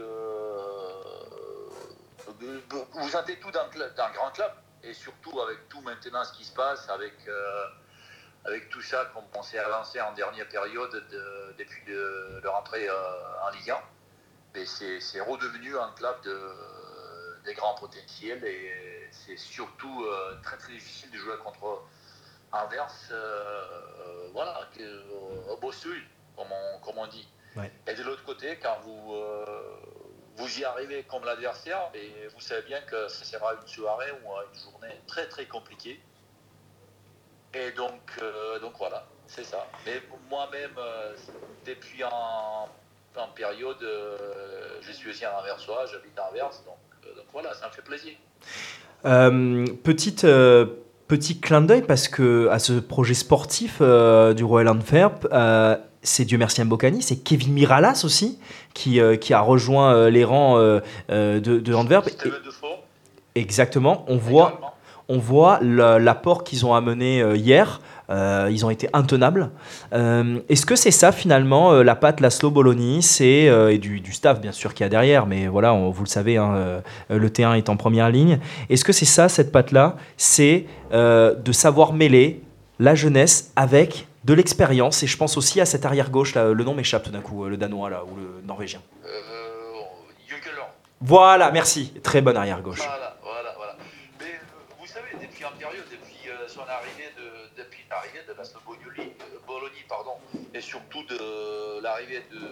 Euh, vous sentez tout d'un, d'un grand club. Et surtout avec tout maintenant ce qui se passe, avec, euh, avec tout ça qu'on s'est avancé en dernière période de, depuis de, de rentrer euh, en Ligue un. Mais c'est, c'est redevenu un club de, des grands potentiels et c'est surtout euh, très très difficile de jouer contre Anvers, euh, euh, voilà, au Bossuil, comme on, comme on dit. Ouais. Et de l'autre côté, quand vous, euh, vous y arrivez comme l'adversaire, et vous savez bien que ce sera une soirée ou une journée très très compliquée. Et donc, euh, donc voilà, c'est ça. Mais moi-même, euh, depuis en, en période, euh, je suis aussi un Anversois, j'habite à Anvers, donc, euh, donc voilà, ça me fait plaisir. Euh, petite... Euh... Petit clin d'œil parce que à ce projet sportif euh, du Royal Antwerp, euh, c'est Dieu merci Mbokani, c'est Kevin Miralas aussi qui, euh, qui a rejoint euh, les rangs euh, euh, de, de Antwerp. Steven Defoe. Exactement, on voit, on voit le- l'apport qu'ils ont amené euh, hier. Euh, ils ont été intenables. Euh, est-ce que c'est ça finalement euh, la patte Laszlo Bologna, c'est euh, et du, du staff bien sûr qu'il y a derrière, mais voilà, on- vous le savez, hein, euh, le T un est en première ligne. Est-ce que c'est ça cette patte-là, c'est euh, de savoir mêler la jeunesse avec de l'expérience, et je pense aussi à cet arrière gauche là, le nom m'échappe tout d'un coup, euh, le danois là ou le norvégien. Euh, Jürgen. Voilà, merci, très bon arrière gauche. Voilà, voilà, voilà. Mais euh, vous savez, depuis en période, depuis euh, son arrivée de, depuis l'arrivée de Laszlo Bologna, euh, Bologna, pardon, et surtout de l'arrivée de,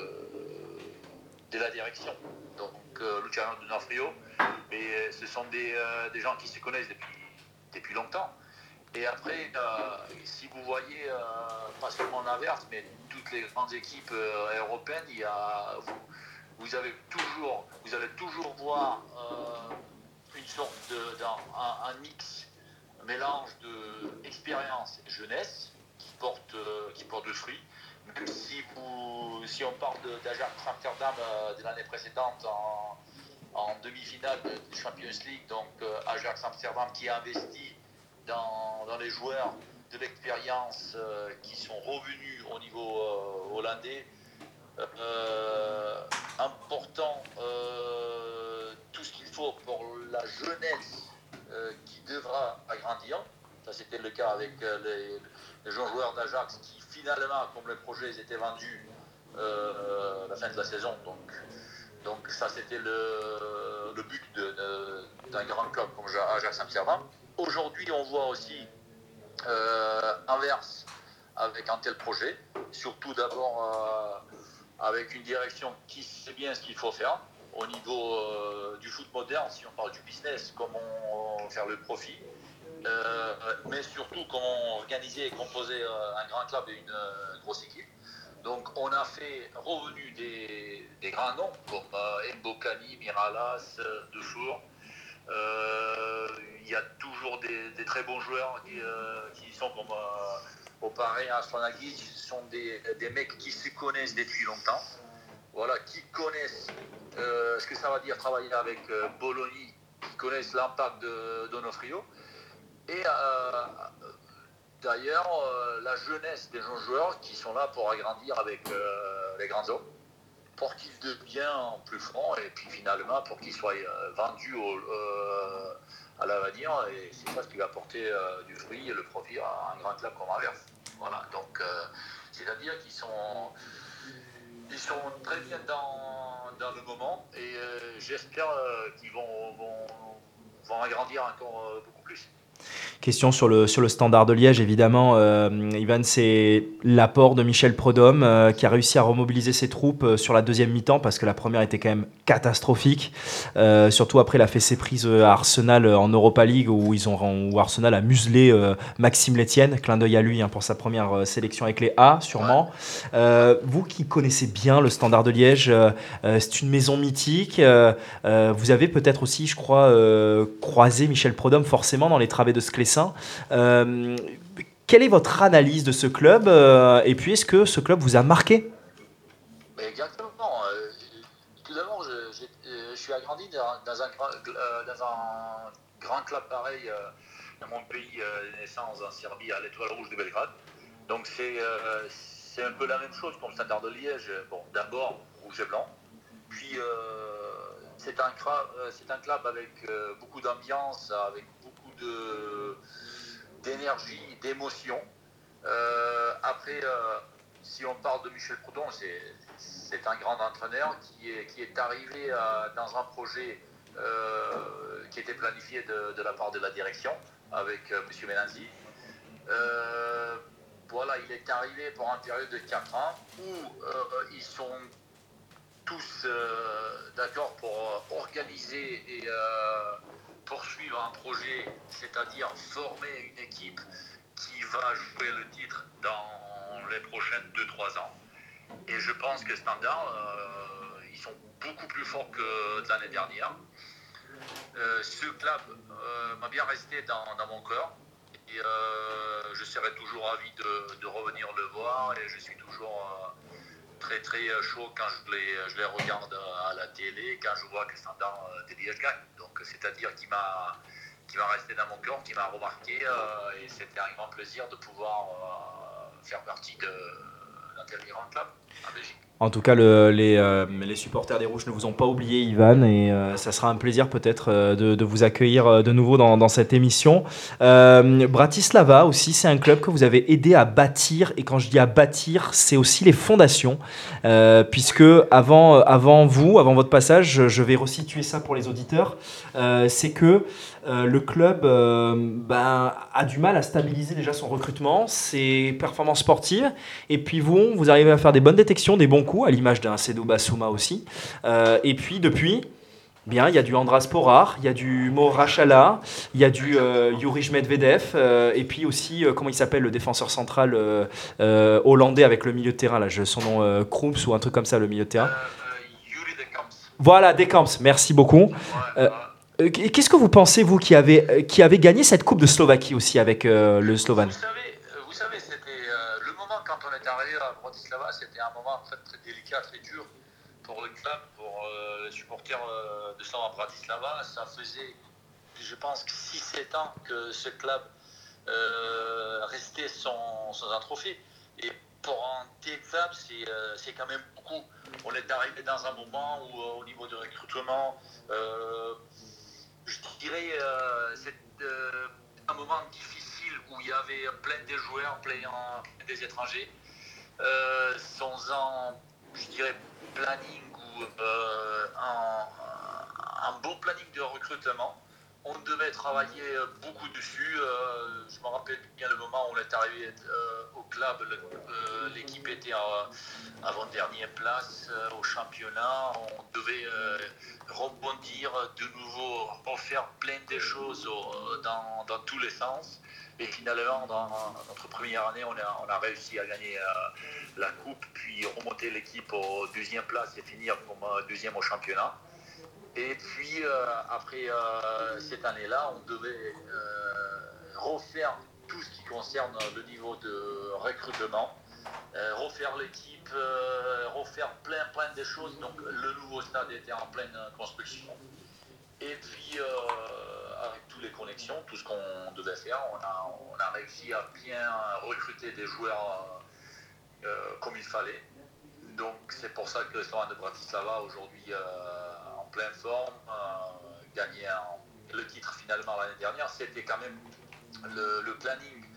de la direction, donc euh, Luciano D'Onofrio, mais euh, ce sont des, euh, des gens qui se connaissent depuis, depuis longtemps. Et après, euh, si vous voyez, euh, pas seulement l'inverse, mais toutes les grandes équipes euh, européennes, il y a, vous, vous, avez toujours, vous allez toujours voir euh, une sorte de, d'un, un, un mix, un mélange d'expérience et jeunesse qui porte, euh, qui porte le fruit. Même si, vous, si on parle de, d'Ajax Amsterdam euh, de l'année précédente en, en demi-finale de Champions League, donc euh, Ajax Amsterdam qui a investi dans, dans les joueurs de l'expérience euh, qui sont revenus au niveau euh, hollandais, euh, important euh, tout ce qu'il faut pour la jeunesse euh, qui devra agrandir. Ça c'était le cas avec euh, les, les jeunes joueurs d'Ajax qui finalement, comme le projet était vendu euh, à la fin de la saison, donc, donc ça c'était le, le but de, de, d'un grand club comme Ajax Amsterdam. Aujourd'hui, on voit aussi euh, inverse avec un tel projet, surtout d'abord euh, avec une direction qui sait bien ce qu'il faut faire au niveau euh, du foot moderne, si on parle du business, comment faire le profit, euh, mais surtout comment organiser et composer euh, un grand club et une euh, grosse équipe. Donc on a fait revenu des, des grands noms comme euh, Mbokani, Miralas, euh, Defour. Euh, il y a toujours des, des très bons joueurs qui, euh, qui sont comme euh, Opare, Astronagui, ce sont des, des mecs qui se connaissent depuis longtemps, voilà, qui connaissent euh, ce que ça va dire travailler avec euh, Bologna, qui connaissent l'impact de D'Onofrio. Et euh, d'ailleurs, euh, la jeunesse des jeunes joueurs qui sont là pour agrandir avec euh, les grands hommes, pour qu'ils deviennent plus francs et puis finalement pour qu'ils soient euh, vendus au, euh, à l'avenir. Et c'est ça ce qui va apporter euh, du fruit et le profit à un grand club comme Anvers. Voilà, donc euh, c'est-à-dire qu'ils sont, ils sont très bien dans, dans le moment et euh, j'espère euh, qu'ils vont, vont, vont agrandir encore euh, beaucoup plus. Question sur le, sur le Standard de Liège, évidemment. Euh, Ivan, c'est l'apport de Michel Prudhomme euh, qui a réussi à remobiliser ses troupes euh, sur la deuxième mi-temps parce que la première était quand même catastrophique. Euh, surtout après la fessée prise à Arsenal en Europa League où, ils ont, où Arsenal a muselé euh, Maxime Létienne. Clin d'œil à lui hein, pour sa première euh, sélection avec les A, sûrement. Euh, vous qui connaissez bien le Standard de Liège, euh, euh, c'est une maison mythique. Euh, euh, vous avez peut-être aussi, je crois, euh, croisé Michel Prudhomme forcément dans les travées de Sclessin. Euh, quelle est votre analyse de ce club euh, et puis est-ce que ce club vous a marqué? Exactement. Euh, tout d'abord, je, je, je suis agrandi dans, dans, un, euh, dans un grand club pareil euh, dans mon pays euh, de naissance en Serbie, à l'Étoile Rouge de Belgrade. Donc c'est, euh, c'est un peu la même chose comme Standard de Liège. Bon, d'abord rouge et blanc, puis euh, c'est, un, c'est un club avec euh, beaucoup d'ambiance, avec beaucoup de, d'énergie, d'émotion. Euh, après, euh, si on parle de Michel Prudhomme, c'est, c'est un grand entraîneur qui est, qui est arrivé à, dans un projet euh, qui était planifié de, de la part de la direction avec euh, M. Menanzi. Euh, voilà, il est arrivé pour une période de quatre ans où euh, ils sont tous euh, d'accord pour organiser et euh, poursuivre un projet, c'est-à-dire former une équipe qui va jouer le titre dans les prochaines deux trois ans. Et je pense que Standard, euh, ils sont beaucoup plus forts que de l'année dernière. Euh, ce club euh, m'a bien resté dans, dans mon cœur. Et euh, je serai toujours ravi de, de revenir le voir. Et je suis toujours euh, très très chaud quand je les, je les regarde à la télé, quand je vois que Standard de Liège gagne. Donc c'est-à-dire qu'il m'a, qui va rester dans mon cœur, qui m'a remarqué. Euh, et c'était un grand plaisir de pouvoir euh, faire partie de, d'un tel grand club en Belgique. En tout cas, le, les, euh, les supporters des Rouges ne vous ont pas oublié, Ivan, et euh, ça sera un plaisir peut-être euh, de, de vous accueillir euh, de nouveau dans, dans cette émission. Euh, Bratislava aussi, c'est un club que vous avez aidé à bâtir, et quand je dis à bâtir, c'est aussi les fondations, euh, puisque avant, avant vous, avant votre passage, je, je vais resituer ça pour les auditeurs, euh, c'est que Euh, le club euh, ben, a du mal à stabiliser déjà son recrutement, ses performances sportives, et puis vous, vous arrivez à faire des bonnes détections, des bons coups, à l'image d'un Seydou Bassouma aussi. Euh, et puis depuis, bien, il y a du Andras Porar, il y a du Mo Rachala, il y a du euh, Jurij Medvedev, euh, et puis aussi, euh, comment il s'appelle, le défenseur central euh, euh, hollandais avec le milieu de terrain, là, je, son nom, euh, Kroeps ou un truc comme ça, le milieu de terrain. Euh, Yuri De Camps. Voilà, Dekamps, merci beaucoup. Ouais, Euh, ouais. Euh, Qu'est-ce que vous pensez, vous, qui avez, euh, qui avez gagné cette Coupe de Slovaquie aussi avec euh, le Slovan? Vous savez, euh, vous savez c'était euh, le moment quand on est arrivé à Bratislava, c'était un moment très, très délicat, très dur pour le club, pour euh, les supporters euh, de Slovan Bratislava. Ça faisait, je pense, six sept ans que ce club euh, restait sans, sans un trophée. Et pour un tel club, c'est euh, c'est quand même beaucoup. On est arrivé dans un moment où, euh, au niveau du recrutement, euh, je dirais, euh, c'est euh, un moment difficile où il y avait plein de joueurs, plein des étrangers, euh, sans un, je dirais, planning ou euh, un, un bon planning de recrutement. On devait travailler beaucoup dessus. Euh, je me rappelle bien le moment où on est arrivé euh, au club. Le, euh, l'équipe était en avant-dernière place euh, au championnat. On devait euh, rebondir de nouveau, refaire plein de choses au, dans, dans tous les sens. Et finalement, dans notre première année, on a, on a réussi à gagner euh, la coupe, puis remonter l'équipe aux deuxième place et finir comme deuxième au championnat. Et puis, euh, après euh, cette année-là, on devait euh, refaire tout ce qui concerne le niveau de recrutement, euh, refaire l'équipe, euh, refaire plein, plein de choses. Donc, le nouveau stade était en pleine construction. Et puis, euh, avec toutes les connexions, tout ce qu'on devait faire, on a, on a réussi à bien recruter des joueurs euh, comme il fallait. Donc, c'est pour ça que le Slovan de Bratislava, aujourd'hui, euh, en pleine forme, euh, gagné un, le titre finalement l'année dernière. C'était quand même le, le planning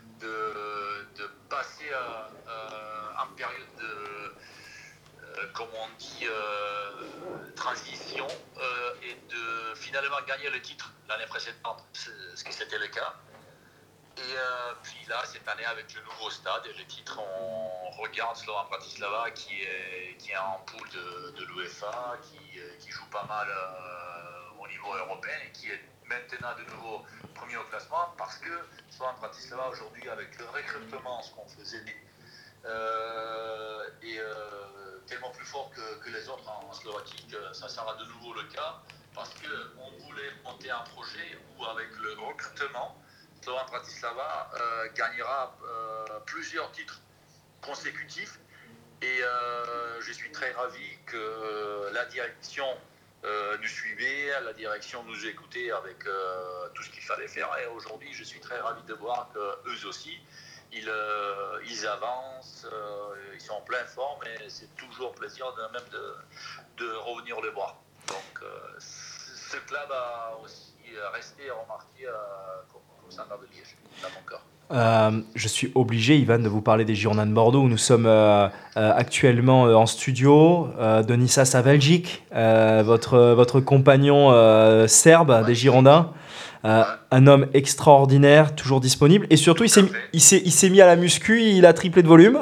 de, de passer euh, euh, en période de, euh, comme on dit, euh, transition euh, et de finalement gagner le titre l'année précédente, ce qui c'était le cas. Et euh, puis là, cette année, avec le nouveau stade et le titre, on regarde Slovan Bratislava qui est, qui est en poule de, de l'UEFA, qui, qui joue pas mal euh, au niveau européen et qui est maintenant de nouveau premier au classement parce que Slovan Bratislava aujourd'hui, avec le recrutement, ce qu'on faisait, euh, est euh, tellement plus fort que, que les autres en, en Slovaquie que ça sera de nouveau le cas parce qu'on voulait monter un projet où, avec le recrutement, Slovan Bratislava euh, gagnera euh, plusieurs titres consécutifs et euh, je suis très ravi que la direction euh, nous suivait, la direction nous écoutait avec euh, tout ce qu'il fallait faire et aujourd'hui je suis très ravi de voir qu'eux aussi ils, euh, ils avancent, euh, ils sont en pleine forme et c'est toujours plaisir de, même de, de revenir les voir. Donc euh, ce club a aussi resté remarqué euh, comme de Liège, dans mon corps. Euh, je suis obligé, Ivan, de vous parler des Girondins de Bordeaux où nous sommes euh, euh, actuellement euh, en studio. Euh, Denis Sassa Belgique, euh, votre, votre compagnon euh, serbe ouais. des Girondins. Euh, ouais. Un homme extraordinaire, toujours disponible. Et surtout, il s'est, il, s'est, il s'est mis à la muscu, il a triplé de volume.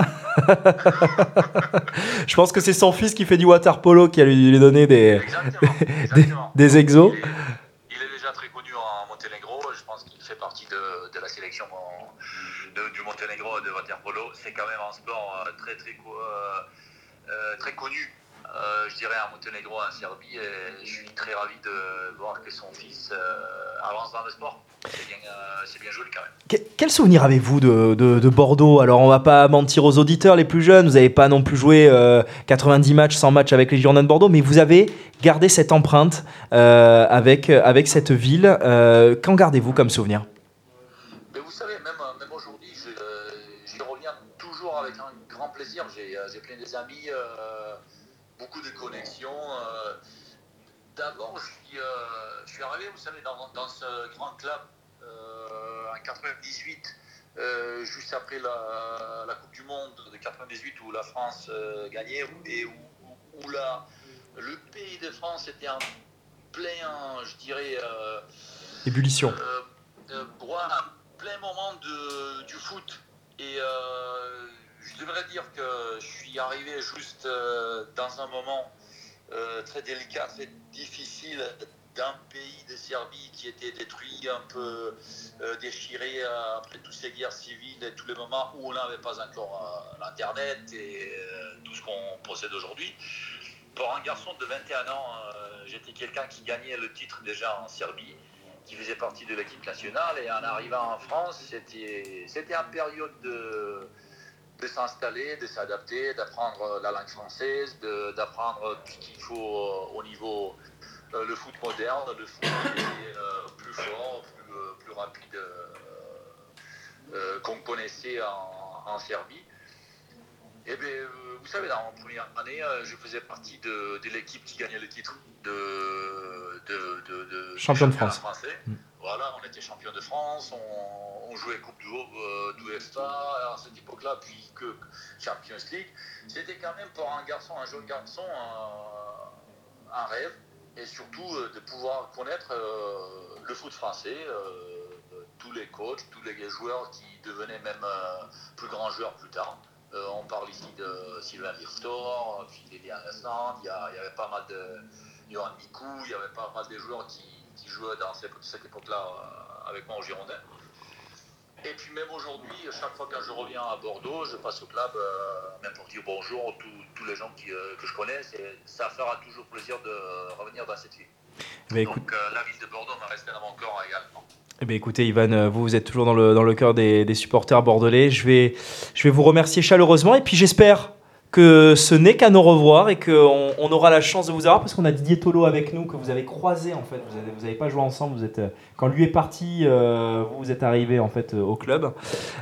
Je pense que c'est son fils qui fait du water polo qui a lui, lui donné des, exactement, exactement. des, des exos. Il est, il est déjà très connu en Monténégro. Je pense qu'il fait partie de, de la sélection de, du Monténégro de water polo. C'est quand même un sport très, très, euh, très connu. Euh, je dirais en Monténégro, en Serbie, et je suis très ravi de voir que son fils euh, avance dans le sport. c'est bien, euh, c'est bien joli quand même. Que- Quel souvenir avez-vous de, de- de Bordeaux? Alors, on va pas mentir aux auditeurs les plus jeunes, vous n'avez pas non plus joué euh, quatre-vingt-dix matchs, cent matchs avec les Girondins de Bordeaux, mais vous avez gardé cette empreinte euh, avec, avec cette ville. Euh, qu'en gardez-vous comme souvenir? Mais vous savez, même, même aujourd'hui, je, euh, j'y reviens toujours avec un grand plaisir. J'ai, euh, j'ai plein des amis, euh, beaucoup de connexions. euh. D'abord, je suis, euh, je suis arrivé, vous savez, dans, dans ce grand club euh, en quatre-vingt-dix-huit, euh, juste après la, la Coupe du Monde de quatre-vingt-dix-huit où la France euh, gagnait et où, où, où la, le pays de France était en plein, je dirais, euh, Ébullition. euh, euh, voilà, plein moment de, du foot. Et euh, je devrais dire que je suis arrivé juste euh, dans un moment euh, très délicat, très difficile d'un pays de Serbie qui était détruit, un peu euh, déchiré euh, après toutes ces guerres civiles et tous les moments où on n'avait pas encore euh, l'Internet et euh, tout ce qu'on possède aujourd'hui. Pour un garçon de vingt et un ans, euh, j'étais quelqu'un qui gagnait le titre déjà en Serbie, qui faisait partie de l'équipe nationale, et en arrivant en France, c'était, c'était une période de, de s'installer, de s'adapter, d'apprendre la langue française, de, d'apprendre tout ce qu'il faut euh, au niveau euh, le foot moderne, le foot qui est euh, plus fort, plus, euh, plus rapide euh, euh, qu'on connaissait en, en Serbie. Et bien, euh, vous savez, dans la première année, euh, je faisais partie de, de l'équipe qui gagnait le titre de, de, de, de Champion de du championnat France. français. Mm. Voilà, on était champion de France, on, on jouait Coupe du euh, d'UEFA à cette époque-là, puis que Champions League. C'était quand même pour un garçon, un jeune garçon, un, un rêve, et surtout euh, de pouvoir connaître euh, le foot français, euh, tous les coachs, tous les joueurs qui devenaient même euh, plus grands joueurs plus tard. Euh, on parle ici de Sylvain Virtor, puis Lilian Asland, il y, a- il y avait pas mal de Johan Mikou, il y avait pas mal de joueurs qui, qui jouaient dans cette, cette époque-là euh, avec moi au Girondin. Et puis même aujourd'hui, chaque fois que je reviens à Bordeaux, je passe au club, euh, même pour dire bonjour, tous, tous les gens qui, euh, que je connais, c'est- ça fera toujours plaisir de revenir dans cette ville. Eh bien, écoute- Donc euh, la ville de Bordeaux m'a resté dans mon corps également. Eh bien, écoutez, Ivan, euh, vous, vous êtes toujours dans le, dans le cœur des, des supporters bordelais. Je vais, je vais vous remercier chaleureusement. Et puis, j'espère que ce n'est qu'un au revoir et qu'on on aura la chance de vous avoir parce qu'on a Didier Tolo avec nous, que vous avez croisé, en fait. Vous n'avez vous avez pas joué ensemble. Vous êtes, euh, quand lui est parti, euh, vous, vous êtes arrivé, en fait, euh, au club.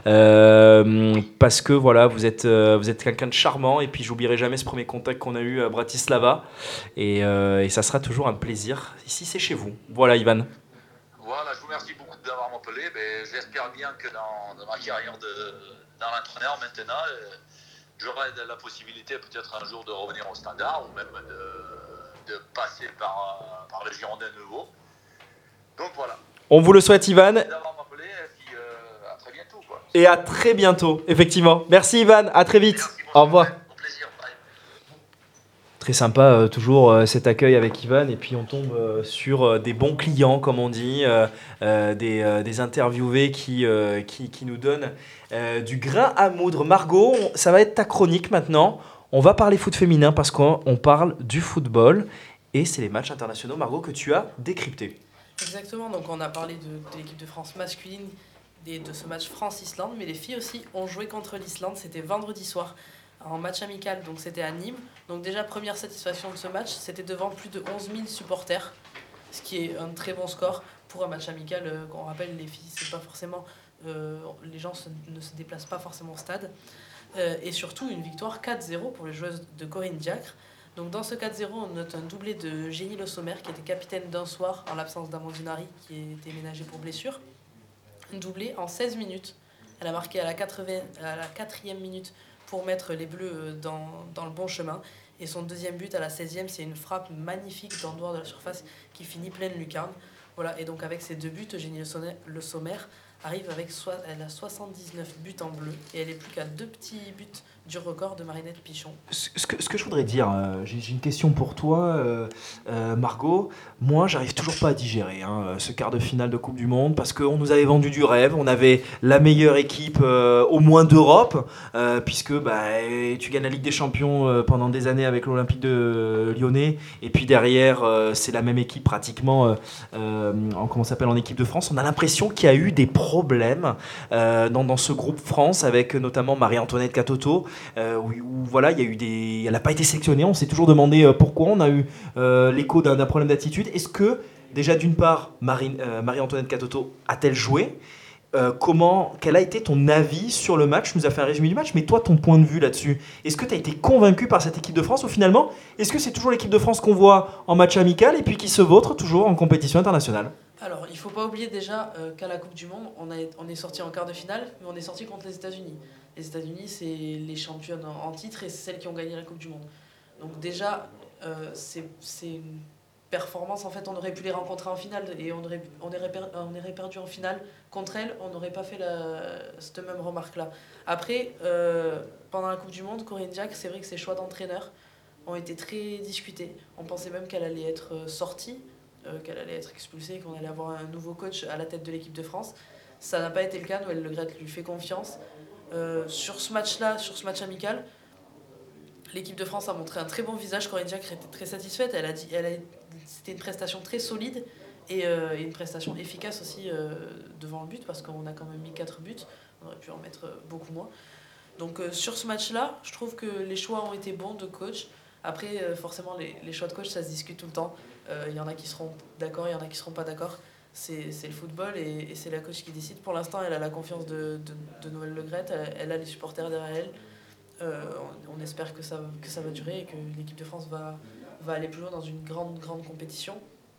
Euh, parce que, voilà, vous êtes, euh, vous êtes quelqu'un de charmant. Et puis, j'oublierai jamais ce premier contact qu'on a eu à Bratislava. Et, euh, et ça sera toujours un plaisir. Ici, c'est chez vous. Voilà, Ivan. Voilà, je vous remercie beaucoup d'avoir m'appelé. Ben, j'espère bien que dans, dans ma carrière de, dans l'entraîneur maintenant, euh, j'aurai de la possibilité peut-être un jour de revenir au Standard ou même de, de passer par, par le Girondin de nouveau. Donc voilà, On vous le souhaite, Ivan. merci d'avoir m'appelé et puis euh, à très bientôt. Quoi. Et à très bientôt, effectivement. Merci Ivan, à très vite. Merci, bonne Au revoir. journée, au plaisir. Bye. Très sympa, euh, toujours euh, cet accueil avec Ivan. Et puis on tombe euh, sur euh, des bons clients, comme on dit, euh, euh, des, euh, des interviewés qui, euh, qui, qui nous donnent euh, du grain à moudre. Margot, on- ça va être ta chronique maintenant. On va parler foot féminin parce qu'on on parle du football. Et c'est les matchs internationaux, Margot, que tu as décryptés. Exactement, donc on a parlé de, de l'équipe de France masculine et de ce match France-Islande, mais les filles aussi ont joué contre l'Islande, c'était vendredi soir en match amical, donc c'était à Nîmes. Donc déjà première satisfaction de ce match, c'était devant plus de onze mille supporters, ce qui est un très bon score pour un match amical. Euh, qu'on rappelle, les filles, c'est pas forcément, euh, les gens se- ne se déplacent pas forcément au stade. Euh, et surtout une victoire quatre zéro pour les joueuses de Corinne Diacre. Donc dans ce quatre zéro, on note un doublé de Génie Le Sommer, qui était capitaine d'un soir en l'absence d'Amandine Harry, qui était ménagée pour blessure. Un doublé en seize minutes. Elle a marqué à la, quatre-vingts à la quatrième minute pour mettre les Bleus euh, dans, dans le bon chemin. Et son deuxième but à la seizième, c'est une frappe magnifique dans le dehors de la surface qui finit pleine lucarne. Voilà, et donc avec ces deux buts, Eugénie Le Sommer- Le Sommer arrive avec soi, elle a soixante-dix-neuf buts en bleu et elle est plus qu'à deux petits buts du record de Marinette Pichon. Ce ce que, ce que je voudrais dire, euh, j'ai j'ai une question pour toi, euh, euh, Margot. Moi, j'arrive toujours pas à digérer hein, ce quart de finale de Coupe du Monde parce qu'on nous avait vendu du rêve. On avait la meilleure équipe euh, au moins d'Europe, euh, puisque bah, tu gagnes la Ligue des Champions euh, pendant des années avec l'Olympique de Lyonnais, et puis derrière, euh, c'est la même équipe pratiquement euh, euh, en, comment ça s'appelle, en équipe de France. On a l'impression qu'il y a eu des problèmes euh, dans, dans ce groupe France, avec notamment Marie-Antoinette Katoto. Euh, où, où, voilà, il y a eu des, elle n'a pas été sélectionnée. On s'est toujours demandé euh, pourquoi. On a eu euh, l'écho d'un, d'un problème d'attitude. Est-ce que déjà d'une part, Marie, euh, Marie-Antoinette Katoto a-t-elle joué euh, Comment, quel a été ton avis sur le match? Tu nous as fait un résumé du match, mais toi, ton point de vue là-dessus. Est-ce que tu as été convaincu par cette équipe de France ou finalement, est-ce que c'est toujours l'équipe de France qu'on voit en match amical et puis qui se vautre toujours en compétition internationale? Alors, il ne faut pas oublier déjà euh, qu'à la Coupe du Monde, on, a, on est sorti en quart de finale, mais on est sorti contre les États-Unis. Les États-Unis, c'est les championnes en, en titre et c'est celles qui ont gagné la Coupe du Monde. Donc déjà, euh, c'est, c'est une performance. En fait, on aurait pu les rencontrer en finale et on aurait, on aurait, per, on aurait perdu en finale contre elles. On n'aurait pas fait la, cette même remarque-là. Après, euh, pendant la Coupe du Monde, Corinne Diacre, c'est vrai que ses choix d'entraîneur ont été très discutés. On pensait même qu'elle allait être sortie. Euh, qu'elle allait être expulsée, qu'on allait avoir un nouveau coach à la tête de l'équipe de France. Ça n'a pas été le cas. Noël Le Graët lui fait confiance. Euh, sur ce match-là, sur ce match amical, l'équipe de France a montré un très bon visage. Corinne Diacre était très satisfaite. Elle a dit, elle a, c'était une prestation très solide et, euh, et une prestation efficace aussi euh, devant le but parce qu'on a quand même mis quatre buts. On aurait pu en mettre beaucoup moins. Donc euh, sur ce match-là, je trouve que les choix ont été bons de coach. Après, euh, forcément, les, les choix de coach, ça se discute tout le temps. Il euh, y en a qui seront d'accord, il y en a qui ne seront pas d'accord. C'est, c'est le football et, et c'est la coach qui décide. Pour l'instant, elle a la confiance de, de, de Noël Le Graët, elle, elle a les supporters derrière elle. Euh, on, on espère que ça, que ça va durer et que l'équipe de France va, va aller plus loin dans une grande, grande compétition.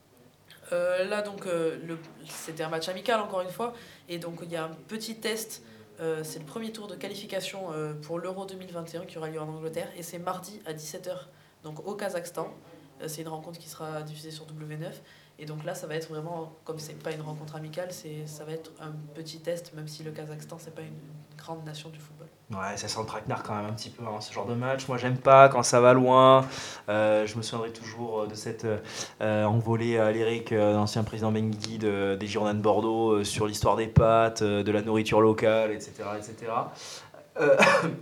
Euh, là, donc, euh, le, c'était un match amical, encore une fois. Et donc, il y a un petit test. Euh, c'est le premier tour de qualification euh, pour l'Euro deux mille vingt et un qui aura lieu en Angleterre. Et c'est mardi à dix-sept heures, donc au Kazakhstan. C'est une rencontre qui sera diffusée sur W neuf. Et donc là, ça va être vraiment, comme c'est pas une rencontre amicale, c'est, ça va être un petit test, même si le Kazakhstan, c'est pas une, une grande nation du football. Ouais, ça sent le traquenard quand même un petit peu, hein, ce genre de match. Moi, j'aime pas quand ça va loin. Euh, je me souviendrai toujours de cette euh, envolée à l'Éric, euh, l'ancien président Benguigui de, des Girondins de Bordeaux, euh, sur l'histoire des pâtes, euh, de la nourriture locale, et cetera et cetera. Euh,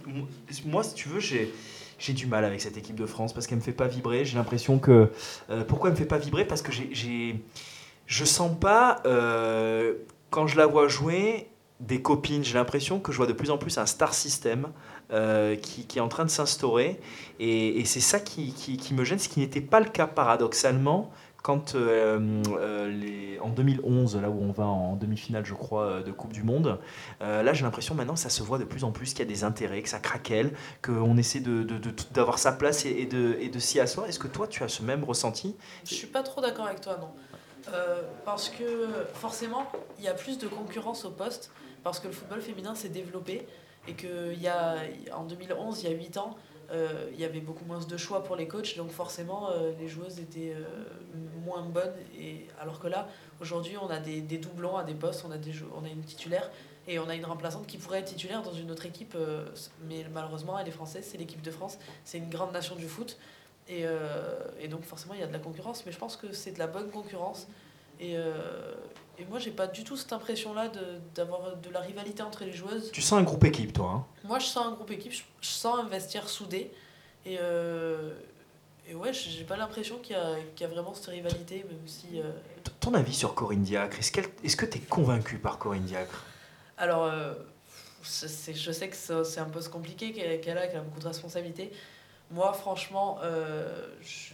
moi, si tu veux, j'ai... J'ai du mal avec cette équipe de France parce qu'elle me fait pas vibrer. J'ai l'impression que... Euh, pourquoi elle me fait pas vibrer? Parce que j'ai, j'ai, je sens pas, euh, quand je la vois jouer, des copines. J'ai l'impression que je vois de plus en plus un star system euh, qui, qui est en train de s'instaurer. Et, et c'est ça qui, qui, qui me gêne, ce qui n'était pas le cas paradoxalement quand euh, euh, les, en deux mille onze, là où on va en demi-finale, je crois, de Coupe du Monde, euh, là j'ai l'impression maintenant ça se voit de plus en plus qu'il y a des intérêts, que ça craquelle, qu'on essaie de, de, de, d'avoir sa place et, et, de, et de s'y asseoir. Est-ce que toi tu as ce même ressenti? Je suis pas trop d'accord avec toi, non. Euh, parce que forcément, il y a plus de concurrence au poste, parce que le football féminin s'est développé et qu'il y a, en deux mille onze, il y a huit ans, Euh, il y avait beaucoup moins de choix pour les coachs, donc forcément euh, les joueuses étaient euh, moins bonnes. Et, alors que là, aujourd'hui, on a des, des doublons à des postes, on a, des, on a une titulaire et on a une remplaçante qui pourrait être titulaire dans une autre équipe, euh, mais malheureusement, elle est française, c'est l'équipe de France, c'est une grande nation du foot. Et, euh, et donc forcément, il y a de la concurrence, mais je pense que c'est de la bonne concurrence. Et, euh, et moi, j'ai pas du tout cette impression-là de, d'avoir de la rivalité entre les joueuses. Tu sens un groupe équipe, toi hein? Moi, je sens un groupe équipe, je, je sens un vestiaire soudé. Et, euh, et ouais, j'ai pas l'impression qu'il y a, qu'il y a vraiment cette rivalité, même si... Euh... Ton avis sur Corinne Diacre, est-ce, qu'elle, est-ce que tu es convaincu par Corinne Diacre? Alors, euh, c'est, je sais que c'est, c'est un poste compliqué qu'elle, qu'elle a, qu'elle a beaucoup de responsabilités. Moi, franchement, euh, je...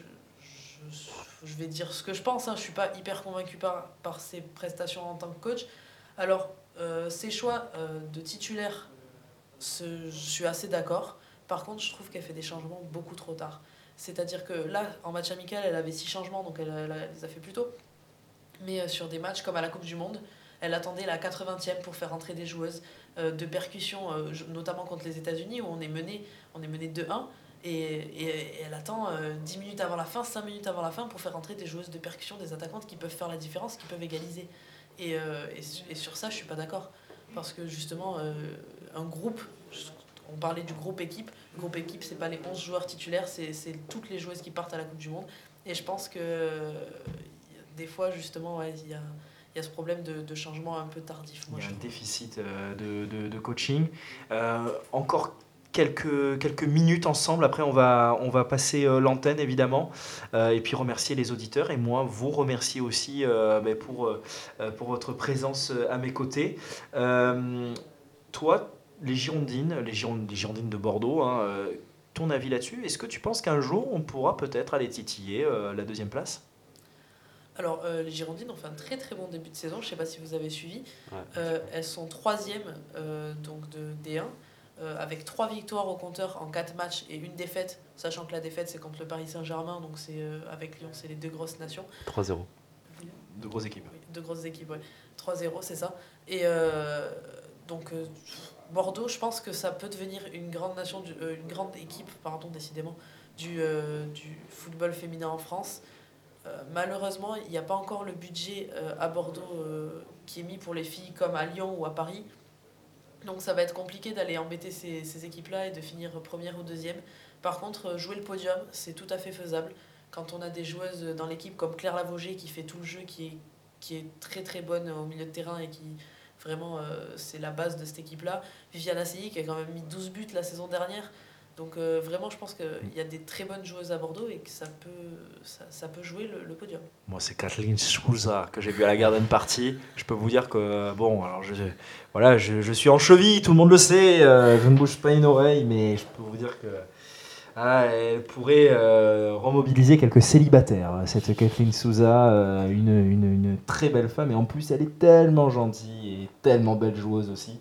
Je, je vais dire ce que je pense, hein. Je ne suis pas hyper convaincue par, par ses prestations en tant que coach. Alors, euh, ses choix euh, de titulaire, ce, je suis assez d'accord. Par contre, je trouve qu'elle fait des changements beaucoup trop tard. C'est-à-dire que là, en match amical, elle avait six changements, donc elle, elle, elle les a fait plus tôt. Mais euh, sur des matchs comme à la Coupe du Monde, elle attendait la quatre-vingtième pour faire entrer des joueuses euh, de percussion, euh, notamment contre les États-Unis, où on est mené, on est mené deux un. Et, et, et elle attend euh, dix minutes avant la fin, cinq minutes avant la fin pour faire entrer des joueuses de percussion, des attaquantes qui peuvent faire la différence, qui peuvent égaliser. Et, euh, et, et sur ça, je ne suis pas d'accord. Parce que justement, euh, un groupe, on parlait du groupe équipe. Le groupe équipe, c'est pas les onze joueurs titulaires, c'est, c'est toutes les joueuses qui partent à la Coupe du Monde. Et je pense que euh, des fois, justement, ouais, il y a, il y a ce problème de, de changement un peu tardif. Moi, Il y a je un trouve. déficit euh, de, de- de coaching. Euh, encore quelques, quelques minutes ensemble. Après, on va, on va passer euh, l'antenne, évidemment. Euh, et puis remercier les auditeurs. Et moi, vous remercier aussi euh, ben, pour, euh, pour votre présence euh, à mes côtés. Euh, toi, les Girondines, les, Giron- les Girondines de Bordeaux, hein, euh, ton avis là-dessus, est-ce que tu penses qu'un jour, on pourra peut-être aller titiller euh, la deuxième place ? Alors, euh, les Girondines ont fait un très très bon début de saison. Je ne sais pas si vous avez suivi. Ouais. Euh, elles sont troisième euh, donc de D un, euh, avec trois victoires au compteur en quatre matchs et une défaite, sachant que la défaite c'est contre le Paris Saint-Germain, donc c'est euh, avec Lyon, c'est les deux grosses nations. trois zéro. De grosses équipes. Oui, deux grosses équipes, ouais. trois zéro, c'est ça. Et euh, donc euh, Bordeaux, je pense que ça peut devenir une grande nation, du- euh, une grande équipe, pardon, décidément, du, euh, du football féminin en France. Euh, malheureusement, il n'y a pas encore le budget euh, à Bordeaux euh, qui est mis pour les filles comme à Lyon ou à Paris. Donc ça va être compliqué d'aller embêter ces, ces équipes-là et de finir première ou deuxième. Par contre, euh, jouer le podium, c'est tout à fait faisable. Quand on a des joueuses dans l'équipe comme Claire Lavogé qui fait tout le jeu, qui est, qui est très très bonne au milieu de terrain et qui vraiment euh, c'est la base de cette équipe-là. Viviane Asseli qui a quand même mis douze buts la saison dernière. Donc euh, vraiment, je pense qu'il y a des très bonnes joueuses à Bordeaux et que ça peut, ça, ça peut jouer le, le podium. Moi, c'est Kathleen Souza que j'ai vu à la Garden Party. Je peux vous dire que, bon, alors je, voilà, je, je suis en cheville, tout le monde le sait, euh, je ne bouge pas une oreille, mais je peux vous dire que ah, elle pourrait euh, remobiliser quelques célibataires, cette Kathleen Souza, euh, une, une, une très belle femme, et en plus, elle est tellement gentille et tellement belle joueuse aussi.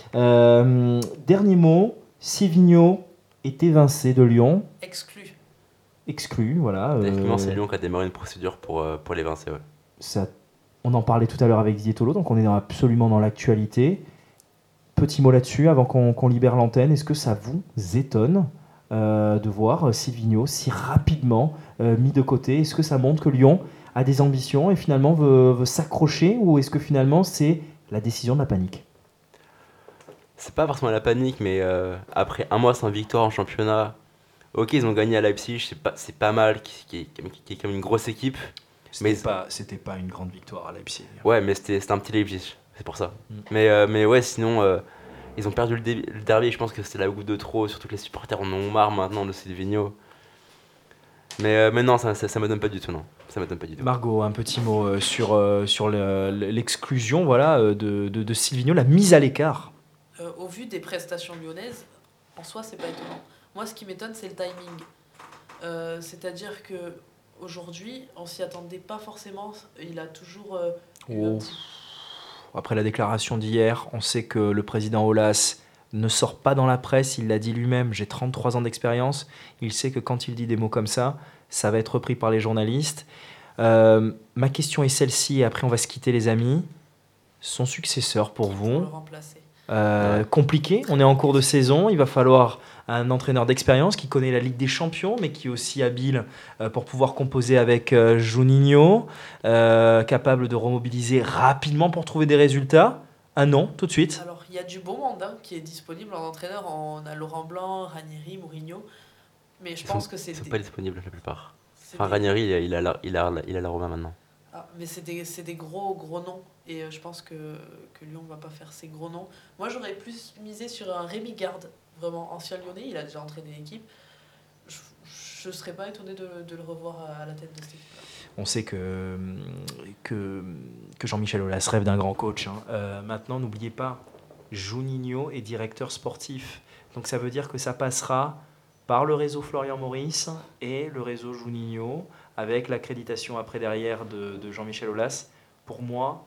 Euh, dernier mot, Sévigno est évincé de Lyon, Exclu. exclu, voilà. Techniquement, euh, c'est Lyon qui a démarré une procédure pour, euh, pour l'évincer. Ouais. Ça, on en parlait tout à l'heure avec Didier Tolo, donc on est dans- absolument dans l'actualité. Petit mot là-dessus avant qu'on qu'on libère l'antenne. Est-ce que ça vous étonne euh, de voir Sévigno si rapidement euh, mis de côté? Est-ce que ça montre que Lyon a des ambitions et finalement veut, veut s'accrocher, ou est-ce que finalement c'est la décision de la panique? C'est pas forcément la panique, mais euh, après un mois sans victoire en championnat, ok, ils ont gagné à Leipzig, c'est pas, c'est pas mal, qui, qui, est- qui est quand même une grosse équipe. C'était Mais- pas, c'était pas une grande victoire à Leipzig. Ouais, mais c'était c'était un petit Leipzig, c'est pour ça. Mm. Mais, euh, mais ouais, sinon, euh, ils ont perdu le, dé- le derby, je pense que c'était la goutte de trop, surtout que les supporters en ont marre maintenant de Silvino. Mais, euh, mais non, ça, ça, ça me donne pas du tout, non. Ça me donne pas du tout. Margot, un petit mot euh, sur, euh, sur le- l'exclusion voilà, euh, de, de, de Silvino, la mise à l'écart. Euh, au vu des prestations lyonnaises, en soi, c'est pas étonnant. Moi, ce qui m'étonne, c'est le timing. Euh, c'est-à-dire que aujourd'hui, on s'y attendait pas forcément. Il a toujours euh, eu un Oh. petit- Après la déclaration d'hier, on sait que le président Aulas ne sort pas dans la presse, il l'a dit lui-même, j'ai trente-trois ans d'expérience, il sait que quand il dit des mots comme ça, ça va être repris par les journalistes. Euh, ma question est celle-ci, et après on va se quitter les amis. Son successeur pour qui vous, pour le remplacer. euh, compliqué, on est en cours de saison, il va falloir un entraîneur d'expérience qui connaît la Ligue des Champions, mais qui est aussi habile euh, pour pouvoir composer avec euh, Juninho, euh, capable de remobiliser rapidement pour trouver des résultats. Un nom, tout de suite. Alors, il y a du bon monde hein, qui est disponible en entraîneur. On a Laurent Blanc, Ranieri, Mourinho. Mais je Ils pense sont- que c'est Ils sont des- pas disponibles la plupart. c'est Enfin, des- Ranieri, il a, il a, la- il a, il a la Roma maintenant. Ah, mais c'est des, c'est des gros, gros noms. Et euh, je pense que, que Lyon va pas faire ces gros noms. Moi, j'aurais plus misé sur un Rémi Garde, vraiment ancien lyonnais. Il a déjà entraîné l'équipe. Je ne serais pas étonné de, de le revoir à, à la tête de cette équipe-là. On sait que, que, que Jean-Michel Aulas rêve d'un grand coach. hein. Euh, maintenant, n'oubliez pas, Juninho est directeur sportif. Donc ça veut dire que ça passera par le réseau Florian Maurice et le réseau Juninho, avec l'accréditation après derrière de, de Jean-Michel Aulas. Pour moi,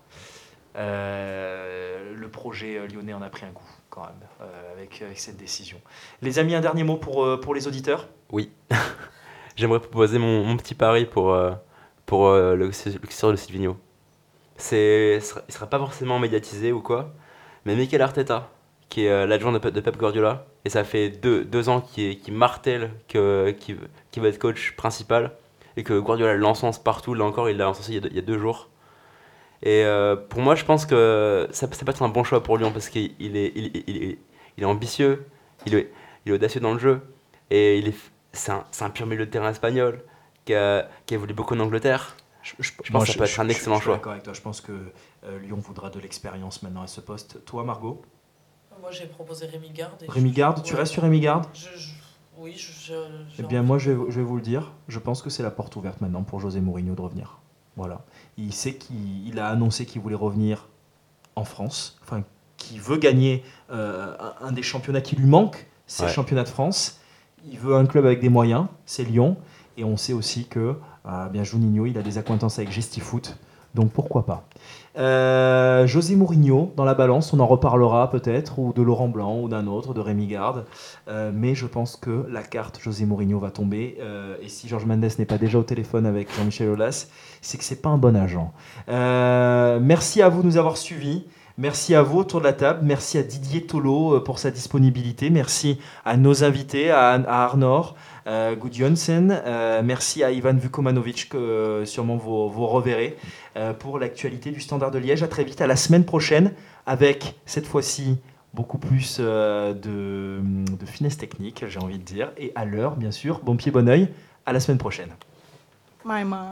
euh, le projet lyonnais en a pris un coup quand même, euh, avec, avec cette décision. Les amis, un dernier mot pour, euh, pour les auditeurs. Oui. J'aimerais proposer mon, mon petit pari pour, euh, pour euh, le successeur de Silvino. C'est, il sera- il sera pas forcément médiatisé ou quoi, mais Mikel Arteta, qui est euh, l'adjoint de, Pe- de Pep Guardiola, et ça fait deux, deux ans qu'il, qu'il martèle que, qu'il, qu'il va être coach principal, et que Guardiola l'encense partout. Là encore, il l'a encensé il y a deux, il y a deux jours. Et euh, pour moi, je pense que ça, ça peut être un bon choix pour Lyon, parce qu'il il est, il, il, il est, il est ambitieux, il est, il est audacieux dans le jeu. Et il est, c'est, un, c'est un pur milieu de terrain espagnol qui a, qui a évolué beaucoup en Angleterre. Je, je- Je moi, pense que ça peut être un je- excellent je suis choix. d'accord avec toi. Je pense que euh, Lyon voudra de l'expérience maintenant à ce poste. Toi, Margot? Moi, j'ai proposé Rémi Garde. et Rémi je- Garde, tu ouais. restes sur Rémi Garde? Je- je- Oui, je. je- Eh j'ai bien, envie. moi, je vais, je vais vous le dire. Je pense que c'est la porte ouverte maintenant pour José Mourinho de revenir. Voilà. Il sait qu'il il a annoncé qu'il voulait revenir en France. Enfin, qu'il veut gagner euh, un, un des championnats qui lui manque, c'est Ouais. le championnat de France. Il veut un club avec des moyens, c'est Lyon. Et on sait aussi que euh, bien Juninho, il a des accointances avec Gestifoot. Donc pourquoi pas. Euh, José Mourinho dans la balance, on en reparlera peut-être, ou de Laurent Blanc, ou d'un autre, de Rémi Garde. Euh, mais je pense que la carte José Mourinho va tomber. Euh, et si Georges Mendes n'est pas déjà au téléphone avec Jean-Michel Aulas, c'est que c'est pas un bon agent. Euh, merci à vous de nous avoir suivis. Merci à vous autour de la table. Merci à Didier Tolo euh, pour sa disponibilité. Merci à nos invités, à, à Arnor, euh, Gudjonsen. Euh, merci à Ivan Vukomanovic, que euh, sûrement vous, vous reverrez, euh, pour l'actualité du Standard de Liège. À très vite, à la semaine prochaine, avec cette fois-ci beaucoup plus euh, de, de finesse technique, j'ai envie de dire, et à l'heure, bien sûr. Bon pied, bon oeil. À la semaine prochaine. My mom.